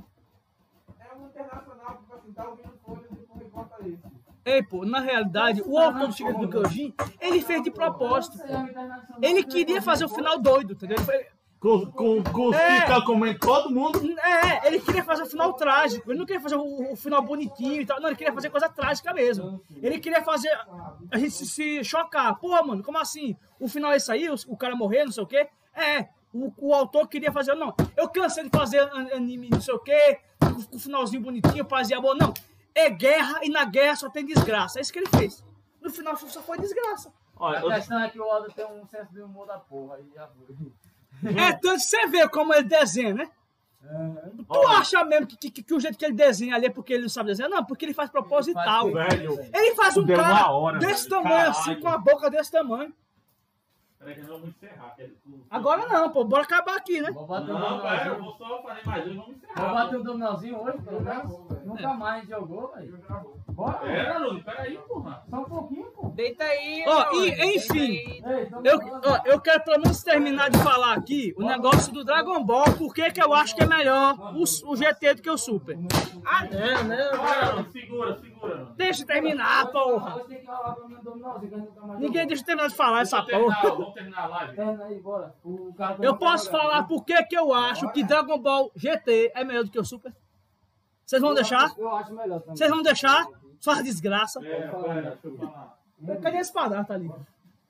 é um internacional que, tipo assim, tá ouvindo folha e depois recorta esse. Ei, pô, na realidade, o autor do Shingeki no Kyojin, ele fez de propósito, pô. Ele queria fazer o final doido, entendeu? Ele foi- Com, com, com os É. que tá comendo todo mundo. É, ele queria fazer o final trágico. Ele não queria fazer o, o final bonitinho e tal. Não, ele queria fazer coisa trágica mesmo. Ele queria fazer a gente se, se chocar. Porra, mano, como assim? O final é isso aí? O, o cara morrer, não sei o quê? É, o, o autor queria fazer. Não, eu cansei de fazer an- anime, não sei o quê, com, com finalzinho bonitinho, fazia boa. Não, é guerra e na guerra só tem desgraça. É isso que ele fez. No final só foi desgraça. Olha, A eu- questão é que o Oda tem um senso de humor da porra. Aí já foi. É tanto que você vê como ele desenha, né? Tu Olha. acha mesmo que, que, que o jeito que ele desenha ali é porque ele não sabe desenhar? Não, porque ele faz proposital. velho. Ele faz um Deu cara uma hora, desse velho. tamanho Caralho. assim, com a boca desse tamanho. Peraí que nós vamos encerrar. que é- Agora não, pô, bora acabar aqui, né? Vou bater um Não, pera, eu dominózinho. vou só fazer mais um e vamos Vou encerrar. bater um dominózinho hoje, pelo menos. velho. Nunca mais jogou, velho. Bora, Pera, Lúcio, peraí, porra. só um pouquinho, pô. Deita aí. Ó, mano, e, deita enfim, aí. Ei, então eu, bora. ó, eu quero pelo menos terminar de falar aqui o negócio do Dragon Ball, por que que eu acho que é melhor o, o G T do que o Super. Ah, não, não, Bora, não. Lúcio, segura, segura. Lúcio. Deixa eu terminar, porra. Hoje tem que rolar pelo menos um dominózinho, que a gente nunca mais Ninguém jogou. deixa eu terminar de falar essa Vamos terminar, porra. vamos terminar a live. Termina aí, bora. O cara Eu posso falar por que que eu acho que Dragon Ball G T é melhor do que o Super? Vocês vão deixar? Eu acho melhor também. Vocês vão deixar? Só desgraça. É, pera, deixa eu falar. Cadê esse padrão? Tá ali.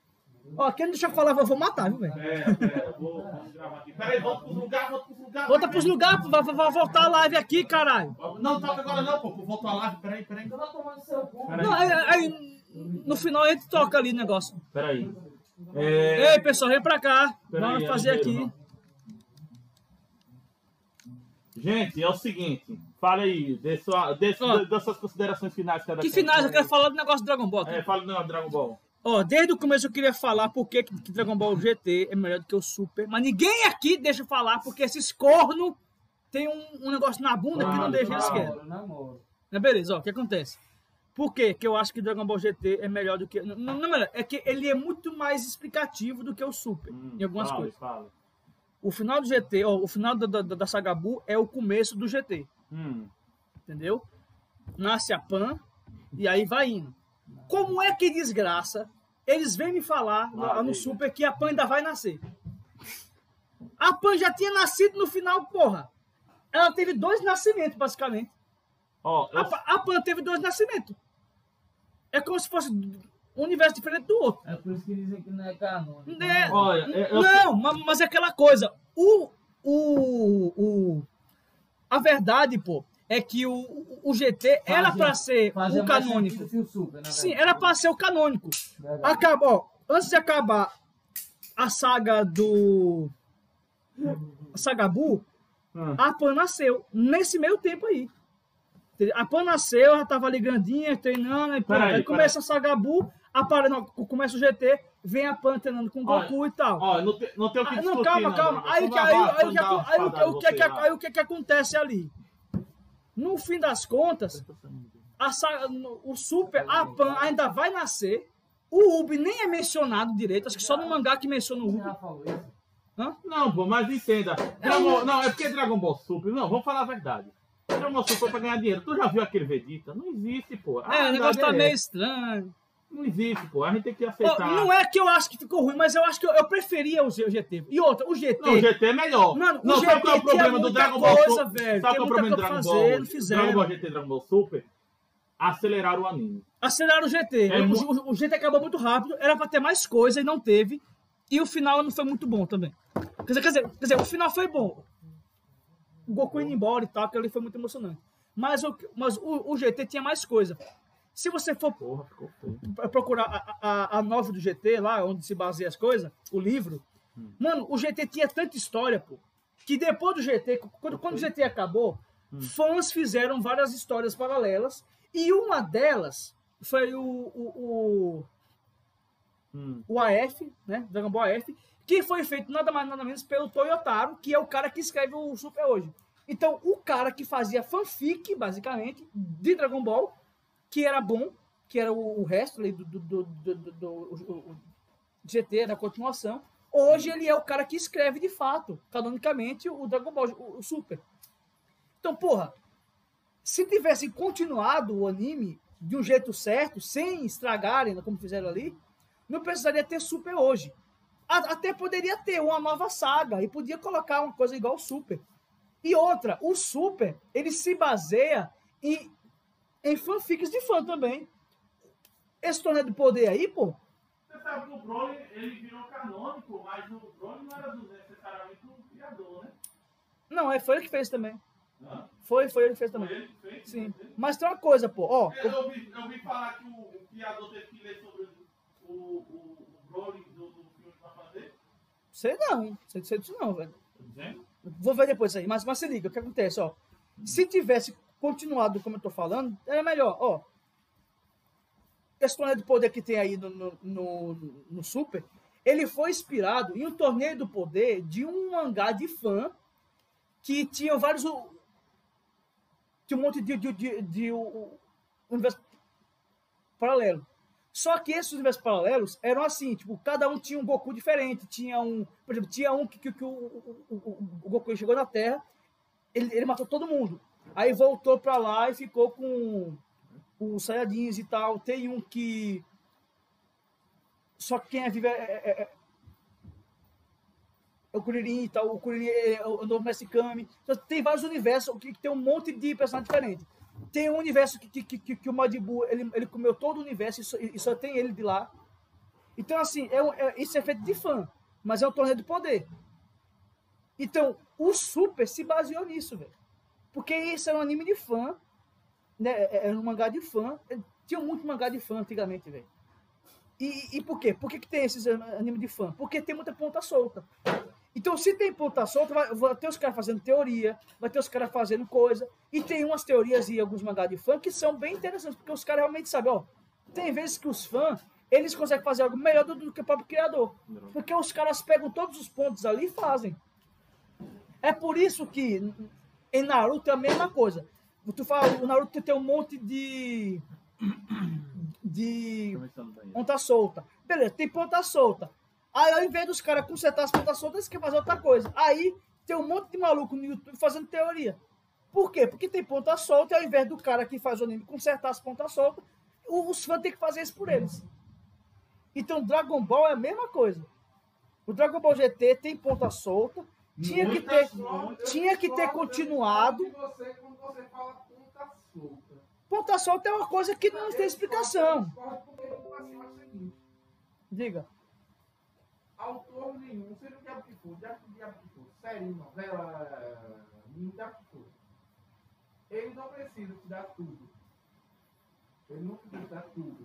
Ó, quem não deixar eu falar, eu vou matar, viu, velho? Pera, pera, vou, vamos gravar aqui. Peraí, volta pros lugares, volta pros lugares. Volta pros lugares, vai, vai, vai voltar a live aqui, caralho. Não, toca agora não, pô. Voltou a live, peraí, peraí. Eu tô tomando seu cu. Peraí. Não, aí, aí, no final a gente toca ali o negócio. Peraí. É... Ei, pessoal, vem pra cá. Peraí, Vamos é fazer ligeiro, aqui. Gente, é o seguinte. Fala aí, dê sua, dê, Ó. dê, dê suas considerações finais. Cada Que quem. finais? Eu quero falar do negócio do Dragon Ball. tá? É, fala do Dragon Ball. Ó, desde o começo eu queria falar por que que Dragon Ball G T é melhor do que o Super. Mas ninguém aqui deixa eu falar, porque esses cornos tem um, um negócio na bunda que não deixa eles querem. Namoro, namoro. Mas beleza, ó, o que acontece? Por quê? Que eu acho que Dragon Ball G T é melhor do que... Não, não é melhor, é que ele é muito mais explicativo do que o Super, Hum, em algumas fala, coisas. fala. O final do G T, ó, o final da, da, da Saga Buu é o começo do G T, Hum. entendeu? Nasce a Pan e aí vai indo. Como é que desgraça eles vêm me falar lá Ah, no diga. Super que a Pan ainda vai nascer? A Pan já tinha nascido no final, porra. Ela teve dois nascimentos, basicamente. Ó, eu- A, Pa- a Pan teve dois nascimentos. É como se fosse um universo diferente do outro. É por isso que dizem que não é canônico. Né? olha, eu- eu- Não, ma- mas é aquela coisa. O, o, o, a verdade, pô, é que o, o G T era Fazia- pra ser Fazia o mais canônico. sentido que o Super, na Sim, verdade. era pra ser o canônico. Verdade. Acabou. Antes de acabar a saga do. A saga Buu, Hum. a Pan nasceu. Nesse meio tempo aí. A Pan nasceu, ela tava ali grandinha, treinando, e pronto. Peraí, Aí começa a saga Buu, apare... não, começa o G T, vem a Pan treinando com o Olha, Goku e tal. Ó, não, tem, não tem o que Ah, discutir, não, calma, calma. Bruno. Aí, que- Vamos aí, lá, aí, vamos que- dar uma aí, o que- espadada o que, você que- lá. aí o que que acontece ali? No fim das contas, a saga- no- o Super, a Pan ainda vai nascer. O Ubi nem é mencionado direito, acho que só no mangá que menciona o Você Ubi. já falou isso? Não, pô, mas entenda. Dragon- Não, é porque Dragon Ball Super. Não, vamos falar a verdade. Dragon Ball Super foi pra ganhar dinheiro. Tu já viu aquele Vegeta? Não existe, pô. A É, o negócio verdade tá é meio essa. estranho. Não existe, pô. A gente tem que Ó, aceitar. não é que eu acho que ficou ruim, mas eu acho que eu, eu preferia o G T. E outra, o G T. Não, o G T é melhor. Mano, não, o sabe qual é o G T tinha problema do muita Dragon Ball coisa, Super? velho. Sabe Tem qual é o muita problema do coisa Dragon pra Ball? fazer, não fizeram. Dragon Ball G T e Dragon Ball Super? Aceleraram o anime. Aceleraram o G T. É o, mu- o- o G T acabou muito rápido, era pra ter mais coisa e não teve. E o final não foi muito bom também. Quer dizer, quer dizer, quer dizer o final foi bom. O Goku indo embora e tal, que ali foi muito emocionante. Mas o, mas o, o G T tinha mais coisa. Se você for Porra, ficou feio. pra procurar a, a, a nova do G T, lá onde se baseia as coisas, o livro, Hum. mano, o G T tinha tanta história, pô, que depois do G T, quando, quando o G T acabou, Hum. fãs fizeram várias histórias paralelas, e uma delas foi o, o, o, Hum. o A F, né, Dragon Ball A F, que foi feito nada mais nada menos pelo Toyotaro, que é o cara que escreve o Super hoje. Então, o cara que fazia fanfic, basicamente, de Dragon Ball, que era bom, que era o, o resto ali do, do, do, do, do- do- o- o G T, da continuação, hoje ele é o cara que escreve de fato, canonicamente, o Dragon Ball, o, o Super. Então, porra, se tivessem continuado o anime de um jeito certo, sem estragarem, como fizeram ali, não precisaria ter Super hoje. A- Até poderia ter uma nova saga e podia colocar uma coisa igual o Super. E outra, o Super, ele se baseia em, em fanfics de fã também. Esse torneio de poder aí, pô, Você sabe que o Broly, ele virou canônico, mas o Broly não era do- necessariamente o criador, né? não, é, foi ele que fez também. Hã? Foi, foi ele que fez Foi também. ele que fez? Sim. Mas tem uma coisa, pô, ó. Eu ouvi, eu ouvi falar que o, o criador teve que ler sobre o, o, o Broly do, do filme pra fazer. Sei não, sei, sei disso não, velho. Tá dizendo? Vou ver depois aí, mas, mas se liga, o que acontece, ó. Se tivesse continuado como eu tô falando, era melhor, ó. Esse torneio do poder que tem aí no, no, no, no Super, ele foi inspirado em um torneio do poder de um mangá de fã que tinha vários. Tinha um monte de, de, de, de, um universo paralelo. Só que esses universos paralelos eram assim, tipo, cada um tinha um Goku diferente. Tinha um, por exemplo, tinha um que, que, que o, o, o, o Goku chegou na Terra, ele, ele matou todo mundo. Aí voltou pra lá e ficou com os Saiyajins e tal. Tem um que só quem é vivo é, é, é, é o Kuririn e tal. O Kuririn é o novo Mestre Kami. Então, tem vários universos que, que tem um monte de personagens diferentes. Tem um universo que, que, que, que o Majin Buu, ele, ele comeu todo o universo e só, e só tem ele de lá. Então, assim, é, um- é, isso é feito de fã, mas é um torneio de poder. Então, o Super se baseou nisso, velho. Porque isso era um anime de fã, né? Era um mangá de fã. Tinha muito mangá de fã antigamente, velho. E, e por quê? Por que, que tem esses anime de fã? Porque tem muita ponta solta. Então, se tem ponta solta, vai, vai ter os caras fazendo teoria, vai ter os caras fazendo coisa. E tem umas teorias e alguns mangá de fã que são bem interessantes, porque os caras realmente sabem, ó. Tem vezes que os fãs, eles conseguem fazer algo melhor do, do que o próprio criador. Porque os caras pegam todos os pontos ali e fazem. É por isso que em Naruto é a mesma coisa. Tu fala, o Naruto tem um monte de de Começando daí. ponta solta. Beleza, tem ponta solta. Aí ao invés dos caras consertar as pontas soltas, eles querem fazer outra coisa. Aí tem um monte de maluco no YouTube fazendo teoria. Por quê? Porque tem ponta solta e ao invés do cara que faz o anime consertar as pontas soltas, os fãs têm que fazer isso por eles. Então Dragon Ball é a mesma coisa. O Dragon Ball G T tem ponta solta, tinha que ter, tinha que ter continuado. Você, quando você fala ponta solta. Ponta solta é uma coisa que não tem explicação. Porque eu assim, é o seguinte, Diga. autor nenhum, seja o diabo que for, diabo que diabo que for, série, novela, nenhum diabo que for, ele não precisa te dar tudo. Ele não precisa te dar tudo.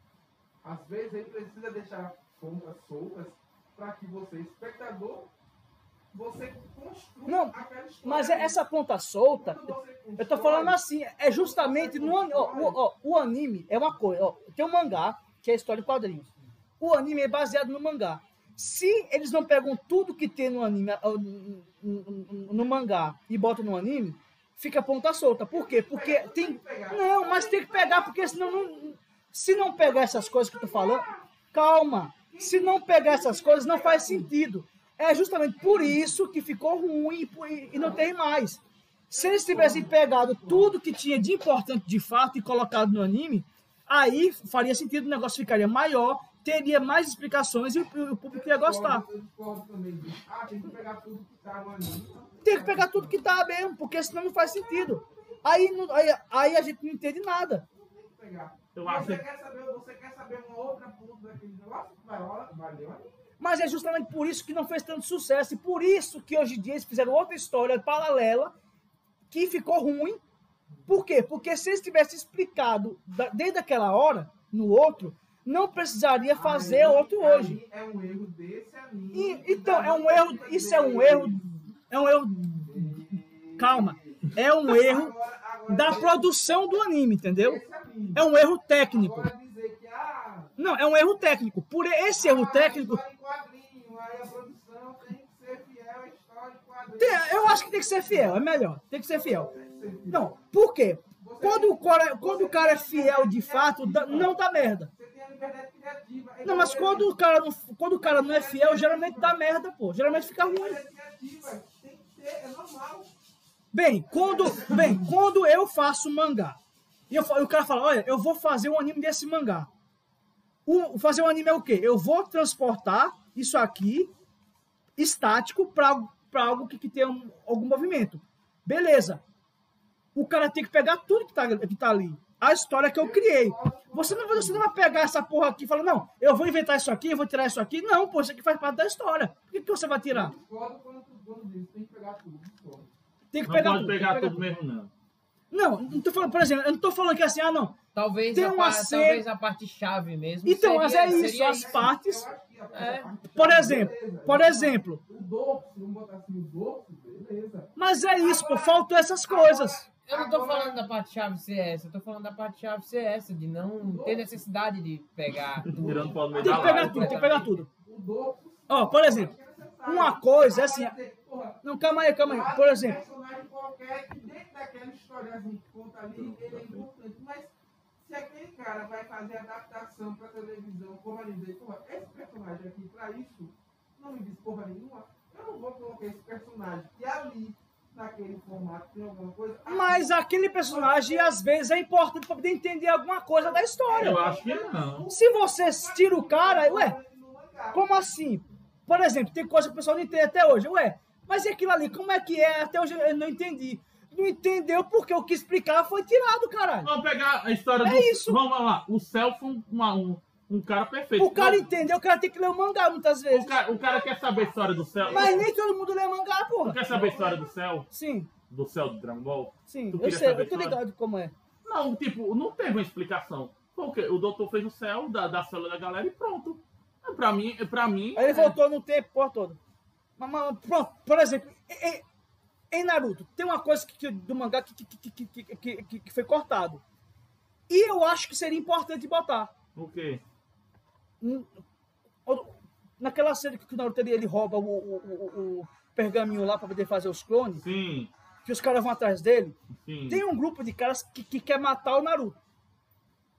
Às vezes ele precisa deixar pontas soltas para que você, espectador, você construa Não, aquela história. mas é essa ponta solta, eu tô falando assim, é justamente no an- ó, o, ó, o anime é uma coisa, ó, tem um mangá, que é a história de quadrinhos. O anime é baseado no mangá. Se eles não pegam tudo que tem no anime, ó, no, no- no mangá e botam no anime, fica ponta solta. Por quê? Porque tem. Não, mas tem que pegar, porque senão não. Se não pegar essas coisas que eu tô falando, calma. Se não pegar essas coisas, não faz sentido. É justamente por isso que ficou ruim e não tem mais. Se eles tivessem pegado tudo que tinha de importante de fato e colocado no anime, aí faria sentido, o negócio ficaria maior, teria mais explicações e o, o público ia gostar. Eu discordo também disso. Ah, tem que pegar tudo que tá no anime. Tem que pegar tudo que tá mesmo, porque senão não faz sentido. Aí, não- aí, aí a gente não entende nada. Tem que pegar. Eu acho Você que- quer saber, você quer saber uma outra ponta daquele negócio? Vai lá, vai ler o anime. Mas é justamente por isso que não fez tanto sucesso e por isso que hoje em dia eles fizeram outra história paralela que ficou ruim. Por quê? Porque se eles tivessem explicado da- desde aquela hora, no outro, não precisaria fazer Aí- outro hoje. aí É um erro desse anime. E- então, é um erro, isso é um erro, é um erro, calma, é um erro Agora- agora da esse- produção do anime, entendeu? esse anime. É um erro técnico. Agora dizer que, ah, Não, é um erro técnico. Por esse erro ah, técnico, história em quadrinho, aí a produção tem que ser fiel à história em quadrinho. tem- eu acho que tem que ser fiel, é melhor, tem que ser fiel. Não, por quê? Quando o cara, quando o cara é fiel de fato, dá- não dá merda. Você tem a liberdade criativa. Não, mas quando o cara não, quando o cara não é fiel, geralmente dá merda, pô. Geralmente fica ruim. liberdade criativa tem que ser, é normal. Bem, quando, bem, quando eu faço mangá, e eu, fa- o cara fala, olha, eu vou fazer um anime desse mangá. O, fazer um anime é o quê? Eu vou transportar isso aqui, estático, para algo que, que tenha um- algum movimento. Beleza. O cara tem que pegar tudo que tá, que tá ali. A história que eu criei. Você não, você não vai pegar essa porra aqui e falar, não, eu vou inventar isso aqui, eu vou tirar isso aqui. Não, pô, isso aqui faz parte da história. Por que, que você vai tirar? Discordo quando quando diz, tem que pegar tudo. Discordo. Tem que Não pegar pode tudo. pegar tem que tudo mesmo, não. Não, não tô falando, por exemplo, eu não tô falando que assim, ah, não. Talvez, Tem a, uma pa- cena- talvez a parte chave mesmo. Então, mas seria- é isso, seria as partes. Eu acho que a É. parte Por chave, exemplo, beleza. por exemplo. O dorso, vamos botar assim, o dorso, beleza. Mas é isso, pô, faltou essas coisas. Eu não tô falando da parte chave ser essa, eu tô falando da parte chave ser essa, de não ter necessidade de pegar tudo. Tirando pau no meio Tem da que pegar live. tudo, tem que pegar tudo. O dorso. Ó, por exemplo, uma coisa é assim. Porra, Não, calma aí, calma aí. Por exemplo, personagem qualquer que dentro daquela historiazinha que conta ali, ele é importante. Mas se aquele cara vai fazer adaptação pra televisão, como ele diz, porra, esse personagem aqui, pra isso, não me diz porra nenhuma, eu não vou colocar esse personagem que ali, naquele formato, tem alguma coisa. mas aquele personagem às vezes é importante pra poder entender alguma coisa da história. Eu acho que não. Se você tira o cara, ué, como assim? Por exemplo, tem coisa que o pessoal não entende até hoje. Ué, mas e aquilo ali, como é que é? Até hoje eu não entendi. Não entendeu porque o que explicar foi tirado, caralho. Vamos pegar a história É do... isso. Vamos lá. O Cell foi um, uma- um, um cara perfeito. O cara entendeu, o cara tem que ler o mangá muitas vezes. O cara, o cara quer saber a história do Cell. Mas nem todo mundo lê mangá, Tu porra. quer saber a história do Cell? Sim, Do Cell do Dragon Ball? sim, Tu eu queria sei, saber eu tô a história? ligado como é. Não, tipo, não teve uma explicação. Foi o quê? O doutor fez o Cell da, da célula da galera e pronto. Pra mim, pra mim... Aí ele é- voltou no tempo, porra toda. Mas, mas, pronto, por exemplo, em, em Naruto, tem uma coisa que, que- do mangá que, que, que, que, que, que- que foi cortado. E eu acho que seria importante botar. O quê? Hum, Naquela cena que o Naruto ele, ele rouba o, o, o, o pergaminho lá pra poder fazer os clones, Sim, que os caras vão atrás dele, sim. tem um grupo de caras que, que quer matar o Naruto.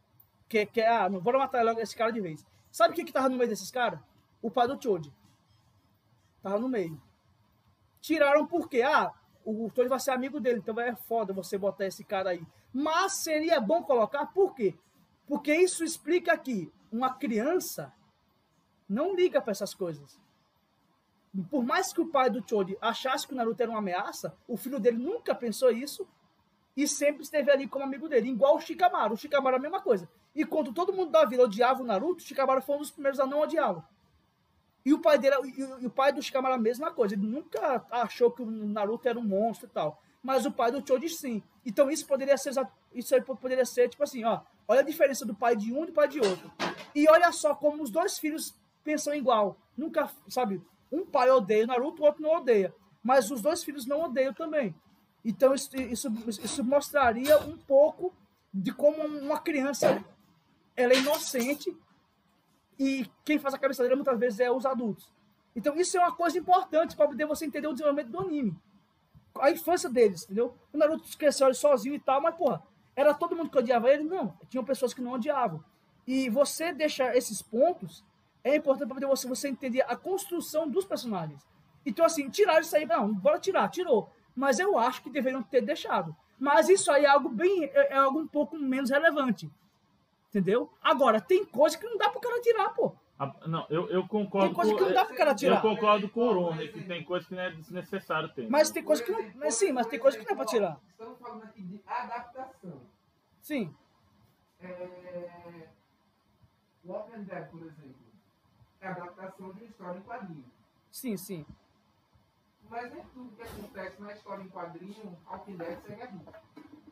que, que ah, não vou matar logo esse cara de vez. Sabe o que que tava no meio desses caras? O pai do Choji. Tava no meio. Tiraram porque, ah, o Choji vai ser amigo dele, então é foda você botar esse cara aí. Mas seria bom colocar, por quê? Porque isso explica que uma criança não liga para essas coisas. Por mais que o pai do Choji achasse que o Naruto era uma ameaça, o filho dele nunca pensou isso e sempre esteve ali como amigo dele, igual o Shikamaru. O Shikamaru é a mesma coisa. E quando todo mundo da vila odiava o Naruto, o Shikamaru foi um dos primeiros a não odiá-lo. E o pai dele, e, e o pai do Shikamaru a mesma coisa. Ele nunca achou que o Naruto era um monstro e tal. Mas o pai do Choji sim. Então isso poderia ser, isso aí poderia ser tipo assim, ó, olha a diferença do pai de um e do pai de outro. E olha só como os dois filhos pensam igual. Nunca, sabe, um pai odeia o Naruto, o outro não odeia. Mas os dois filhos não odeiam também. Então isso, isso, isso mostraria um pouco de como uma criança, ela é inocente e quem faz a cabeça dela muitas vezes é os adultos. Então isso é uma coisa importante para poder você entender o desenvolvimento do anime. A infância deles, entendeu? O Naruto cresceu sozinho e tal, mas, porra, era todo mundo que odiava ele? Não. Tinham pessoas que não odiavam. E você deixar esses pontos é importante para poder você, você entender a construção dos personagens. Então, assim, tirar isso aí, não, bora tirar, tirou. Mas eu acho que deveriam ter deixado. Mas isso aí é algo bem, é, é algo um pouco menos relevante. Entendeu? Agora, tem coisa que não dá pro cara tirar, pô. Não, eu, eu concordo. Tem coisa que não dá pro cara tirar. Eu concordo com o Rony, que tem coisa que não é desnecessário ter. Mas tem coisa que não. Mas sim, mas tem coisa que não é pra tirar. Estamos falando aqui de adaptação. Sim. É... Walking Dead, por exemplo, é a adaptação de uma história em quadrinho. Sim, sim. Mas nem tudo que acontece na história em quadrinho, Walking Dead segue a vida.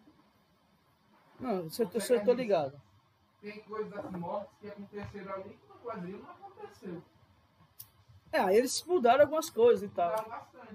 Não, eu, eu, eu tô ligado. Tem coisas assim, mortes que aconteceram ali que no quadrinho não aconteceu. É, eles mudaram algumas coisas e tal. Mudaram bastante.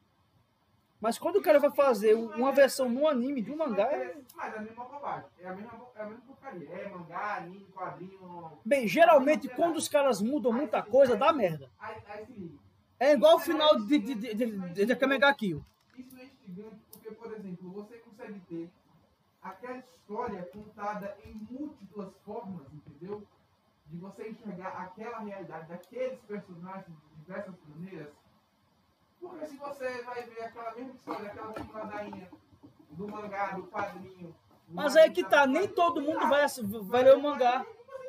Mas quando o cara vai fazer uma versão no anime de um mangá... É... Mas é a mesma bobagem. É a mesma, é a mesma porcaria. É mangá, anime, quadrinho... Bem, geralmente quando os caras mudam muita coisa, dá merda. Aí, aí se liga. É igual o final de, de, de, de, de, de Kamega Kill. Isso é instigante porque, por exemplo, você consegue ter aquela história contada em múltiplas formas, entendeu? De você enxergar aquela realidade daqueles personagens de diversas maneiras. Porque se você vai ver aquela mesma história, aquela mesma ladainha do mangá, do quadrinho... Mas aí que tá, nem todo mundo vai, vai ler o mangá.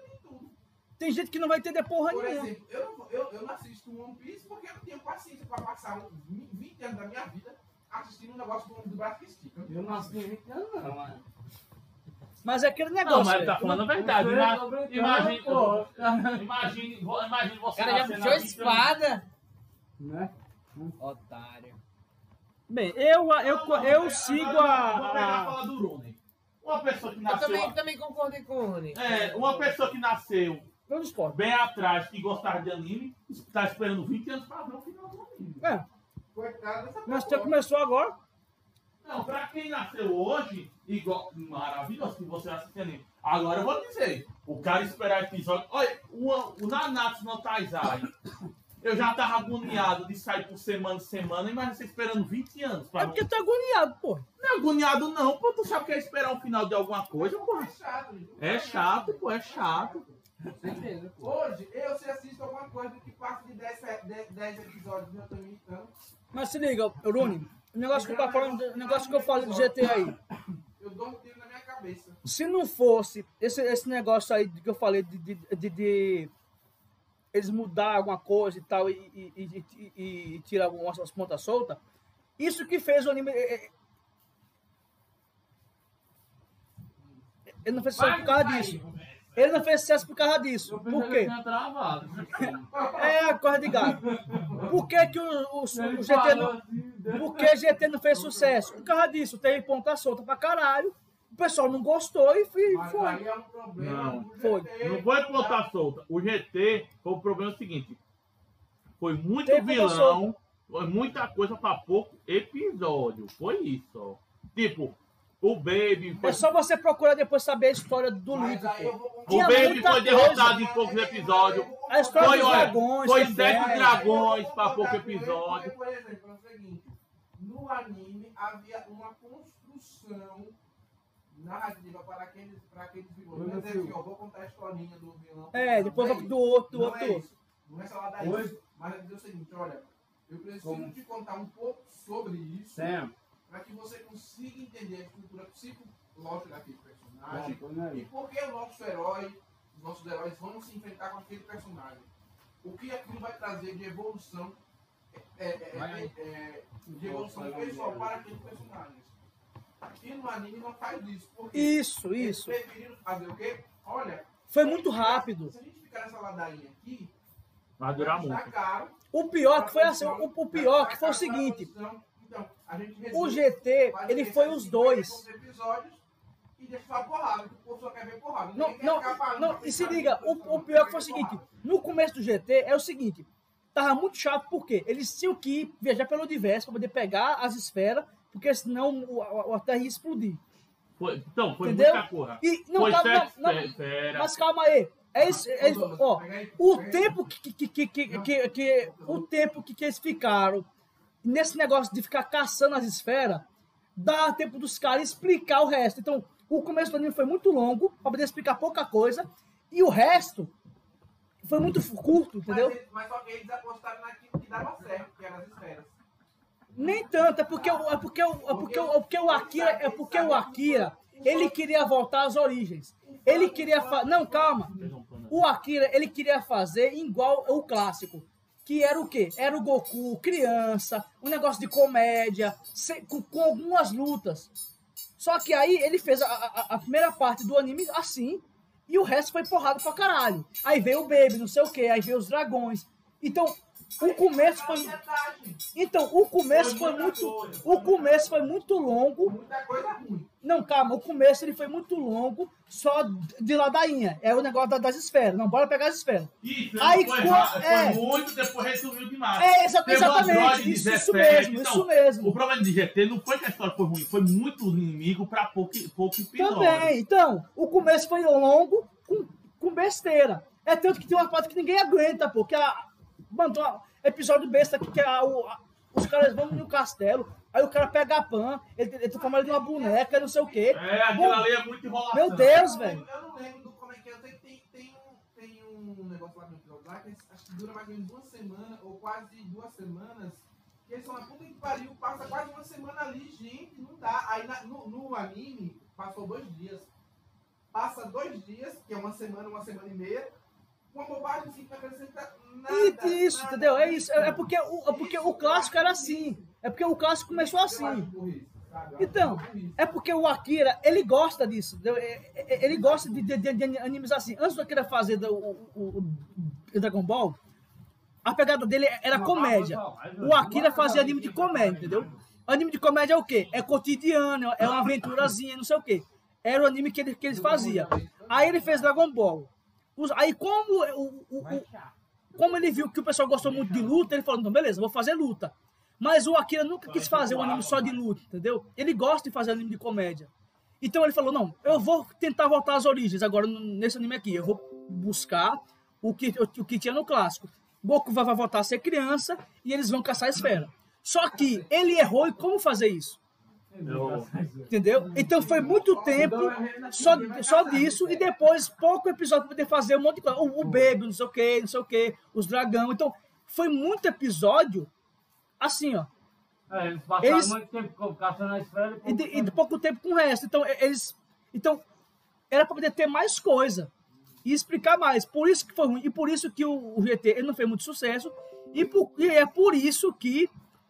Tem gente que não vai entender porra Por nenhuma. exemplo, eu não, eu, eu não assisto One Piece porque eu não tenho paciência para passar vinte anos da minha vida assistindo um negócio do, do braço que estica. Eu não assisti vinte anos, não, mano. Mas é aquele Não, negócio. mas ele tá falando a verdade. Eu Ima- tô brincando, Imagine, pô. imagine, vo- imagine O você cara já nascendo puxou há a vinte anos. espada. Né? Otário. Bem, eu, eu, Não, eu não, sigo agora Vou pegar e a... falar do Rooney. Uma pessoa que Eu nasceu... também, também concordei com o Rony. É, uma pessoa que nasceu Eu discordo. bem atrás, que gostava de anime, está esperando vinte anos para ver o final do anime. É, Coitado dessa mas pessoa. começou agora. Não, pra quem nasceu hoje, igual, maravilhoso que você assiste anime. Agora eu vou dizer, o cara esperar episódio... Olha, o, o Nanatsu no Taizai, eu já tava agoniado de sair por semana em semana, imagina você esperando vinte anos pra É porque tá agoniado, pô. Não é agoniado não, pô, tu sabe que é esperar o final de alguma coisa, pô. É chato, gente. É chato, pô, é chato. Com certeza, pô. Hoje, eu se assisto alguma coisa que passa de dez episódios, eu tô imitando. Mas se liga, Rony, o negócio que eu tava falando, o negócio que eu falei do G T aí. Eu dou um tiro na minha cabeça. Se não fosse esse, esse negócio aí que eu falei de, de, de, de eles mudar alguma coisa e tal e, e, e, e, e tirar algumas pontas soltas, isso que fez o anime... é, é, ele não fez sucesso por causa disso. Ele não fez sucesso por causa disso. Por quê? Tinha travado. É a corda de gato. Por que, que o, o, o G T não... Por que G T não fez sucesso? Por causa disso, teve ponta solta pra caralho. O pessoal não gostou e foi. Mas foi. aí é um problema Não. do Foi. G T. Não foi ponta solta. O G T foi o problema seguinte. Foi muito Tem ponta vilão, foi muita coisa pra pouco episódio. Foi isso, ó. Tipo, o Baby foi, É só você procurar depois saber a história do Mas livro. aí eu Pô. vou o tinha Baby muita foi coisa. derrotado em poucos episódios. A história Foi, dos olha, dragões foi também. sete dragões Aí, pra eu vou pouco botar por- episódio. Por exemplo, é o seguinte. No anime havia uma construção narrativa para aqueles, para aqueles vilões. Não é dizer assim, ó, vou contar a historinha do vilão. É, depois não vai é do outro, do não outro. é isso. Não é só lá daí. Mas é dizer o seguinte, olha, eu preciso Como? te contar um pouco sobre isso Sam. para que você consiga entender a estrutura psicológica daquele personagem Não, não é e isso. por que o nosso herói, os nossos heróis vão se enfrentar com aquele personagem. O que aquilo vai trazer de evolução, é, é, é, é, de evolução pessoal para aquele personagem. E no anime não faz isso. Porque Isso, eles isso. preferiram fazer o quê? Olha, Foi muito rápido. se a gente ficar nessa ladainha aqui, Vai durar vai custar muito. caro. O pior que foi assim, o, o pior que foi o seguinte, Então, a gente o resume, G T, faz ele esses foi os dois. cinquenta episódios e deixa só porrada, porque o povo só quer ver porrada. Não, Ninguém quer não, ficar falando não, pra e se pensar liga, nisso, o, o pior que foi o seguinte, no começo do G T é o seguinte, tava muito chato porque eles tinham que viajar pelo universo para poder pegar as esferas, porque senão o, a, a Terra ia explodir. Foi, então, foi Entendeu? muita porra. E, não, Foi calma, sete não, não, esferas. mas calma aí. É isso, é isso, Ô, ó, pega aí, o pega aí. tempo que, que, que, que, que, que- o tempo que, que eles ficaram nesse negócio de ficar caçando as esferas, dá tempo dos caras explicar o resto. Então, o começo do anime foi muito longo, para poder explicar pouca coisa, e o resto foi muito curto, entendeu? Mas, eles- mas só que eles apostaram naquilo que dava certo, que eram as esferas. Nem tanto, é porque, o- é porque, o- é porque, o- é porque o Akira, é porque o Akira, ele queria voltar às origens. Ele queria fazer, não, calma. O Akira, ele queria fazer igual o clássico, que era o quê? Era o Goku criança, um negócio de comédia, sem- com, com algumas lutas. Só que aí ele fez a, a, a primeira parte do anime assim, e o resto foi porrada pra caralho. Aí veio o Baby, não sei o quê, aí veio os dragões. Então, o começo foi... Então, o começo foi muito... O começo foi muito longo. Muita coisa ruim. Não, calma, o começo ele foi muito longo, só de ladainha. É o negócio da- das esferas. Não, bora pegar as esferas. Isso, Aí, foi, co- rápido, é. foi muito, depois resumiu demais. É, exa- Teve exatamente, Android isso, isso dezessete, mesmo, então, isso mesmo. O problema de G T não foi que a história foi ruim, foi muito inimigo pra pouco, pouco episódio. Também, então, o começo foi longo, com, com besteira. É tanto que tem uma parte que ninguém aguenta, pô, que a... Mandou um episódio besta que, que a, o, a- os caras vão no castelo, aí o cara pega a pan, ele, ele transforma ele numa boneca, não sei o quê. É, aquilo ali é muito enrolação. Meu Deus, Eu, velho. eu não lembro do como é que é. Eu sei que tem, tem, um, tem um negócio lá no episódio lá que acho que dura mais ou menos uma semana, ou quase duas semanas, que eles são na puta que pariu, passa quase uma semana ali, gente, não dá. Aí na- no, no anime, passou dois dias. Passa dois dias, que é uma semana, uma semana e meia, uma bobagem assim que não acrescenta nada. E isso, nada. entendeu? É isso. É, é porque, o, é porque o clássico era assim. É porque o clássico começou Eu acho assim. burrice, sabe? Eu acho Então, burrice. é porque o Akira, ele gosta disso. Entendeu? É- é- Ele gosta de, de, de- de animes assim. Antes do Akira fazer do- o, o- o Dragon Ball, a pegada dele era comédia. O Akira fazia anime de comédia, entendeu? Anime de comédia é o quê? É cotidiano, é uma aventurazinha, não sei o quê. Era o anime que ele, que ele fazia. Aí ele fez Dragon Ball. Os- Aí como, o, o- o- como ele viu que o pessoal gostou muito de luta, ele falou, então beleza, vou fazer luta. Mas o Akira nunca quis fazer um anime só de luta, entendeu? Ele gosta de fazer anime de comédia. Então ele falou, não, eu vou tentar voltar às origens agora nesse anime aqui. Eu vou buscar o que, o que tinha no clássico. Goku vai, vai voltar a ser criança e eles vão caçar a esfera. Só que ele errou em como fazer isso. Eu- Entendeu? Então foi muito tempo só, só disso e depois pouco episódio pra poder fazer um monte de coisa. O, o Baby, não sei o que, não sei o que, os dragão. Então foi muito episódio assim, ó. É, eles passaram Eles- muito tempo caçando a esfera E de, e de pouco tempo com o resto. Então e- eles. Então era pra poder ter mais coisa e explicar mais. Por isso que foi ruim. E por isso que o, o G T ele não fez muito sucesso. E, por- e é por isso que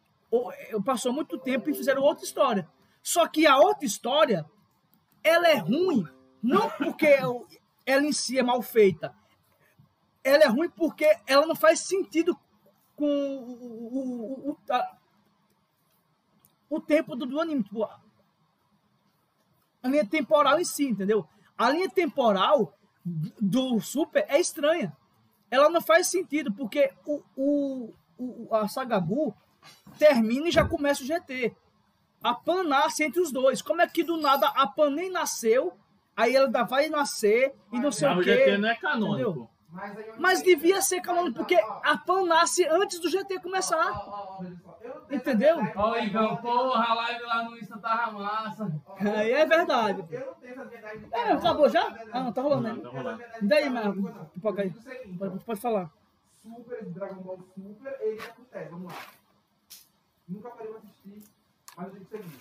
o- passou muito tempo e fizeram outra história. Só que a outra história, ela é ruim, não porque o- ela em si é mal feita. Ela é ruim porque ela não faz sentido com o, o, o, o, a- o tempo do, do anime. Tipo, a linha temporal em si, entendeu? A linha temporal do Super é estranha. Ela não faz sentido, porque o, o, o, a Sagabu termina e já começa o G T. A Pan nasce entre os dois. Como é que do nada a Pan nem nasceu, aí ela ainda vai nascer e não sei Mas o o G T quê. não é canônico. Entendeu? Mas, aí eu não Mas entendi. devia ser canônico, porque a Pan nasce antes do G T Ó, começar. ó, ó, ó, olha só. Eu não Entendeu? Ó, Igão, porra, a live lá no Insta tava massa. Aí é verdade. Eu não tenho essa verdade. É, acabou já? Ah, não, tá rolando, Não, né? tá rolando. E daí, Marco? Pipoca aí. Do seguinte, Pode, pode falar. Super, Dragon Ball Super, ele acontece, vamos lá. Nunca parei pra assistir, mas eu digo o seguinte.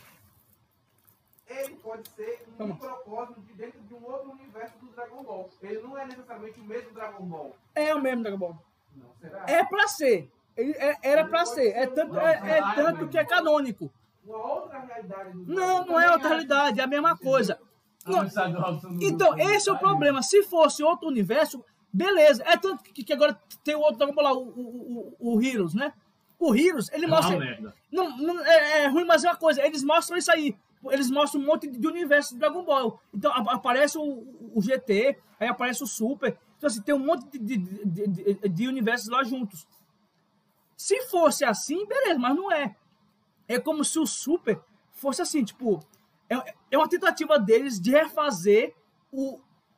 Ele pode ser um Toma. microcosmo de dentro de um outro universo do Dragon Ball. Ele não é necessariamente o mesmo Dragon Ball. É o mesmo Dragon Ball. Não, será? É pra ser. Ele é- era pra ser. É tanto, é, é tanto que é canônico. Uma outra realidade do Não, não é outra realidade. É a mesma coisa. Não, Sai do Robson do então, grupo, esse é o sai. problema. Se fosse outro universo, beleza. É tanto que, que agora tem o outro Dragon Ball lá, o, o, o, o Heroes, né? O Heroes, ele É uma mostra. merda. Não, não- é, é ruim, mas é uma coisa. Eles mostram isso aí. Eles mostram um monte de universo do Dragon Ball. Então a- aparece o, o G T, aí aparece o Super. Então, assim, tem um monte de, de, de, de- de universos lá juntos. Se fosse assim, beleza, mas não é. É como se o Super fosse assim, tipo. É, é uma tentativa deles de refazer o,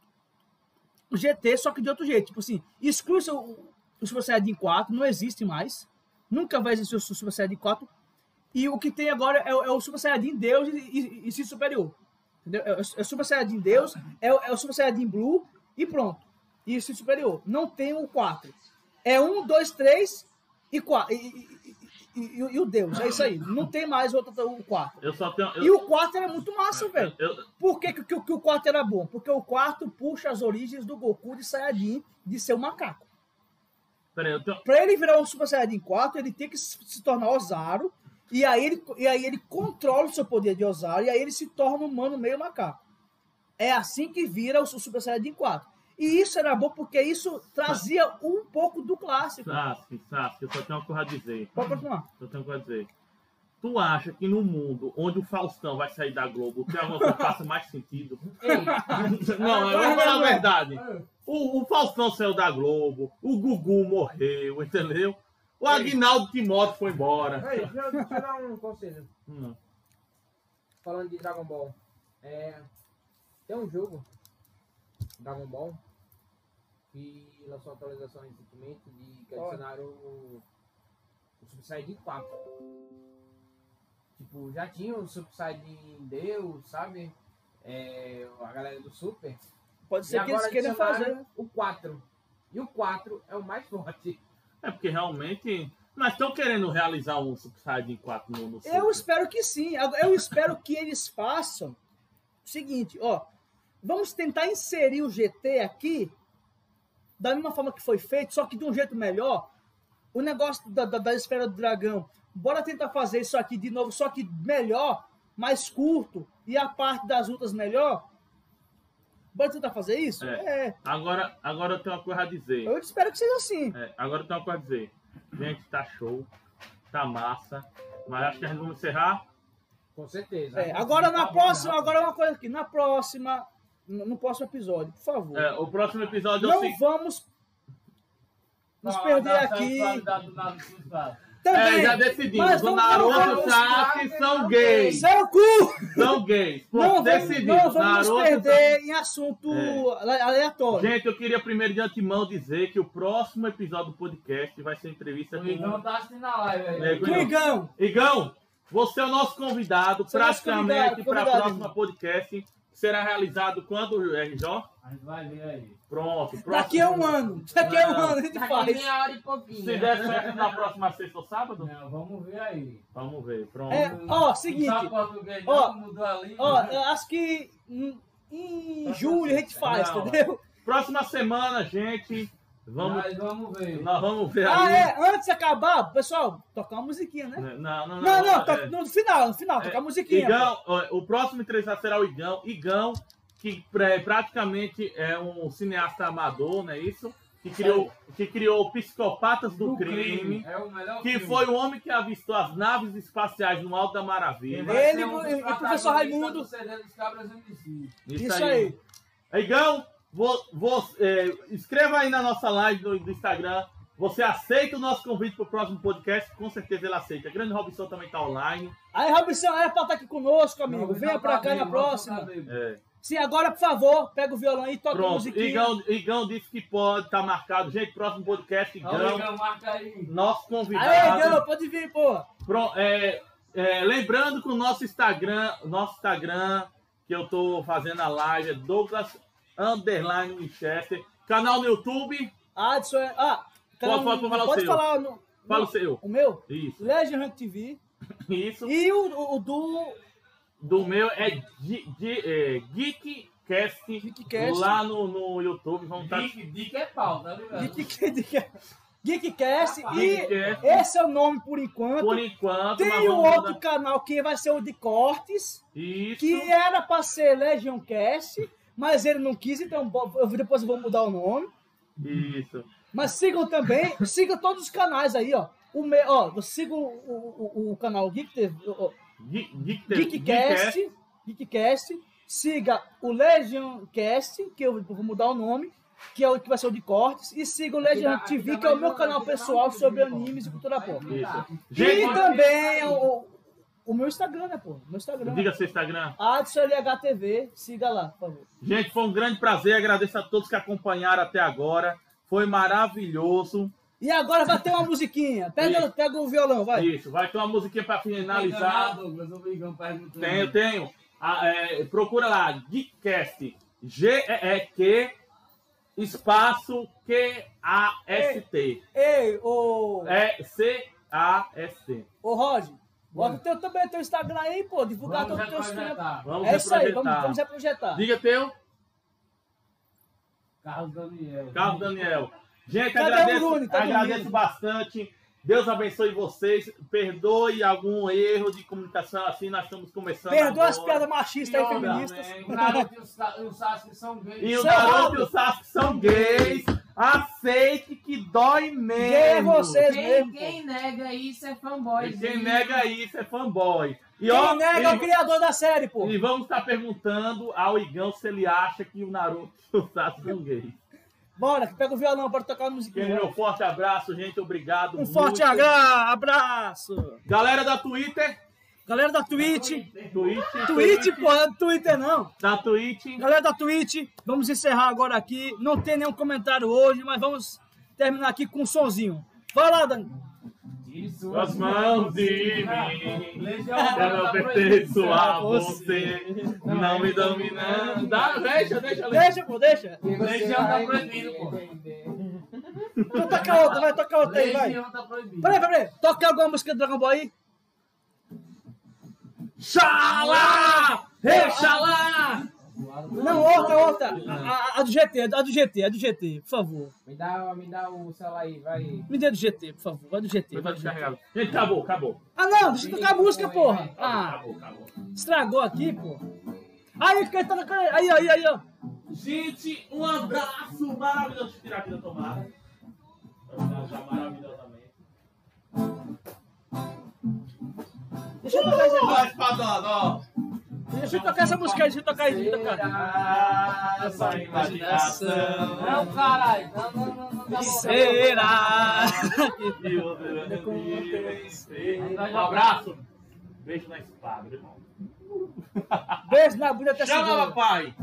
o G T, só que de outro jeito. Tipo assim, exclui o, o Super Saiyajin quatro, não existe mais. Nunca vai existir o Super Saiyajin quatro. E o que tem agora é, o- é o Super Saiyajin Deus e, e, e si superior. Entendeu? É, o- é o Super Saiyajin Deus, é, o- é o Super Saiyajin Blue e pronto. E si superior. Não tem o quatro. É um, dois, três e quatro. E, e- e- e- e o Deus. É isso aí. Não tem mais outro, o quatro. Eu só tenho. Eu, E o quatro era muito massa, velho. eu, Por que, que, que o quatro era bom? Porque o quatro puxa as origens do Goku de Saiyajin de ser um macaco. peraí, eu tenho. Pra ele virar um Super Saiyajin quatro, ele tem que se se tornar Ozaru. E aí, ele, e aí ele controla o seu poder de Ozaru. E aí ele se torna um humano meio macaco. É assim que vira o Super Saiyajin quatro. E isso era bom porque isso trazia um pouco do clássico. Sasuke, Sasuke, eu só tenho uma coisa a dizer. Pode continuar. Eu tenho uma coisa a dizer. Tu acha que no mundo onde o Faustão vai sair da Globo, tem alguma coisa que faça mais sentido? Não, eu vou falar a verdade. O, o Faustão saiu da Globo, o Gugu morreu, entendeu? O Aguinaldo Timóteo foi embora. Ei, deixa eu, deixa eu dar um conselho. Hum. Falando de Dragon Ball. É, tem um jogo, Dragon Ball, que lançou atualização recentemente de que adicionaram o, o Super Saiyajin quatro. Tipo, já tinha o Super Saiyajin Deus, sabe? É, a galera do Super. Pode E ser que eles agora queiram adicionaram fazer. o quatro. E o quatro é o mais forte. É porque realmente. Nós estamos querendo realizar um Super Saiyajin quatro no, no Super. Eu espero que sim. Eu espero que eles façam o seguinte, ó. Vamos tentar inserir o G T aqui da mesma forma que foi feito, só que de um jeito melhor. O negócio da, da, da esfera do dragão. Bora tentar fazer isso aqui de novo, só que melhor, mais curto, e a parte das lutas melhor. Bora tentar fazer isso? É. É. Agora, agora eu tenho uma coisa a dizer. Eu espero que seja assim. É, agora eu tenho uma coisa a dizer. Gente, tá show. Tá massa. Mas acho que a gente vai encerrar. Com certeza. É, agora na próxima, agora uma coisa aqui, na próxima, no, no próximo episódio, por favor. É, o próximo episódio é o Não seguinte. vamos nos Não, perder dá aqui. sexualidade do nada do Estado. Também. É, já decidimos. Mas O vamos- Naruto e o vamos- Sasuke são gays. Seu cu! São gays. Pronto, Não vamos, decidimos. não vamos nos Naruto perder em assunto É. aleatório. Gente, eu queria primeiro de antemão dizer que o próximo episódio do podcast vai ser entrevista O com Igão tá assistindo a live aí. É, Com o Igão. Igão, você é o nosso convidado, Você é nosso praticamente convidado, para a convidado, próxima irmão. podcast. Será realizado quando, R J? A gente vai ver aí. Pronto. Próximo. Daqui a um ano. Daqui a um Não. ano a gente Daqui faz. meia hora e pouquinho. Se der certo na próxima sexta ou sábado? Não, vamos ver aí. Vamos ver, pronto. É, ó, seguinte. Não sabe português, Ó, não, mudou a língua. Ó, eu acho que em, em julho a gente faz, Não, entendeu? Próxima semana, gente, vamos, Nós vamos ver. nós vamos ver Ah, aí. é, antes de acabar, pessoal, tocar uma musiquinha, né? Não, não, não. Não, não, é, to- no final, no final, tocar é, musiquinha. Igão, ó, o próximo entrevistado será o Igão. Igão, que pré- praticamente é um cineasta amador, não é isso? Que criou, que criou Psicopatas do, Do crime, É o melhor que filme. foi o homem que avistou as naves espaciais no Alto da Quem Maravilha. vai Ele ser um dos e o professor protagonistas Raimundo. do C D dos Cabras M C. Isso aí. Igão, vou, vou, é, escreva aí na nossa live do, do Instagram. Você aceita o nosso convite para o próximo podcast? Com certeza ele aceita. Grande Robson também está online. Aí, Robson, era pra estar aqui conosco, amigo. Não, Venha não pra tá cá na bem, próxima. não tá bem. É. Sim, agora, por favor, pega o violão aí e toca a Pronto, musiquinha. Igão, Igão disse que pode, tá marcado. Gente, próximo podcast, Igão. Igão, marca aí. Nosso convidado. Aê, Igão, pode vir, pô. Pro- é, é, lembrando que o nosso Instagram, nosso Instagram, que eu tô fazendo a live, é Douglas Underline Winchester. Canal no YouTube, Adson é... Ah, Pode- pode falar o pode seu. falar no, fala no- o seu. o meu? Isso, Legend Rank T V. isso. E o, o, o do Do meu é, Gi- Gi- é Geekcast, Geekcast. lá no, no YouTube. Vamos estar... Dick, Dick é pau, tá ligado? Geek, Geek, Geekcast. E Geekcast. esse é o nome por enquanto. Por enquanto, Tem nós o vamos outro mudar- canal que vai ser o de cortes, Isso. que era pra ser Legion Cast, mas ele não quis, então eu- depois eu vou mudar o nome. Isso. Mas sigam também, sigam todos os canais aí, ó. O meu, ó, sigam o, o, o, o canal Geek T V, o- Geek, Geek, Geekcast, Geekcast, siga o Legion Cast, que eu vou mudar o nome, que é o que vai ser o de cortes, e siga o Legion T V, que é o meu canal pessoal sobre animes e cultura pop. Isso. E Gente, também o, o meu Instagram, né, pô? Meu Instagram. diga seu Instagram. Adson L H T V, siga lá, por favor. Gente, foi um grande prazer. Agradeço a todos que acompanharam até agora. Foi maravilhoso. E agora vai ter uma musiquinha. Pega, pega o violão, vai. Isso. Vai ter uma musiquinha para finalizar. Douglas, o Igão perguntando. Tenho, tenho. Ah, é, procura lá, Geekcast. G E E Q espaço Q A S T. Ei, ô, É C A S T. ô Roger, bota teu, também teu Instagram aí, pô, divulgar Vamos todo o teu Instagram. reprojetar. Vamos É isso aí, reprojetar. vamos, vamos reprojetar. Diga teu. Carlos Daniel. Carlos Daniel. Gente, Cadê o agradeço, Bruno? Tá agradeço dormindo. bastante. Deus abençoe vocês. Perdoe algum erro de comunicação assim. Nós estamos começando. Perdoa as agora. piadas machistas aí, E feministas. O Naruto e o Sa- e o Sasuke são gays. E o Isso é Naruto errado. e o Sasuke são gays. Aceite que dói menos. Gay é vocês Quem, mesmo. quem nega isso é fanboy. E quem sim. nega isso é fanboy. E, Quem ó, nega é o e, criador da série, pô. e vamos estar perguntando ao Igão se ele acha que o Naruto e o Sasuke são gays. Bora, que pega o violão para tocar a musiquinha. Aquele meu forte abraço, gente. Obrigado. Um forte muito. agra- abraço. Galera da Twitter. Galera da Twitch. Twitch. Twitch, pô, não é Twitter não. Da Twitch. Galera da Twitch, vamos encerrar agora aqui. Não tem nenhum comentário hoje, mas vamos terminar aqui com um sonzinho. Vai lá, Dani. Isso. As mãos de mim, eu não pertenço a você, não me dominando. Dá, deixa, deixa, deixa. Deixa, pô, deixa. Legião tá proibido, pô. Então toca outra, vai, toca outra aí, vai. Legião tá proibido. Peraí, peraí, toca alguma música do Dragon Ball aí. Xalá! Rexalá! Não, outra, outra. A, a- a do G T, a do G T, a do G T, por favor. Me dá, me dá o celular aí, vai. Me dê do G T, por favor, vai do G T. Vai vai estar do G T. descarregado. Gente, acabou, acabou. Ah, não, deixa eu tocar a música, porra. Ah, Acabou, acabou. estragou aqui, pô. Aí, quem tá tocando aí, aí, aí, ó. Gente, um abraço maravilhoso. Deixa eu tirar aqui da tomada. Pra viajar maravilhosamente. Deixa eu tocar essa Ó, música. espadona, ó. Deixa eu tocar essa música aí, deixa eu tocar aí, deixa eu tocar. Essa imaginação. Não, caralho. Não, não, não, não. Tá bom. Será? E você Um abraço. Beijo na espada, irmão. Beijo na bunda até Chama, segunda. papai.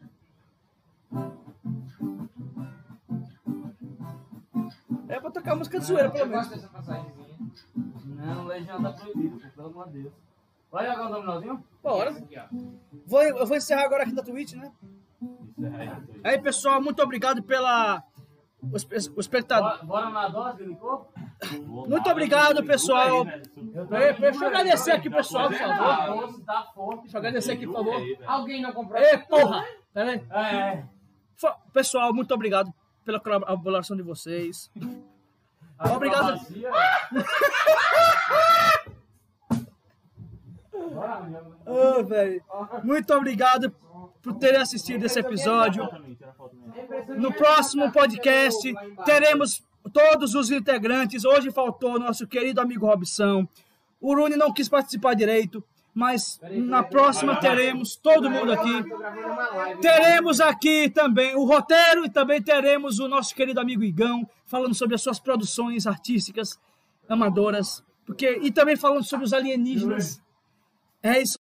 É pra tocar música de zoeira, pelo Eu menos. gosto dessa passagemzinha. Não, Legião tá proibido, pô, pelo amor de Deus. Vai jogar o dominózinho? Bora. Aqui, ó. Vou, eu vou encerrar agora aqui na Twitch, né? Aí, pessoal, muito obrigado pela... O, espe- o espectador. Bora, bora na dose de licor? Muito obrigado, pessoal. Ei, deixa eu agradecer aqui, pessoal, por Tá favor. doce, tá forte. Deixa eu agradecer aqui, por favor. Alguém não comprou? Ei, porra! Pera aí. É. Fa- Pessoal, muito obrigado pela colaboração de vocês. A Obrigado. bacia. Bora, meu. Ô, velho. Muito obrigado por terem assistido esse episódio. No próximo podcast, teremos todos os integrantes. Hoje faltou nosso querido amigo Robson. O Rune não quis participar direito, mas na próxima teremos todo mundo aqui. Tô gravando uma live. Teremos aqui também o roteiro e também teremos o nosso querido amigo Igão falando sobre as suas produções artísticas amadoras, porque e também falando sobre os alienígenas. É isso.